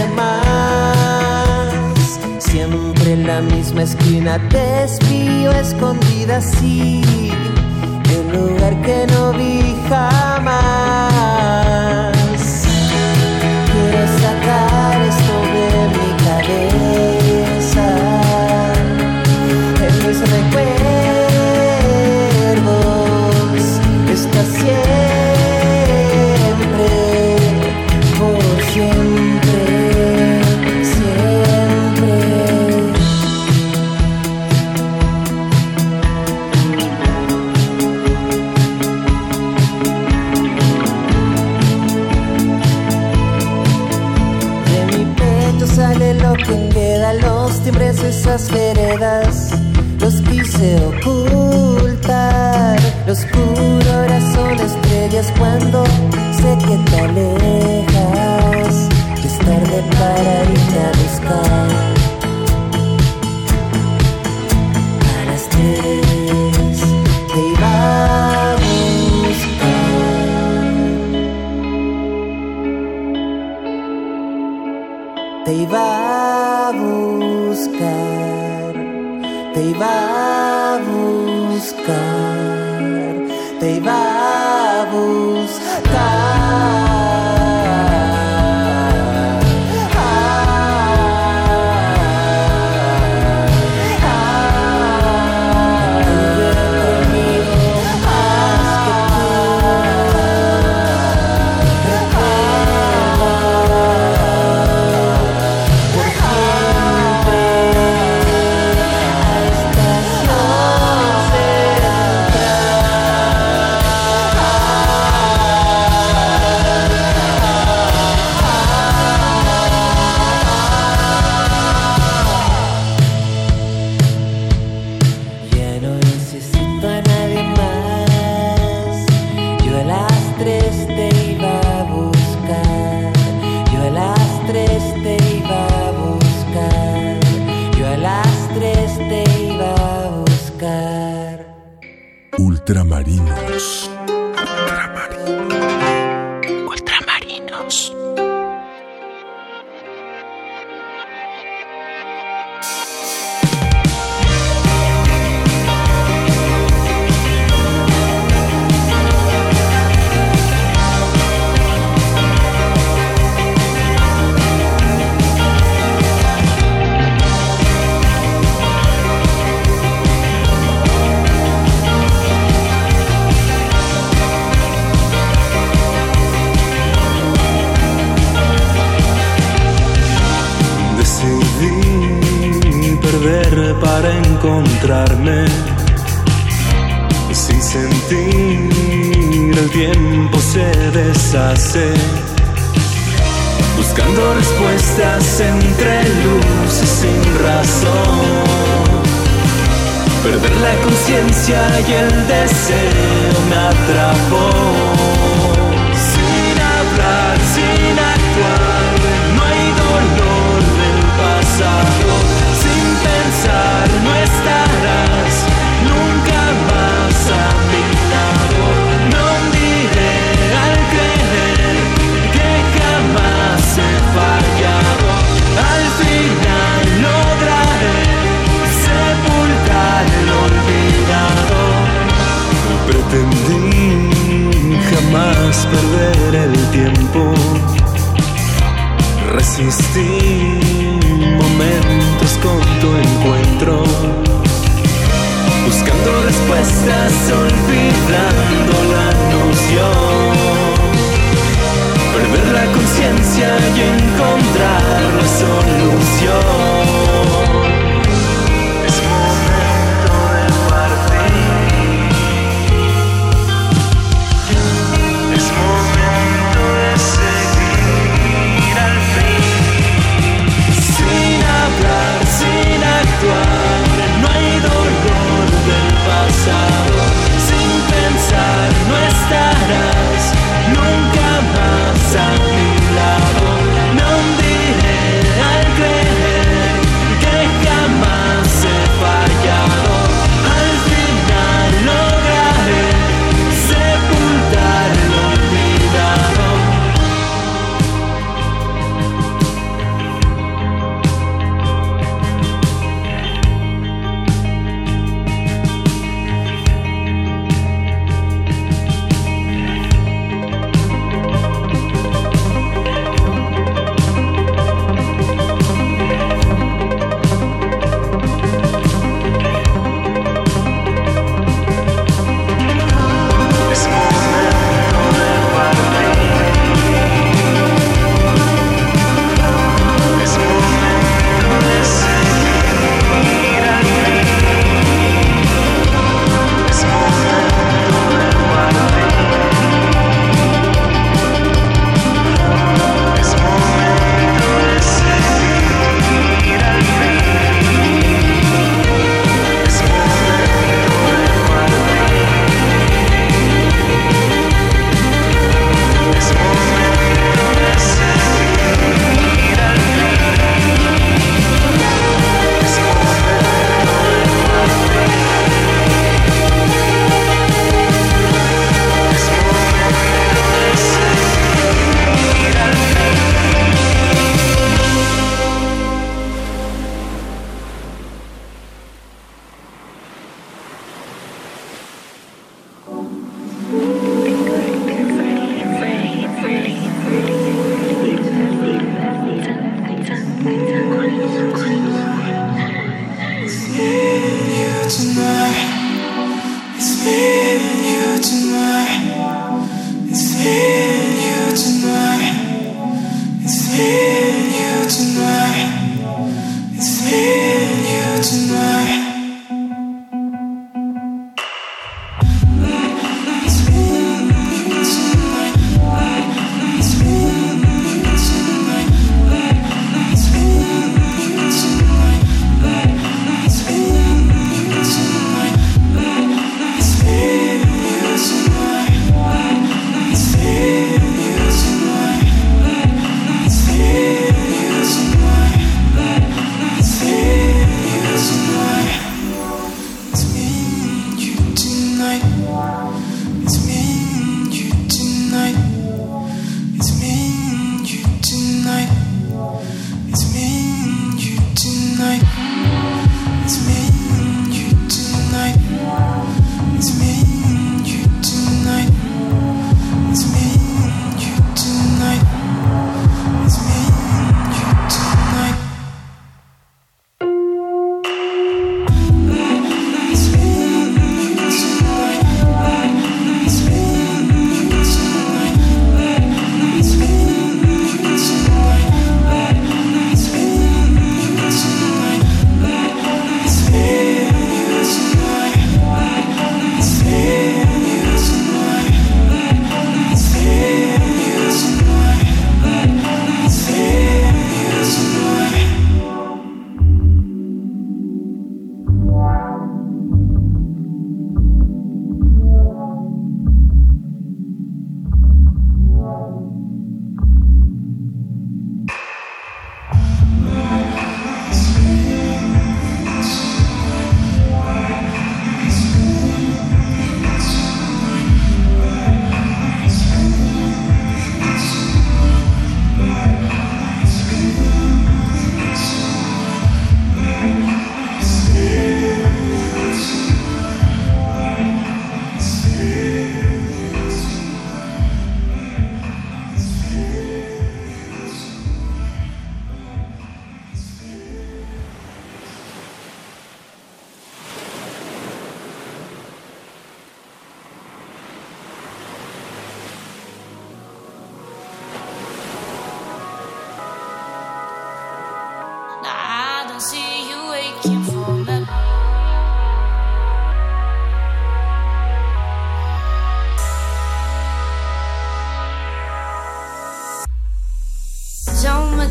más. Siempre en la misma esquina te espío escondida así, en un lugar que no vi jamás. Quiero sacar esto de mi cabeza, en mis recuerdos está siempre, por siempre, siempre. De mi pecho sale lo que queda, los timbres de esas veredas, los quise ocultar. Lo oscuro ahora son estrellas cuando sé que te alejas. Es tarde para irte a buscar. A las 3 te iba a buscar. Te iba a buscar. Te iba a buscar, te iba a buscar. Ultramarinos. Ultramarinos. Para encontrarme, sin sentir el tiempo se deshace, buscando respuestas entre luces sin razón. Perder la conciencia y el deseo me atrapó. Sin hablar, sin actuar, no hay dolor del pasado. Pensar no estarás nunca más a mi lado. No diré al creer que jamás he fallado. Al final lograré sepultar el olvidado. Pretendí jamás perder el tiempo. Resistí momentos con tu encuentro, buscando respuestas, olvidando la noción. Perder la conciencia y encontrar la solución. Es momento de partir. Es momento de seguir al fin. Sin hablar, sin actuar, no hay dolor del pasado. Sin pensar, no estarás nunca más a mi lado. No diré al creer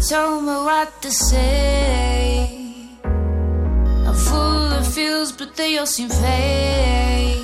told me what to say. I'm full of feels, but they all seem fake.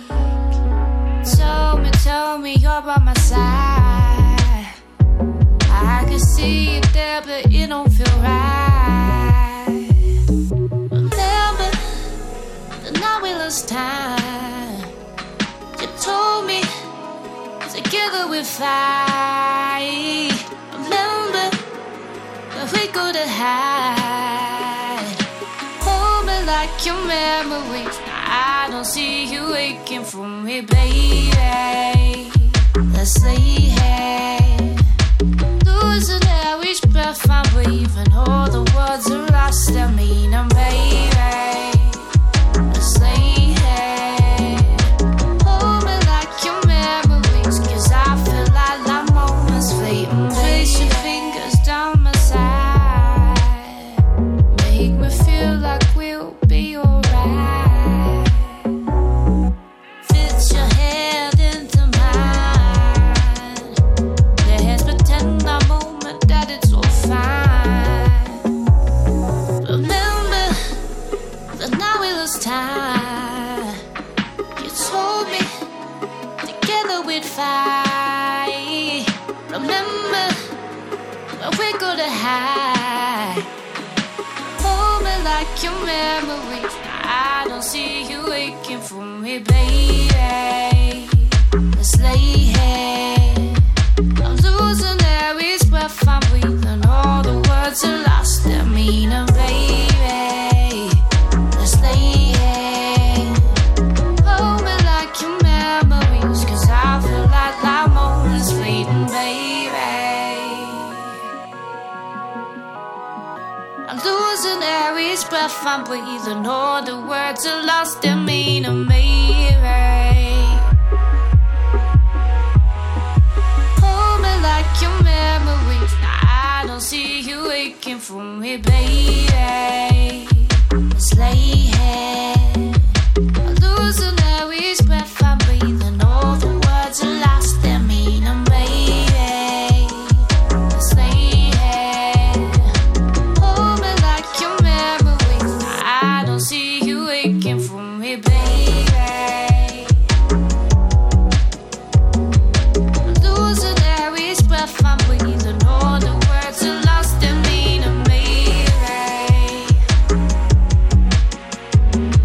Tell me you're by my side. I can see you there, but it don't feel right. Remember the night we lost time. You told me together we'd fly. Remember where we go to hide. Hold me like your memories. I don't see you waking from me, baby. Let's lay here, losing air each breath I'm breathing. All the words are lost, I mean them, baby. Let's lay here, hold me like your memories, 'cause I feel like that moment's fleeting. Place your fingers down my side, make me feel like we'll be alright. Fit your head into mine, let's pretend a moment that it's all fine. Remember the night we lost time. You told me together we'd fight. Remember where we go to hide. Hold me like your memories. I don't see you waking from me, baby. Let's lay here. I'm losing air each breath I'm breathing. All the words are lost, their meaning, baby. Let's lay here. Hold me like your memories, 'cause I feel like that moment's fleeting, baby. I'm losing air each breath I'm breathing. All the words are lost, their meaning, baby. Hold me like your memories. I don't see you waking from me, baby. Let's lay here. I'm losing air each breath I'm breathing. All the words are lost, their meaning, baby. Let's lay here. Hold me like your memories. I don't see you waking from me, baby. I'm losing air each breath I'm breathing. All the words are lost, their meaning, baby.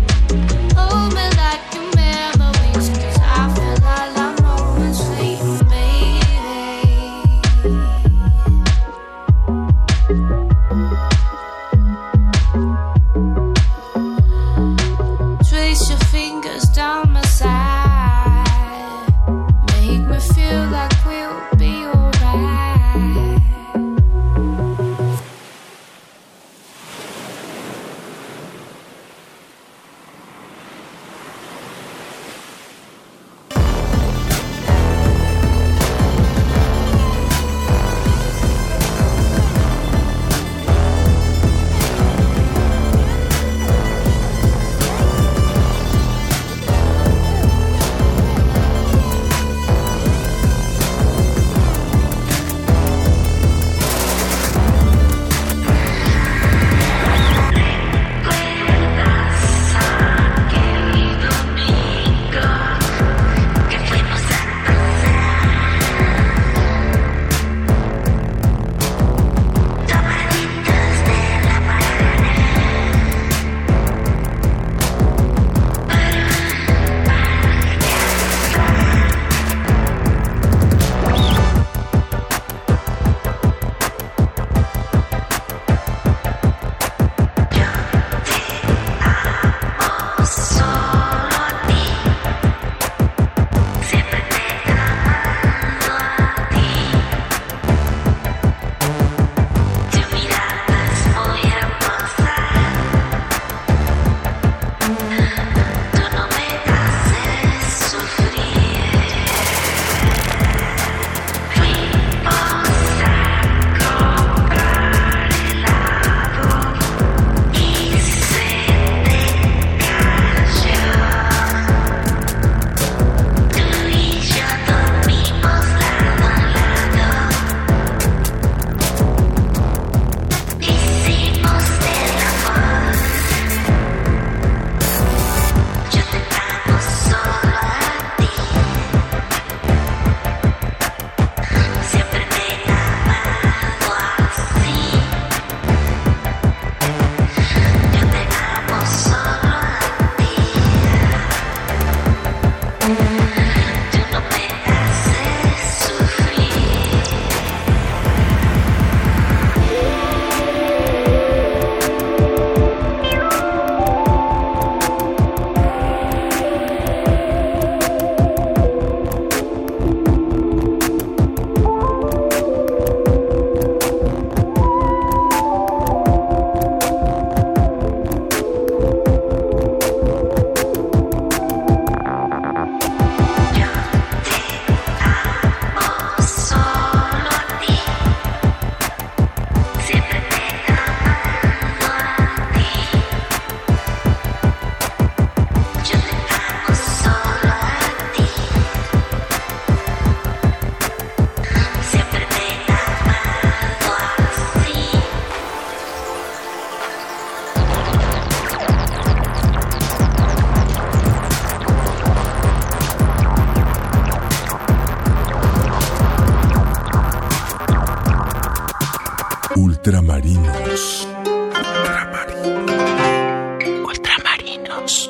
Ultramarinos.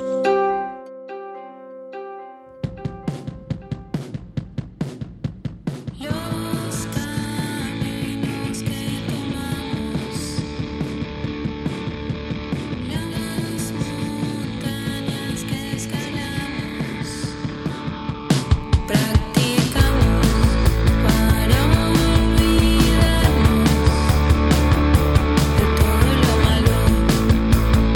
Practicamos para olvidarnos de todo lo malo.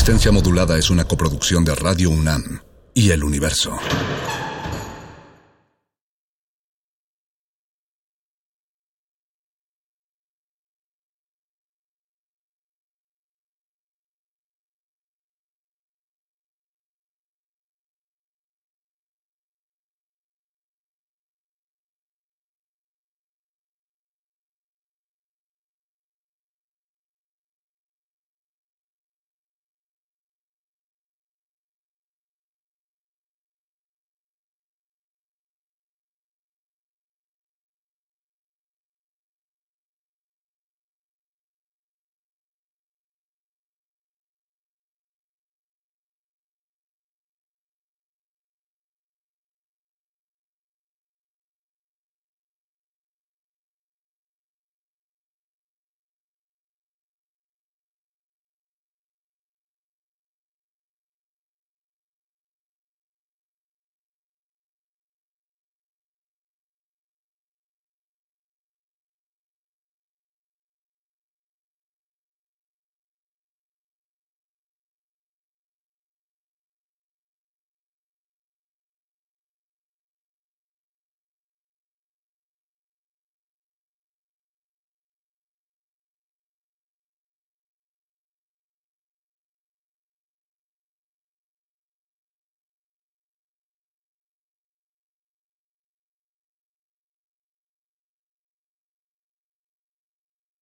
Resistencia Modulada es una coproducción de Radio UNAM y El Universo.